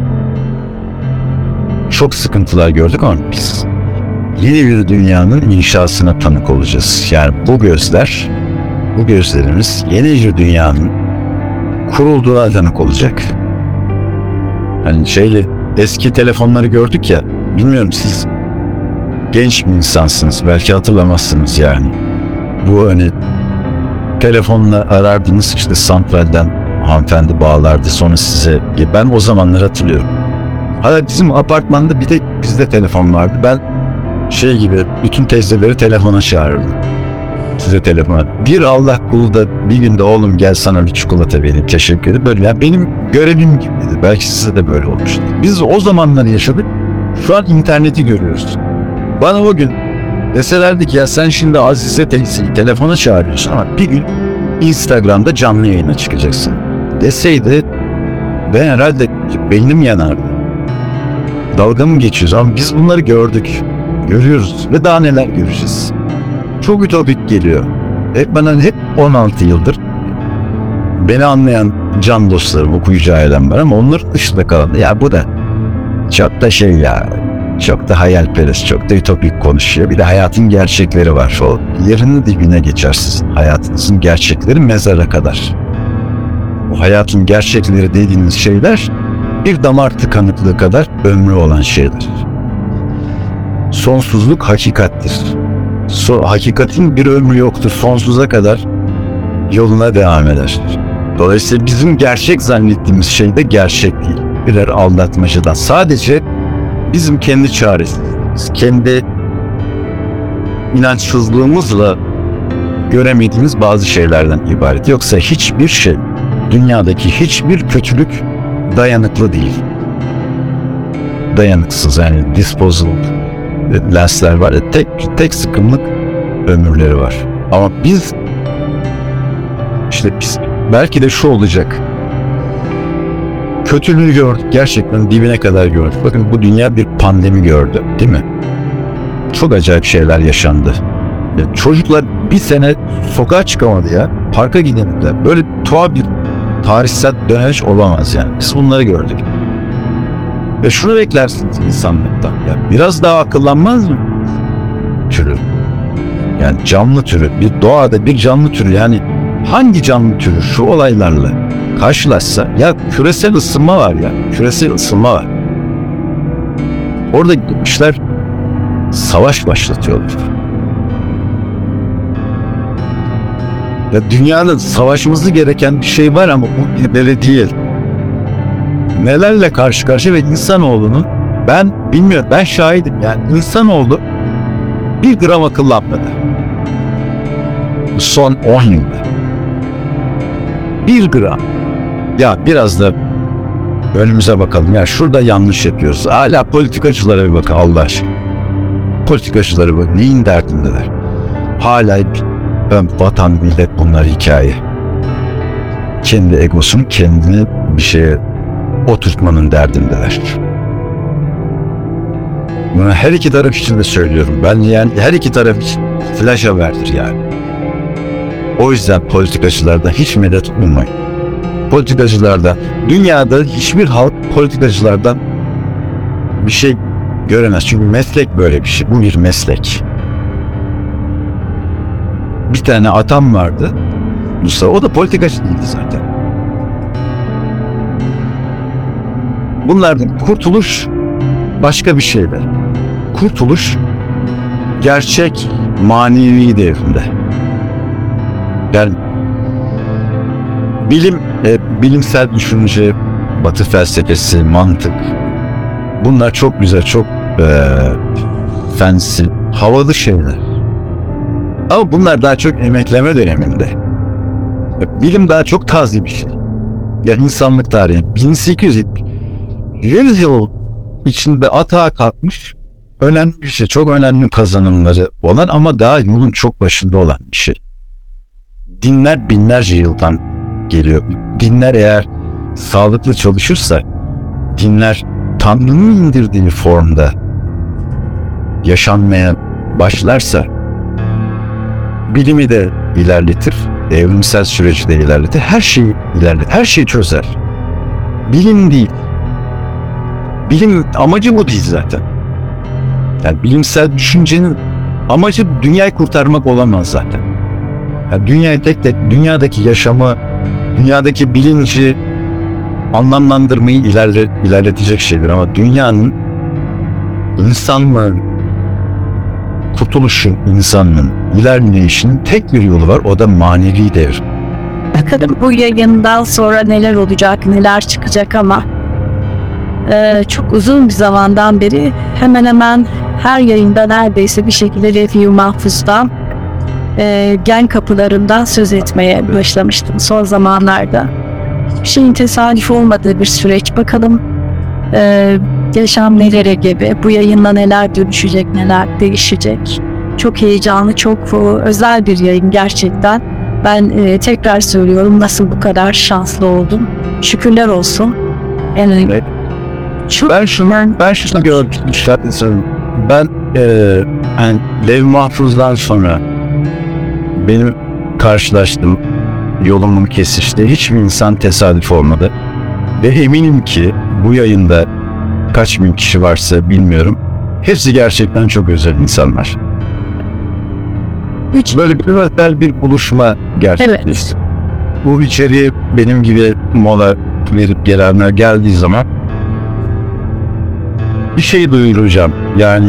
Çok sıkıntılar gördük ama biz yeni bir dünyanın inşasına tanık olacağız. Yani bu gözlerimiz yeni bir dünyanın kurulduğuna tanık olacak. Hani eski telefonları gördük ya, bilmiyorum siz genç bir insansınız, belki hatırlamazsınız yani. Bu hani telefonla arardınız, işte santralden hanımefendi bağlardı sonra size. Ben o zamanları hatırlıyorum. Hala bizim apartmanda bir de bizde telefon vardı. Ben gibi bütün teyzeleri telefona çağırırdım. Size telefona. Bir Allah kulu da bir günde oğlum gel sana bir çikolata vereyim, teşekkür ederim. Böyle yani benim görevim gibiydi. Belki size de böyle olmuştu. Biz o zamanları yaşadık. Şu an interneti görüyoruz. Bana o gün deselerdi ki ya sen şimdi Azize teyzeyi telefona çağırıyorsun ama bir gün Instagram'da canlı yayına çıkacaksın deseydi ben herhalde beynim yanardı. Dalga mı geçiyoruz ama biz bunları gördük. Görüyoruz ve daha neler göreceğiz. Çok ütopik geliyor. Bana hep 16 yıldır beni anlayan can dostlarım, okuyucu ailem var ama onların dışında kalan ya bu da çok da çok da hayalperest, çok da ütopik konuşuyor. Bir de hayatın gerçekleri var. O yerinin dibine geçersiniz. Hayatınızın gerçekleri mezara kadar. O hayatın gerçekleri dediğiniz şeyler bir damar tıkanıklığı kadar ömrü olan şeyler. Sonsuzluk hakikattir. Hakikatin bir ömrü yoktur. Sonsuza kadar yoluna devam eder. Dolayısıyla bizim gerçek zannettiğimiz şey de gerçek değil. Birer aldatmacadan. Sadece bizim kendi çaresizliğimiz, kendi inançsızlığımızla göremediğimiz bazı şeylerden ibaret. Yoksa hiçbir şey, dünyadaki hiçbir kötülük dayanıklı değil. Dayanıksız, yani disposable lensler var ya, tek sıkımlık ömürleri var. Ama biz belki de şu olacak. Kötülüğü gördük, gerçekten dibine kadar gördük. Bakın bu dünya bir pandemi gördü, değil mi? Çok acayip şeyler yaşandı. Çocuklar bir sene sokağa çıkamadı ya. Parka gidemediler. Böyle tuhaf bir tarihsel döneç olamaz yani. Biz bunları gördük. Ve şunu beklersiniz insanlıktan. Ya biraz daha akıllanmaz mı? Türü. Yani canlı türü. Bir doğada bir canlı türü. Yani hangi canlı türü şu olaylarla karşılaşsa, ya küresel ısınma var ya. Küresel ısınma var. Orada gitmişler savaş başlatıyorlar. Ya dünyada savaşması gereken bir şey var ama bu böyle değil. Nelerle karşı karşıya ve insanoğlunun, ben bilmiyorum, ben şahidim yani, insanoğlu bir gram akıllanmadı. Son 10 yılda. Bir gram. Ya biraz da önümüze bakalım. Ya şurada yanlış yapıyoruz. Hala politikacılara bir bakın Allah aşkına. Politikacılara bak, neyin derdindeler? Hala vatan millet bunlar hikaye. Kendi egosunu kendini bir şeye oturtmanın derdindeler. Bunu her iki taraf için de söylüyorum. Ben yani her iki taraf için flash haberdir yani. O yüzden politikacılardan hiç medet ummayın. Politikacılarda, dünyada hiçbir halk politikacılardan bir şey göremez. Çünkü meslek böyle bir şey. Bu bir meslek. Bir tane atam vardı. Mustafa. O da politikacı değildi zaten. Bunlardan kurtuluş başka bir şeyler. Kurtuluş gerçek manevi devrinde. Yani bilimsel düşünce, Batı felsefesi, mantık, bunlar çok güzel, çok fancy, havalı şeyler. Ama bunlar daha çok emekleme döneminde. Bilim daha çok taze bir şey. Yani insanlık tarihi 1870 100 yıl içinde atağa kalkmış önemli bir şey. Çok önemli kazanımları olan ama daha yolun çok başında olan bir şey. Dinler binlerce yıldan geliyor. Dinler eğer sağlıklı çalışırsa, dinler Tanrı'nın indirdiği formda yaşanmaya başlarsa, bilimi de ilerletir, evrimsel süreci de ilerletir, her şeyi ilerletir, her şeyi çözer. Bilim değil. Bilim amacı bu değil zaten. Yani bilimsel düşüncenin amacı dünyayı kurtarmak olamaz zaten. Yani dünyayı dünyadaki yaşamı, dünyadaki bilinci anlamlandırmayı ilerletecek şeydir ama dünyanın, insanlığın kurtuluşu, insanlığın ilerleyişinin tek bir yolu var, o da manevi devrim. Bakalım bu yayından sonra neler olacak, neler çıkacak ama çok uzun bir zamandan beri hemen hemen her yayında neredeyse bir şekilde Levh-i Mahfuz'dan gen kapılarından söz etmeye başlamıştım son zamanlarda. Bir şeyin tesadüf olmadığı bir süreç. Bakalım yaşam nelere gibi, bu yayınla neler dönüşecek, neler değişecek. Çok heyecanlı, çok özel bir yayın gerçekten. Ben tekrar söylüyorum, nasıl bu kadar şanslı oldum. Şükürler olsun. Evet. Ben şunu gördüm. Ben yani Levh-i Mahfuz'dan sonra benim karşılaştığım, yolumun kesiştiği hiçbir insan tesadüf olmadı. Ve eminim ki bu yayında kaç bin kişi varsa bilmiyorum. Hepsi gerçekten çok özel insanlar. Böyle bir özel bir buluşma gerçekleşti. Evet. Bu içeriye benim gibi mola verip gelenler geldiği zaman bir şey duyuracağım. Yani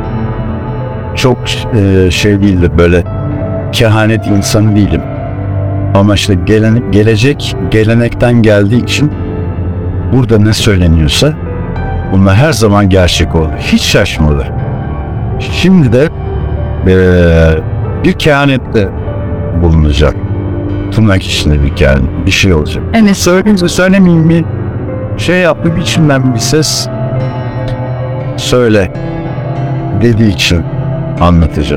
çok şey değildir, böyle kehanet insanı değilim. Ama işte gelenekten geldiği için burada ne söyleniyorsa bunlar her zaman gerçek olur. Hiç şaşmadı. Şimdi de bir kehanette bulunacak. Tırnak içinde bir kehanet, bir şey olacak. Evet. Söylemeyeyim mi? Şey yaptı, içimden bir ses söyle dediği için anlatacağım.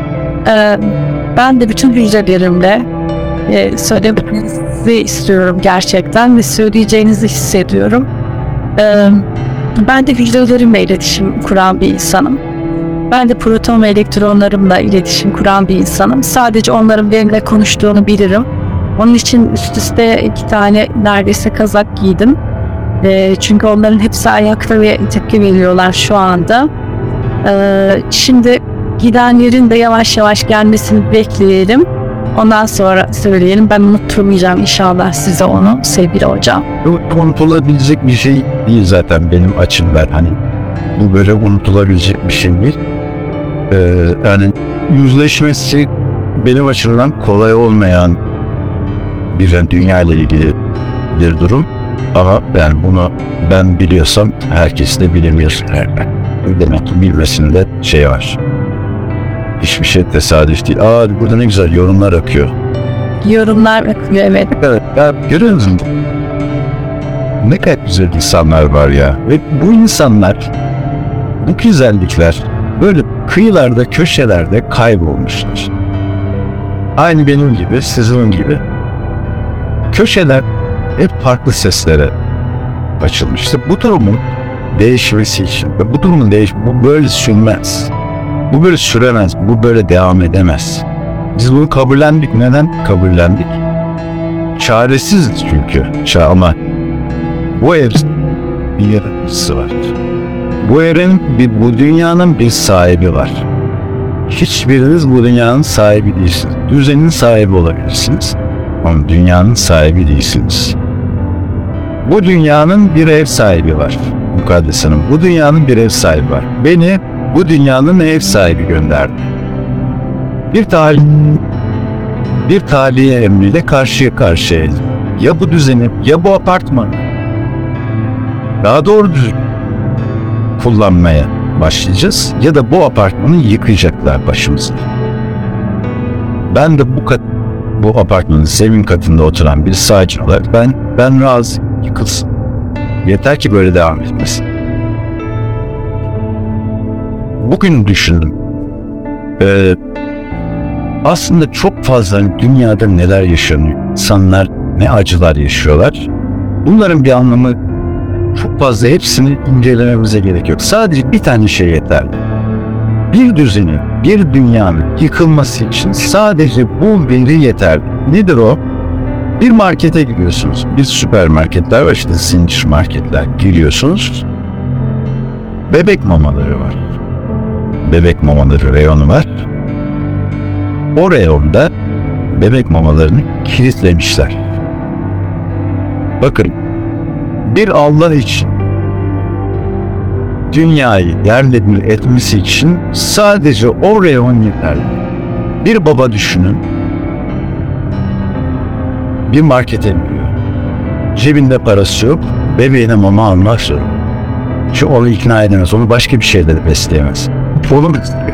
Ben de bütün hücrelerimle söylemenizi istiyorum gerçekten ve söyleyeceğinizi hissediyorum. Ben de hücrelerimle iletişim kuran bir insanım. Ben de proton ve elektronlarımla iletişim kuran bir insanım. Sadece onların benimle konuştuğunu bilirim. Onun için üst üste 2 tane neredeyse kazak giydim. Çünkü onların hepsi ayakta ve tepki veriyorlar şu anda. Şimdi gidenlerin de yavaş yavaş gelmesini bekleyelim. Ondan sonra söyleyelim. Ben unutturmayacağım inşallah size onu sevgili hocam. Unutulabilecek bir şey değil zaten benim açımdan. Hani bu böyle unutulabilecek bir şey değil. Yani yüzleşmesi benim açımdan kolay olmayan bir dünya ile ilgili bir durum. Ama yani bunu ben biliyorsam herkes de bilemiyor. Demek ki bilmesinde şey var. Hiçbir şey tesadüf değil. Burada ne güzel yorumlar akıyor. Yorumlar akıyor, evet. Evet, ya görüyor musun? Ne kadar güzel insanlar var ya. Ve bu insanlar, bu güzellikler böyle kıyılarda, köşelerde kaybolmuşlar. Aynı benim gibi, sizin gibi. Köşeler hep farklı seslere açılmıştı. Bu durumun değişmesi için, bu durumun bu böyle sürmez. Bu böyle süremez, bu böyle devam edemez. Biz bunu kabullendik. Neden kabullendik? Çaresiziz çünkü. Ama bu evrenin bir yaratıcısı var. Bu dünyanın bir sahibi var. Hiçbiriniz bu dünyanın sahibi değilsiniz. Düzenin sahibi olabilirsiniz. Ama dünyanın sahibi değilsiniz. Bu dünyanın bir ev sahibi var. Mukaddes Hanım, bu dünyanın bir ev sahibi var. Beni bu dünyanın ev sahibi gönderdi. Bir tahliye emriyle karşıya karşıyaydım. Ya bu düzeni, ya bu apartmanı daha doğru düzgün kullanmaya başlayacağız ya da bu apartmanı yıkacaklar başımıza. Ben de bu apartmanın zemin katında oturan bir sağcı olarak ben razı, yıkılsın. Yeter ki böyle devam etmesin. Bugün düşündüm. Aslında çok fazla dünyada neler yaşanıyor, insanlar ne acılar yaşıyorlar. Bunların bir anlamı çok fazla, hepsini incelememize gerek yok. Sadece bir tane şey yeterli. Bir düzenin, bir dünyanın yıkılması için sadece bu veri yeterli. Nedir o? Bir markete giriyorsunuz. Bir süpermarketler var, işte zincir marketler, giriyorsunuz. Bebek mamaları var. Bebek mamaları reyonu var. O reyonda bebek mamalarını kilitlemişler. Bakın, bir Allah için dünyayı yerle bir etmesi için sadece o reyon yeterli. Bir baba düşünün, bir markete gidiyor. Cebinde parası yok, bebeğine mama almak zorunda. Çünkü onu ikna edemez, onu başka bir şeyle de besleyemez. Onu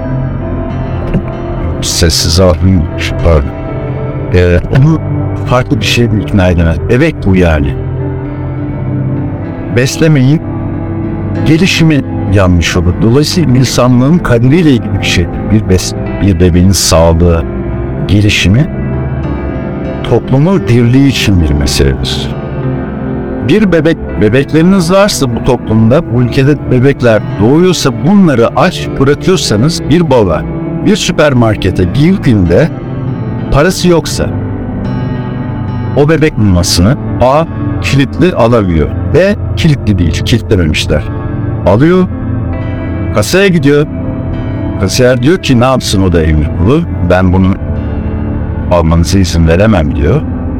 sessiz alın, pardon. Onu farklı bir şeyle ikna edemez. Bebek bu yani. Beslemeyin, gelişimi yanlış olur. Dolayısıyla insanlığın kaderiyle ilgili bir şeydir. Bir bebeğin sağlığı, gelişimi toplumun dirliği için bir meseledir. Bir bebekleriniz varsa bu toplumda, bu ülkede bebekler doğuyorsa, bunları aç bırakıyorsanız, bir baba bir süpermarkete girdiğinde parası yoksa o bebek mamasını A. kilitli alabiliyor, B. kilitli değil, kilitlememişler. Alıyor, kasaya gidiyor. Kasiyer diyor ki ne yapsın, o da emir kulu. Ben bunu almanıza izin veremem diyor.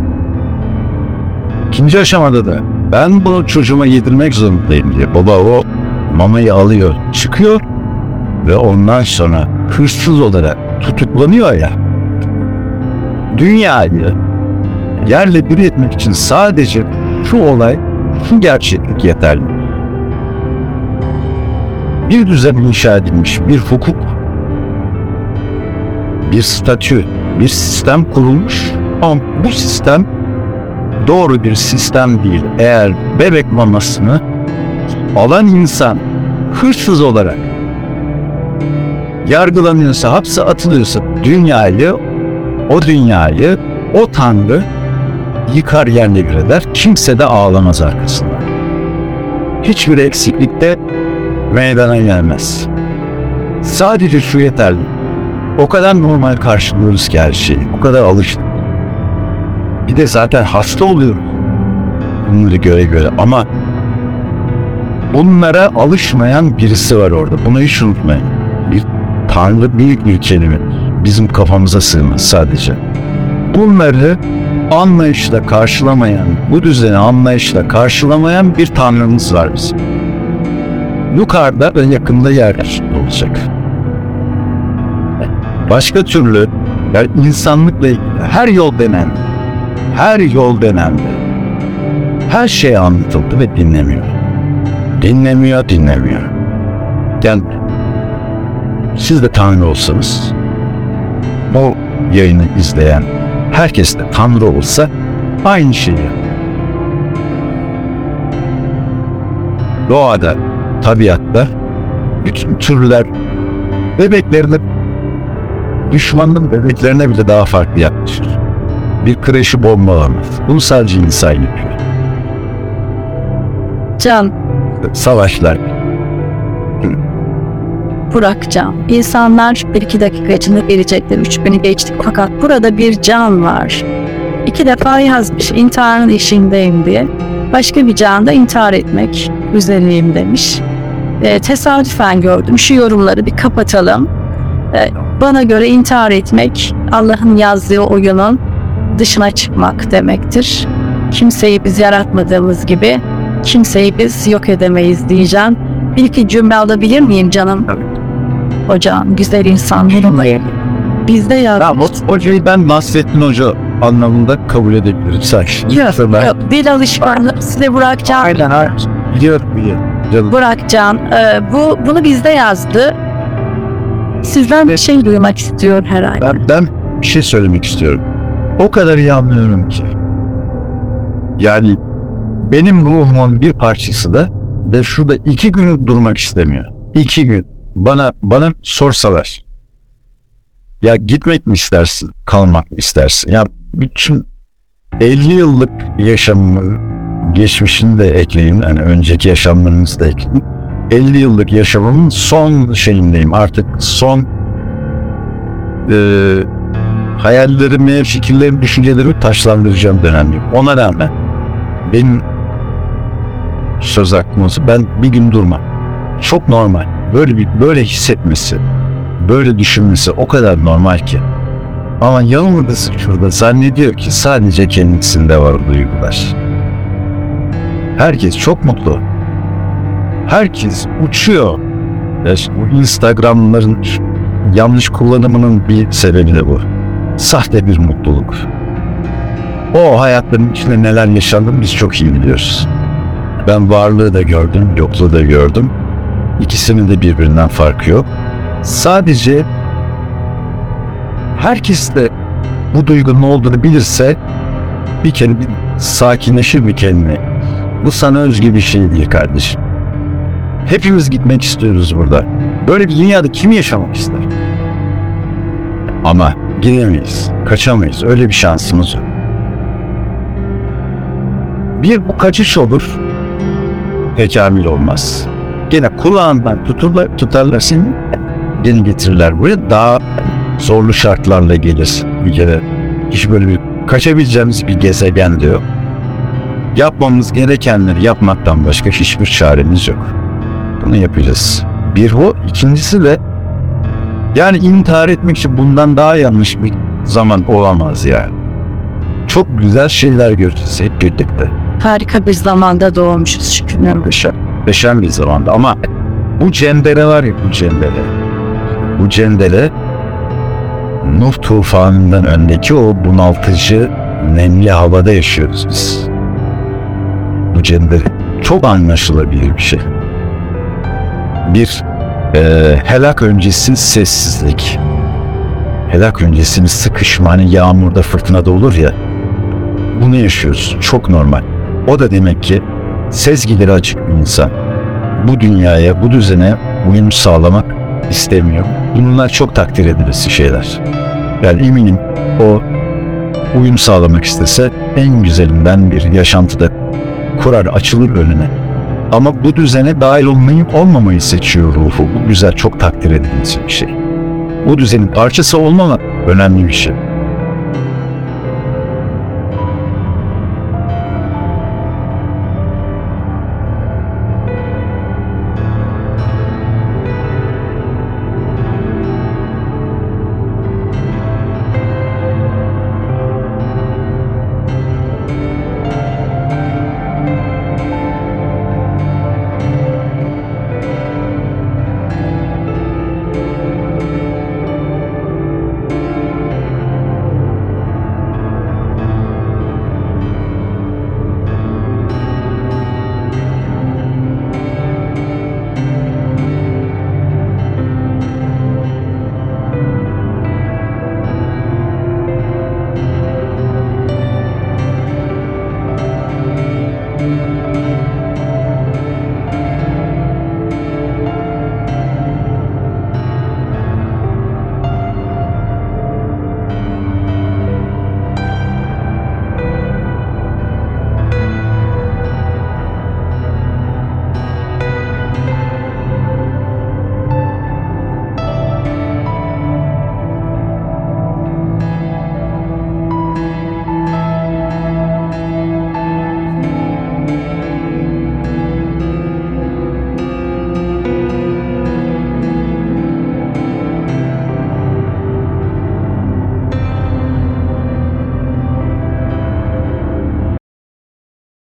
İkinci aşamada da ben bunu çocuğuma yedirmek zorundayım diyor. Baba o mamayı alıyor, çıkıyor ve ondan sonra hırsız olarak tutuklanıyor ya. Dünyayı yerle bir etmek için sadece şu olay, şu gerçeklik yeterli. Bir düzen inşa edilmiş, bir hukuk, bir statü, bir sistem kurulmuş ama bu sistem doğru bir sistem değil. Eğer bebek mamasını alan insan hırsız olarak yargılanıyorsa, hapse atılıyorsa, o dünyayı o Tanrı yıkar, yerle bir eder. Kimse de ağlamaz arkasında. Hiçbir eksiklikte meydana gelmez. Sadece şu yeterli. O kadar normal karşılıyoruz ki her şeyi. O kadar alıştık. Bir de zaten hasta oluyoruz bunları göre ama bunlara alışmayan birisi var orada. Bunu hiç unutmayın. Bir Tanrı büyük bir kelime. Bizim kafamıza sığmaz sadece. Bunları anlayışla karşılamayan, bu düzeni anlayışla karşılamayan bir Tanrımız var bizim. Yukarıda ve yakında yeryüzünde olacak. Başka türlü yani insanlıkla ilgili her yol denendi. Her şey anlatıldı ve dinlemiyor. Yani siz de Tanrı olsanız, o yayını izleyen herkes de Tanrı olsa aynı şeyi. Doğada, tabiatta bütün türler bebeklerine, düşmanın bebeklerine bile daha farklı yaklaşır. Bir kreşi bombalamaz. Bunu sadece insan yapıyor. Can, Savaşlar. Burakcan, insanlar 1-2 dakika içinde verecekler, 3000'i geçtik fakat burada bir can var. 2 defa yazmış intiharın eşiğindeyim diye. Başka bir can da intihar etmek üzereyim demiş. Tesadüfen gördüm. Şu yorumları bir kapatalım. Bana göre intihar etmek Allah'ın yazdığı oyunun dışına çıkmak demektir. Kimseyi biz yaratmadığımız gibi kimseyi biz yok edemeyiz diyeceğim. Bir iki cümle alabilir miyim canım? Hocam, güzel insan yorumlayın. Bizde yazmış. Hocayı ben Nasrettin Hoca anlamında kabul edebilirim. Yok, dil alışkanlığı size bırakacağım. Aynen. Biliyorum. Canım. Burakcan, bunu bizde yazdı. Sizden bir şey duymak istiyor herhalde. Ben bir şey söylemek istiyorum. O kadar iyi anlıyorum ki. Yani benim ruhumun bir parçası da ve şurada 2 gün durmak istemiyor. 2 gün. Bana sorsalar. Ya gitmek mi istersin? Kalmak mı istersin? Ya bütün 50 yıllık yaşamımı, geçmişini de ekleyin. Yani önceki yaşamlarınızı da ekleyin. 50 yıllık yaşamımın son şeyindeyim. Artık son hayallerimi, fikirlerimi, düşüncelerimi taşlandıracağım dönemdeyim. Ona rağmen benim söz hakkım olsa ben bir gün durmam. Çok normal. Böyle hissetmesi, böyle düşünmesi o kadar normal ki. Ama yanılgısı şurada zannediyor ki sadece kendisinde var o duygular. Herkes çok mutlu. Herkes uçuyor. Ya işte bu Instagram'ların yanlış kullanımının bir sebebi de bu. Sahte bir mutluluk. O hayatların içinde neler yaşandığını biz çok iyi biliyoruz. Ben varlığı da gördüm, yokluğu da gördüm. İkisinin de birbirinden farkı yok. Sadece herkes de bu duygunun olduğunu bilirse bir kere bir sakinleşir bir kendine. Bu sana özgü bir şey değil kardeşim. Hepimiz gitmek istiyoruz burada. Böyle bir dünyada kim yaşamak ister? Ama gidemeyiz, kaçamayız. Öyle bir şansımız yok. Bir bu kaçış olur, tekamül olmaz. Gene kulağından tutarlar seni, gene getirirler buraya. Daha zorlu şartlarla gelirsin. Bir kere hiç böyle bir kaçabileceğimiz bir gezegen de yok. Yapmamız gerekenleri yapmaktan başka hiçbir çaremiz yok. Bunu yapacağız. Bir o, ikincisi de yani intihar etmek için bundan daha yanlış bir zaman olamaz yani. Çok güzel şeyler göreceğiz hep birlikte. Harika bir zamanda doğmuşuz şükürler. Beşen bir zamanda ama bu cendere var ya bu cendere Nuh tufanından öndeki o bunaltıcı nemli havada yaşıyoruz biz. Bu cendere çok anlaşılabilir bir şey. Bir helak öncesi sessizlik. Helak öncesi sıkışma, hani yağmurda fırtınada olur ya. Bunu yaşıyoruz. Çok normal. O da demek ki sezgileri açık bir insan. Bu dünyaya, bu düzene uyum sağlamak istemiyor. Bunlar çok takdir edilesi şeyler. Yani eminim o uyum sağlamak istese en güzelinden bir yaşantıda kurar, açılır önüne. Ama bu düzene dahil olmamayı seçiyor ruhu. Bu güzel, çok takdir edilesi bir şey. Bu düzenin parçası olmamak önemli bir şey.